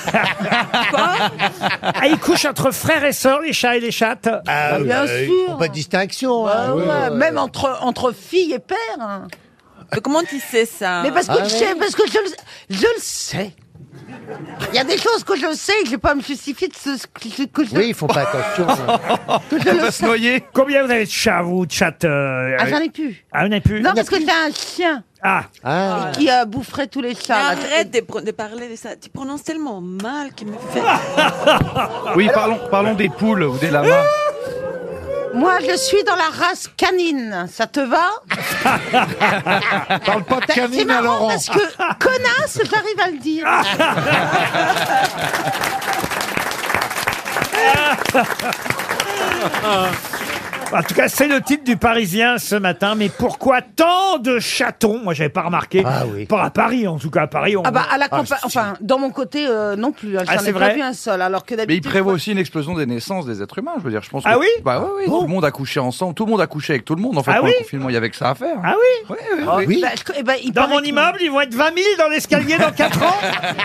Ah, ils couchent entre frères et sœurs, les chats et les chattes? Ah, bien ils sûr. font pas de distinction. Ouais, hein. ouais, même entre filles et pères. hein. Mais comment tu sais ça? Mais parce que, je le sais. Il y a des choses que je sais et que je vais pas me justifier de ce que je... Oui, ils font pas attention. que je le sais. Combien vous avez de chats, vous, de chattes? Ah, j'en ai plus. Ah, vous n'en avez plus? Non, parce que j'ai un chien Ah, qui boufferait tous les chats. là. Arrête de parler de ça. Tu prononces tellement mal qu'il me fait. Oui, parlons des poules ou des lamas. Moi, je suis dans la race canine. Ça te va? Parle pas de C'est canine à marrant Laurent. parce que connasse, j'arrive à le dire. en tout cas, c'est le titre du Parisien ce matin. Mais pourquoi tant de chatons? Moi, j'avais pas remarqué. Ah oui. Pas à Paris, en tout cas. À Paris, on... Ah bah à la campagne, enfin dans mon côté non plus. J'en c'est ai pas vrai vu un seul. Alors que Mais il d'habitude. prévoit aussi une explosion des naissances des êtres humains. Je veux dire, je pense. Ah que, oui Bah oui, tout le monde a couché ensemble. Tout le monde a couché avec tout le monde. En fait, Ah pour oui le confinement, il y avait que ça à faire. Ah oui? Oui, oui, Oh, oui. bah, il Dans paraît mon que- immeuble, ils vont être 20 000 dans l'escalier dans 4 ans?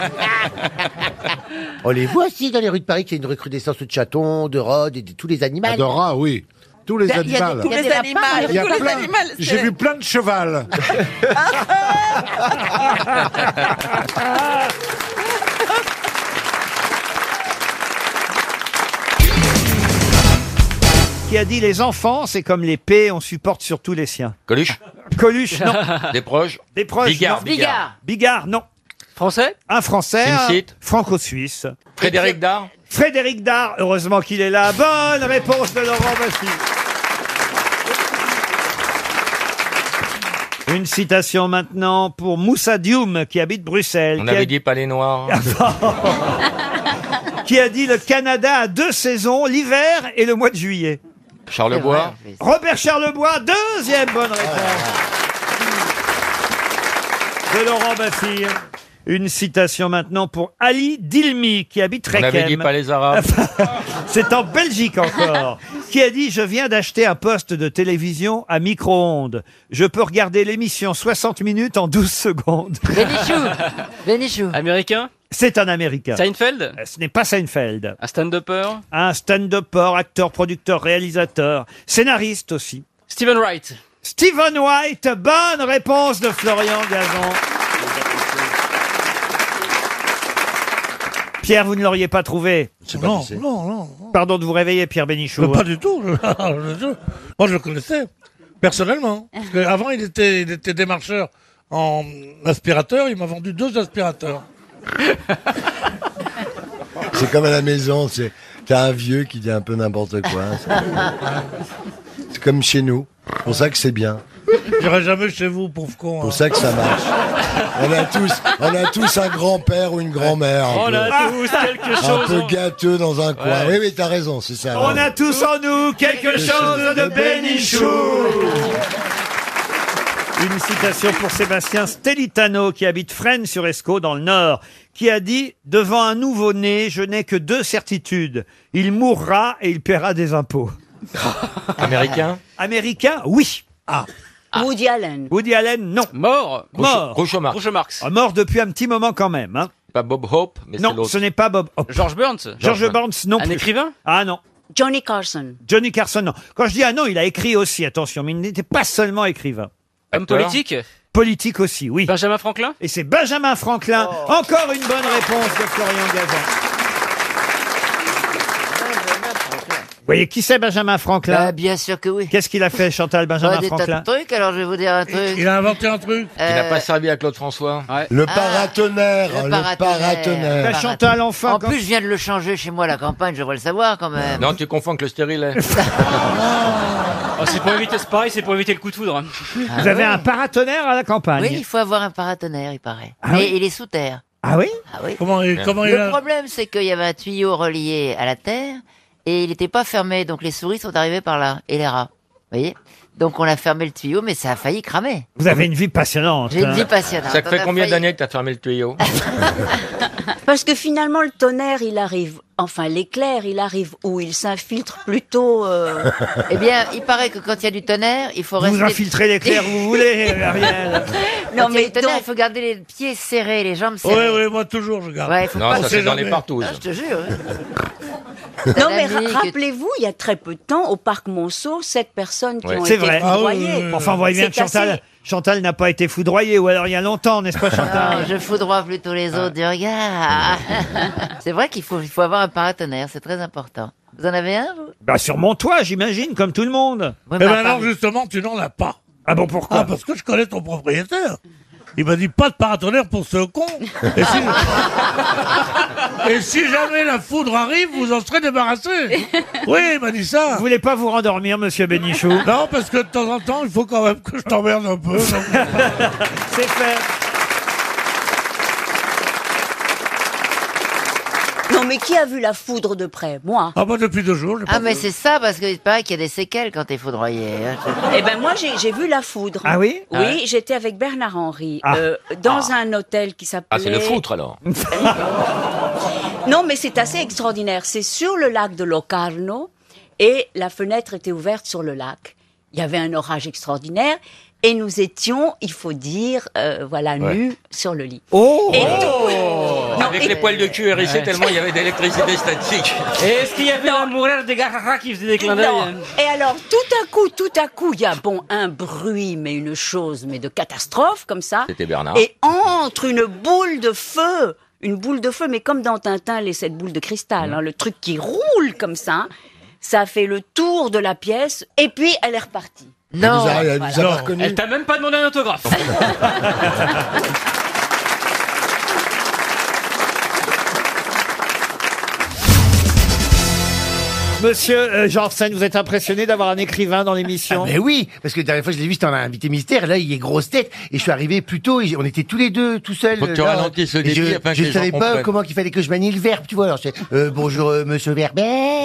On les voit aussi dans les rues de Paris qu'il y a une recrudescence de chatons, de rôdes et de tous les animaux. Ah, de rats, oui. Tous les Il y a des- animaux. Tous Il y a les des animaux, lapins, Il y a tous les plein- animaux. J'ai vu plein de cheval. Qui a dit les enfants, c'est comme les P, on supporte surtout les siens. Coluche. Coluche, non. Des proches. Des proches, Bigard. non. Bigard. Bigard, non. Français? Un Français, un Simcit. franco-suisse. Frédéric Dard. Frédéric Dard, heureusement qu'il est là. Bonne réponse de Laurent Baffy. Une citation maintenant pour Moussa Dioum, qui habite Bruxelles. On qui avait a- dit pas les Noirs. qui a dit le Canada a 2 saisons, l'hiver et le mois de juillet. Charlebois. Robert Charlebois, deuxième bonne réponse de Laurent Baffy. Une citation maintenant pour Ali Dilmi, qui habite On avait dit Requiem. pas les Arabes. C'est en Belgique encore. Qui a dit « Je viens d'acheter un poste de télévision à micro-ondes. Je peux regarder l'émission 60 minutes en 12 secondes. » Bénichou. Américain? C'est un Américain. Seinfeld? Ce n'est pas Seinfeld. Un stand-upper? Un stand-upper, acteur, producteur, réalisateur, scénariste aussi. Stephen Wright. Stephen White, bonne réponse de Florian Gazan. Pierre, vous ne l'auriez pas trouvé. Non, non. Pardon de vous réveiller, Pierre Bénichou. Pas du tout. Moi, je le connaissais, personnellement. Parce qu'avant, il était démarcheur en aspirateur. Il m'a vendu 2 aspirateurs. C'est comme à la maison, t'as un vieux qui dit un peu n'importe quoi. C'est comme chez nous. C'est pour ça que c'est bien. J'irai jamais chez vous, pauvre con. C'est pour ça que ça marche. On a tous un grand-père ou une grand-mère. On a tous quelque chose. Un peu gâteux dans un coin. Ouais. Oui, t'as raison, c'est ça. On a tous en nous quelque chose de Bénichou. Une citation pour Sébastien Stellitano, qui habite Fresnes-sur-Escaut, dans le Nord, qui a dit « Devant un nouveau-né, je n'ai que 2 certitudes. Il mourra et il paiera des impôts. » Américain. Américain, oui. Woody Allen. Woody Allen, non. Mort. Mort. Groucho Marx. Groucho Marx. Ah, mort depuis un petit moment quand même. Hein. Pas Bob Hope, mais c'est Non, l'autre. ce n'est pas Bob Hope. George Burns. George Burns, non Un plus. écrivain? Ah non. Johnny Carson. Johnny Carson, non. Quand je dis ah non, il a écrit aussi, attention, mais il n'était pas seulement écrivain. Homme politique? Politique aussi, oui. Benjamin Franklin? Et c'est Benjamin Franklin. Encore une bonne réponse de Florian Gazan. Vous voyez qui c'est Benjamin Franklin? Bah, bien sûr que oui. Qu'est-ce qu'il a fait, Chantal, Benjamin Des tas Franklin? de trucs, alors je vais vous dire un truc. Il a inventé un truc. Il n'a pas servi à Claude François. Le paratonnerre. le Le paratonnerre. paratonnerre. La Chantal, enfin. En plus, je viens de le changer chez moi à la campagne, je devrais le savoir quand même. Non, tu confonds avec le stérilet. Oh, c'est pour éviter, c'est pareil, c'est pour éviter le coup de foudre. Hein. Vous avez un paratonnerre à la campagne? Oui, il faut avoir un paratonnerre, il paraît. Ah Mais oui il est sous terre. Ah oui? Ah oui. Comment il Le a... problème, c'est qu'il y avait un tuyau relié à la terre et il n'était pas fermé, donc les souris sont arrivées par là et les rats. Vous voyez? Donc on a fermé le tuyau, mais ça a failli cramer. Vous avez une vie passionnante. J'ai une vie passionnante. Ça te fait On a combien failli- d'années que t'as fermé le tuyau? Parce que finalement, le tonnerre, il arrive, enfin l'éclair, il arrive où? Il s'infiltre plutôt... Eh bien, il paraît que quand il y a du tonnerre, il faut Vous rester... infiltrez l'éclair où vous voulez, Ariel. Non, mais mais du tonnerre, donc- il faut garder les pieds serrés, les jambes Oui, serrées. moi toujours, je garde. Ouais, il faut Non, pas... ça c'est dans les partous. Ah, je te jure. Non, mais Ami que- rappelez-vous, il y a très peu de temps, au parc Monceau, 7 personnes qui Ouais. ont C'est été vrai. foudroyées. Enfin, vous voyez bien que C'est Chantal, assez- Chantal n'a pas été foudroyée, ou alors il y a longtemps, n'est-ce pas, Non, Chantal? je foudroie plutôt les autres du regard. C'est vrai qu'il faut avoir un paratonnerre, c'est très important. Vous en avez un, vous? Bah, sur mon toit, j'imagine, comme tout le monde. Oui, Eh mais à ben part- alors, justement, tu n'en as pas. Ah bon, pourquoi? Ah, parce que je connais ton propriétaire. Il m'a dit pas de paratonnerre pour ce con. Et si... Et si jamais la foudre arrive, vous en serez débarrassé. Oui, il m'a dit ça. Vous voulez pas vous rendormir, monsieur Bénichou? Non, parce que de temps en temps, il faut quand même que je t'emmerde un peu. donc. C'est fait. Non, mais qui a vu la foudre de près? Moi. Ah bah depuis 2 jours. j'ai pas Ah, mais vu. c'est ça, parce qu'il paraît qu'il y a des séquelles quand t'es foudroyé. hein. Eh ben moi, j'ai vu la foudre. Ah oui? Oui, j'étais avec Bernard Henry Ah. dans un hôtel qui s'appelait... Ah, c'est le foutre alors. Non, mais c'est assez extraordinaire. C'est sur le lac de Locarno et la fenêtre était ouverte sur le lac. Il y avait un orage extraordinaire et nous étions, il faut dire, nus sur le lit. Oh! Et Non, Avec et- les poils de cul hérissés tellement il y avait d'électricité statique. Et est-ce qu'il y avait un mourir des gars qui faisaient des clins d'œil? Non. Et alors, tout à coup, il y a un bruit, mais une chose, mais de catastrophe, comme ça. C'était Bernard. Et entre une boule de feu, mais comme dans Tintin, les 7 boules de cristal, hein, le truc qui roule comme ça, ça fait le tour de la pièce, et puis elle est repartie. Non. Elle vous a pas reconnu. Elle t'a même pas demandé un autographe. Monsieur Janssen, vous êtes impressionné d'avoir un écrivain dans l'émission? Mais oui, parce que la dernière fois je l'ai vu, c'était un invité mystère, là il est grosse tête, et je suis arrivé plus tôt, et on était tous les deux tout seuls. Faut que tu ralentisses le débit afin que je les gens savais pas comprennent. comment qu'il fallait que je manie le verbe, tu vois. Alors c'est bonjour monsieur Verber.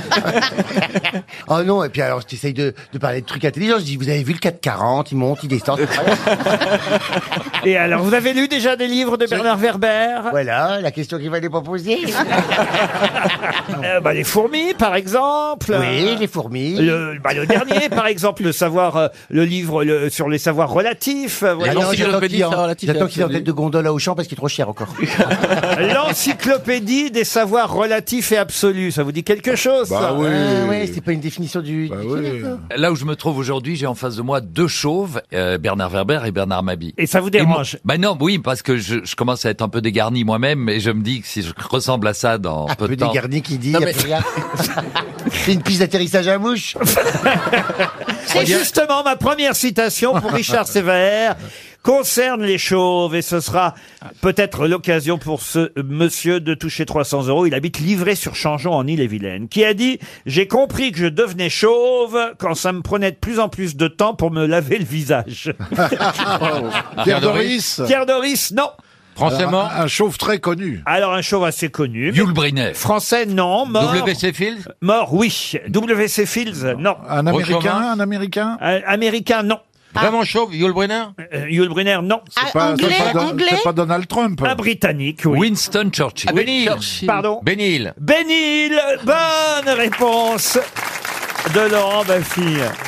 Oh non, et puis alors j'essaye de parler de trucs intelligents, je dis vous avez vu le 440, il monte, il descend. Et alors, vous avez lu déjà des livres de Bernard Werber? Voilà, la question qu'il fallait pas poser. Les fourmis, par exemple. Oui, les fourmis. Le dernier, par exemple, le livre sur les savoirs relatifs. Voilà. J'attends qu'il est en tête de gondole à Auchan parce qu'il est trop cher encore. L'encyclopédie des savoirs relatifs et absolus. Ça vous dit quelque chose? Bah ça oui. Ouais, c'est pas une définition du Là où je me trouve aujourd'hui, j'ai en face de moi deux chauves, Bernard Werber et Bernard Mabie. Et ça vous dérange? Non, oui, parce que je commence à être un peu dégarni moi-même, et je me dis que si je ressemble à ça dans peu de temps... Un peu dégarni qui dit... Non, mais... C'est une piste d'atterrissage à mouche. C'est justement ma première citation pour Richard Sévère. Concerne les chauves, et ce sera peut-être l'occasion pour ce monsieur de toucher 300 €. Il habite Livray-sur-Changeon en Île-et-Vilaine, qui a dit « J'ai compris que je devenais chauve quand ça me prenait de plus en plus de temps pour me laver le visage. » Pierre Doris. Pierre Doris, non. Français mort. Un chauve très connu. Alors, un chauve assez connu. Yul Brynner. Français, non. Mort. W.C. Fields. Mort, oui. W.C. Fields, non. Un Américain, un Américain. Américain, non. Vraiment chauve, Yul Brynner. Yul Brynner, non. Anglais. C'est pas Donald Trump. Un Britannique, oui. Winston Churchill. Benny Hill. Pardon. Benny Hill. Benny Hill. Bonne réponse de Laurent Baffy.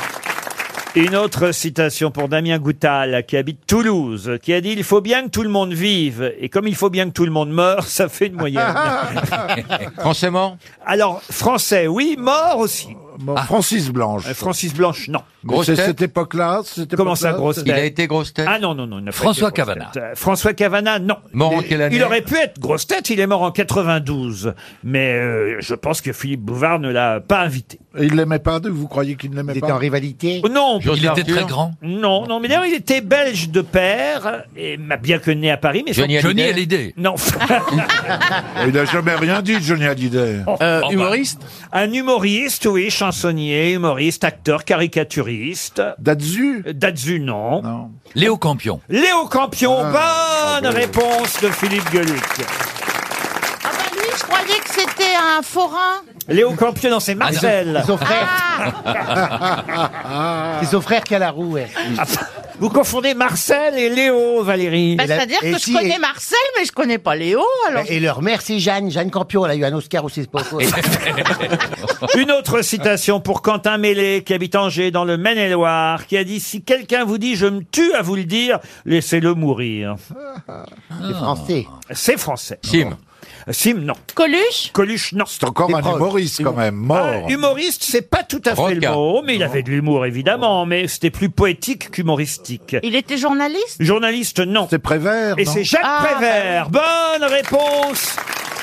Une autre citation pour Damien Goutal, qui habite Toulouse, qui a dit « Il faut bien que tout le monde vive, et comme il faut bien que tout le monde meure, ça fait une moyenne. » Français mort. Alors, français, oui, mort aussi. Francis Blanche. Francis Blanche, non. C'est cette époque-là. Comment ça, grosse tête? Il a été grosse tête. Ah non. François Cavana. François Cavana, non. Mort en quelle année? Il aurait pu être grosse tête, il est mort en 92. Mais je pense que Philippe Bouvard ne l'a pas invité. Et il l'aimait pas, vous croyez qu'il ne l'aimait pas? Il était en rivalité? Non. Il était très grand. Non, mais d'ailleurs, il était belge de père, et bien que né à Paris, mais Johnny Hallyday. Non. Il n'a jamais rien dit, Johnny Hallyday. Humoriste? Un humoriste, oui, chansonnier, humoriste, acteur, caricaturiste. Dazu? Dazu, non. Léo Campion. Léo Campion, bonne réponse de Philippe Gueluc. Ah bah lui, je croyais que c'était un forain. Léo Campion, non, c'est Marcel. C'est son frère. C'est son frère qui a la roue, ouais. Vous confondez Marcel et Léo, Valérie. Bah, c'est-à-dire que je connais Marcel, mais je connais pas Léo, alors. Et leur mère, c'est Jeanne Campion. Elle a eu un Oscar aussi, c'est pas faux. Une autre citation pour Quentin Mélé, qui habite Angers, dans le Maine-et-Loire, qui a dit « Si quelqu'un vous dit « Je me tue à vous le dire », laissez-le mourir. » C'est français. C'est français. Sim, non. Coluche, non. C'est encore un humoriste, quand même, mort. Humoriste, c'est pas tout à fait le mot, mais il avait de l'humour, évidemment, mais c'était plus poétique qu'humoristique. Il était journaliste? Journaliste, non. C'est Prévert, Et non? c'est Jacques Prévert. Bonne réponse.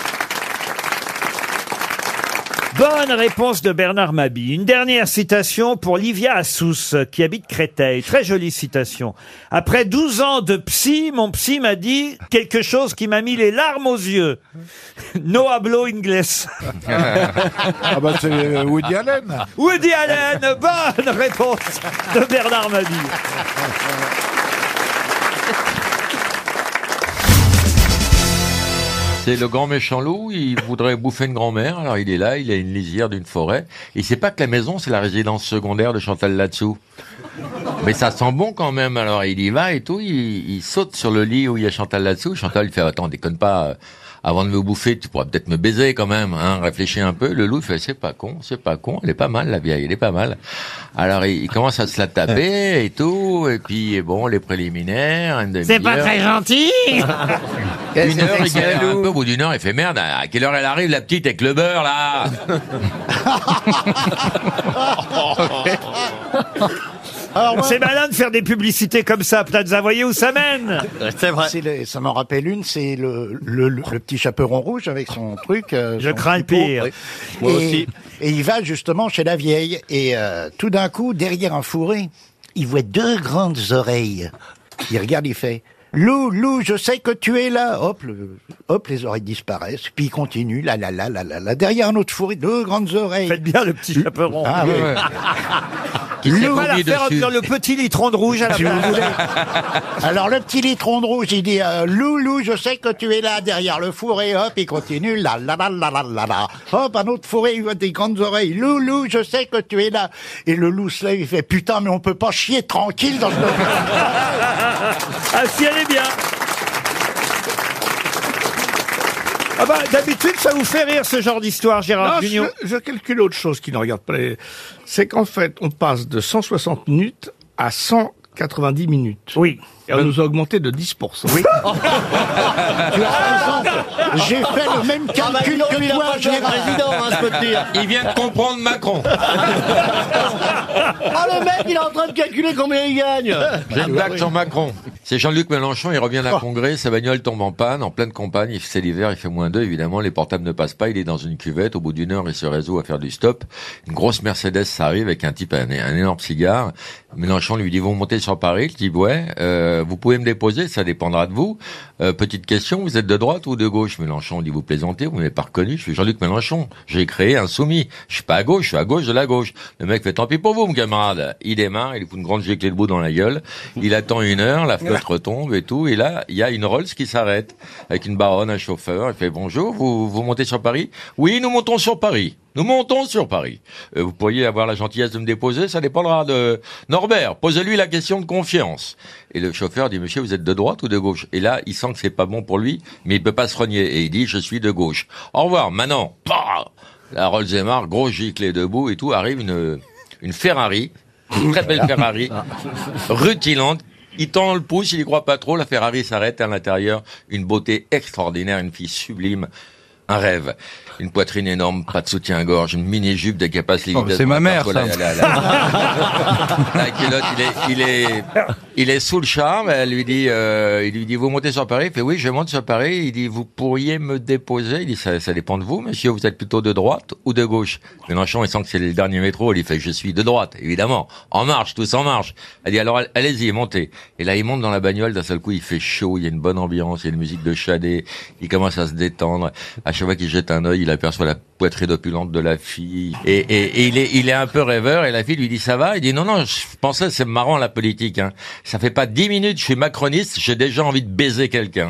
Bonne réponse de Bernard Mabie. Une dernière citation pour Livia Assous, qui habite Créteil. Très jolie citation. Après 12 ans de psy, mon psy m'a dit quelque chose qui m'a mis les larmes aux yeux. No hablo inglés. Ah bah c'est Woody Allen. Woody Allen, bonne réponse de Bernard Mabie. C'est le grand méchant loup, il voudrait bouffer une grand-mère, alors il est là, il a une lisière d'une forêt. Il sait pas que la maison, c'est la résidence secondaire de Chantal là-dessous. Mais ça sent bon quand même, alors il y va et tout, il saute sur le lit où il y a Chantal là-dessous. Chantal, il fait, attends, déconne pas, avant de me bouffer, tu pourras peut-être me baiser quand même, hein, réfléchis un peu. Le loup, il fait, c'est pas con, elle est pas mal, la vieille, elle est pas mal. Alors il commence à se la taper et tout, et puis bon, les préliminaires, une demi-heure. C'est pas très gentil. Une heure, il galère un peu, au bout d'une heure, il fait merde, à quelle heure elle arrive la petite avec le beurre là? C'est malin de faire des publicités comme ça, Plaza, voyez où ça mène. C'est vrai. Ça m'en rappelle une, c'est le petit chaperon rouge avec son truc. Je son crains le pipeau. pire. Moi aussi. Et il va justement chez la vieille. Et tout d'un coup, derrière un fourré, il voit deux grandes oreilles. Il regarde, il fait... Lou, Lou, je sais que tu es là. Hop, les oreilles disparaissent. Puis il continue, là. Derrière un autre fourré, 2 grandes oreilles. Faites bien le petit chaperon. Ah oui. On va la faire en disant le petit litron de rouge à la Si vous voulez. Alors le petit litron de rouge, il dit Lou, je sais que tu es là derrière le fourré. Hop, il continue, là. Hop, un autre fourré, il voit des grandes oreilles. Lou, je sais que tu es là. Et le loup se lève, il fait putain, mais on peut pas chier tranquille dans ce. Ah si, elle est bien. Ah bah, d'habitude, ça vous fait rire ce genre d'histoire, Gérard Junior. Je calcule autre chose qui ne regarde pas C'est qu'en fait, on passe de 160 minutes à 190 minutes. Oui. Et on nous a augmenté de 10%. Oui. Tu as raison. J'ai fait le même calcul que toi, Gérard. je peux te dire. Il vient de comprendre Macron. Le mec, il est en train de calculer combien il gagne. J'ai une blague sur Macron. C'est Jean-Luc Mélenchon, il revient d'un congrès, sa bagnole tombe en panne, en pleine campagne, c'est l'hiver, il fait -2, évidemment, les portables ne passent pas, il est dans une cuvette, au bout d'1 heure, il se résout à faire du stop. Une grosse Mercedes, ça arrive avec un type, un énorme cigare. Mélenchon lui dit, vous montez sur Paris? Il dit, ouais, vous pouvez me déposer, ça dépendra de vous. Petite question, vous êtes de droite ou de gauche? Mélenchon dit, vous plaisantez, vous m'avez pas reconnu, je suis Jean-Luc Mélenchon. J'ai créé Insoumis. Je suis pas à gauche, je suis à gauche de la gauche. Le mec fait, tant pis pour vous, mon camarade. Il démarre, il lui fout une grande giclée de bout dans la gueule. Il attend 1 heure, la flotte retombe et tout. Et là, il y a une Rolls qui s'arrête avec une baronne, un chauffeur. Il fait, bonjour, vous montez sur Paris? Oui, nous montons sur Paris. Nous montons sur Paris. Vous pourriez avoir la gentillesse de me déposer, ça dépendra de Norbert. Posez-lui la question de confiance. Et le chauffeur dit, monsieur, vous êtes de droite ou de gauche? Et là, il sent que c'est pas bon pour lui, mais il peut pas se renier. Et il dit, je suis de gauche. Au revoir, maintenant. Bah, la Rolls démarre, gros giclée debout et tout, arrive une Ferrari, une très belle Ferrari, rutilante. Il tend le pouce, il y croit pas trop, la Ferrari s'arrête à l'intérieur, une beauté extraordinaire, une fille sublime. Un rêve. Une poitrine énorme, pas de soutien-gorge, une mini-jupe de capace limite. C'est ma mère, ça. La culotte, il est sous le charme. Elle lui dit, vous montez sur Paris? Il fait, oui, je monte sur Paris. Il dit, vous pourriez me déposer? Il dit, ça dépend de vous, monsieur. Vous êtes plutôt de droite ou de gauche? Mélenchon, il sent que c'est le dernier métro. Il fait, je suis de droite, évidemment. En marche, tous en marche. Elle dit, alors, allez-y, montez. Et là, il monte dans la bagnole. D'un seul coup, il fait chaud. Il y a une bonne ambiance. Il y a une musique de Chadé. Il commence à se détendre. À chaque fois qu'il jette un œil, il aperçoit la poitrine opulente de la fille. Et il est un peu rêveur. Et la fille lui dit, ça va? Il dit, non, je pensais, c'est marrant, la politique, hein. Ça fait pas 10 minutes, je suis macroniste, j'ai déjà envie de baiser quelqu'un.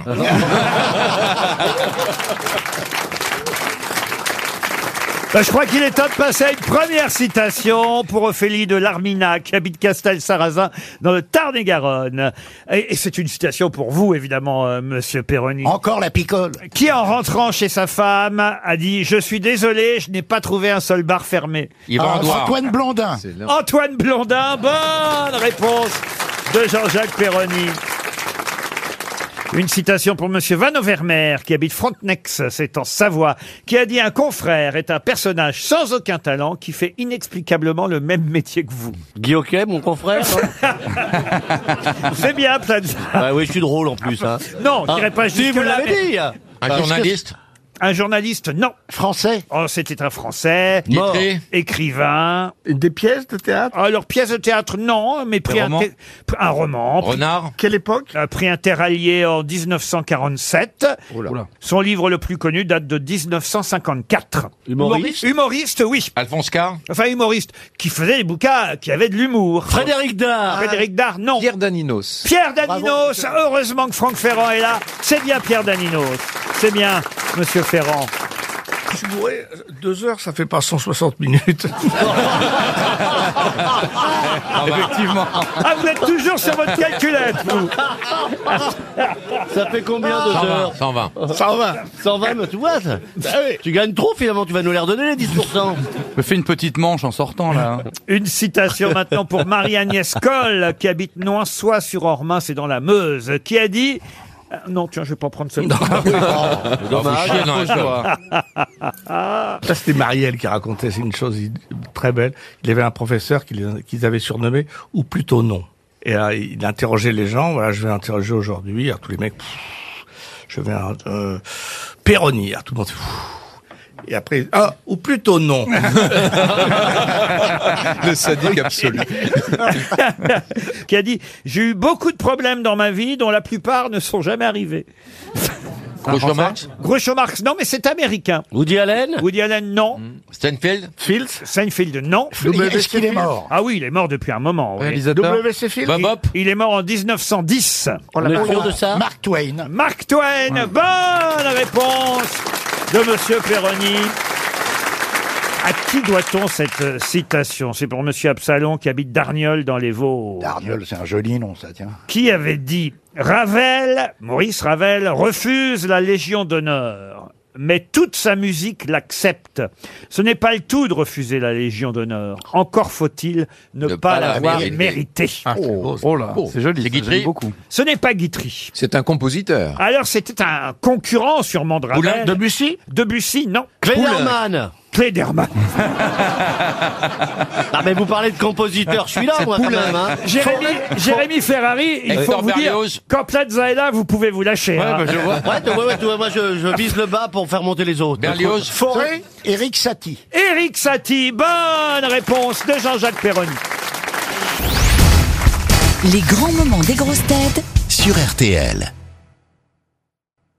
Je crois qu'il est temps de passer à une première citation pour Ophélie de Larminac, qui habite Castel-Sarrazin, dans le Tarn-et-Garonne. Et c'est une citation pour vous, évidemment, monsieur Perroni. Encore la picole. Qui, en rentrant chez sa femme, a dit « Je suis désolé, je n'ai pas trouvé un seul bar fermé ». Antoine Blondin. Antoine Blondin, bonne réponse de Jean-Jacques Perroni. Une citation pour monsieur Van Overmeer, qui habite Frontenex, c'est en Savoie, qui a dit « Un confrère est un personnage sans aucun talent qui fait inexplicablement le même métier que vous. » Guy Hockey, mon confrère. C'est bien, Plaza. Ah oui, je suis drôle en plus. Hein. Non, je dirais pas si, jusque vous là. l'avez dit. Un journaliste? Un journaliste, non. Français? Oh, c'était un Français. Mort. Écrivain. Des pièces de théâtre? Alors, pièces de théâtre, non, mais pris un roman. Renard? Quelle époque? Prix Interallié en 1947. Oula. Son livre le plus connu date de 1954. Humoriste? Humoriste, oui. Alphonse Carr? Enfin, humoriste, qui faisait des bouquins qui avaient de l'humour. Frédéric Dard? Frédéric Dard, non. Pierre Daninos. Pierre Daninos, heureusement que Franck Ferrand est là. C'est bien Pierre Daninos. C'est bien, monsieur Ferrand. Je suis bourré, 2 heures, ça fait pas 160 minutes. Effectivement. Ah, vous êtes toujours sur votre calculette, vous. Ça fait combien 2 heures? 120. 120, mais tu vois ça. Tu gagnes trop finalement, tu vas nous les redonner les 10%. Me fais une petite manche en sortant, là. Une citation maintenant pour Marie-Agnès Coll, qui habite Noinsois-sur-Ormain, c'est dans la Meuse, qui a dit... Non, tiens, je vais pas prendre celui-là. Ça, c'était Marielle qui racontait une chose très belle. Il avait un professeur qu'ils avaient surnommé, ou plutôt non. Et là, il interrogeait les gens. Voilà, je vais interroger aujourd'hui. Alors, tous les mecs, je vais Perroni. Alors, tout le monde. Et après, ah, ou plutôt non. Le sadique absolu. Qui a dit « J'ai eu beaucoup de problèmes dans ma vie dont la plupart ne sont jamais arrivés. » Groucho Marx. Groucho Marx, non, mais c'est américain. Woody Allen? Woody Allen, non. Steinfeld. Fields. Seinfeld, non. Est-ce qu'il est mort? Ah oui, il est mort depuis un moment. oui. Réalisateur. W.C. Fields. Bob Hope. Il est mort en 1910. On est sûr de ça? Mark Twain. Mark Twain, bonne réponse de Monsieur Perroni. À qui doit-on cette citation? C'est pour Monsieur Absalon qui habite Dargnol dans les Vosges. Dargnol, c'est un joli nom, ça, tiens. Qui avait dit « Ravel, Maurice Ravel, refuse la Légion d'honneur, mais toute sa musique l'accepte. Ce n'est pas le tout de refuser la Légion d'honneur. Encore faut-il ne pas l'avoir méritée. » Oh là, c'est joli. C'est Guitry. J'aime beaucoup. Ce n'est pas Guitry. C'est un compositeur. Alors c'était un concurrent sûrement de Ravel. Debussy? Debussy, non. Klederman? Klederman. Ah mais vous parlez de compositeur, je suis là moi quand même. Hein. Jérémy Ferrari, il faut vous dire, quand Plaza est là, vous pouvez vous lâcher. Ouais, hein. bah, je vois. Ouais, moi je vise le bas pour faire monter les autres. Berlioz. Forêt, Éric Satie. Éric Satie, bonne réponse de Jean-Jacques Perroni. Les grands moments des grosses têtes sur RTL.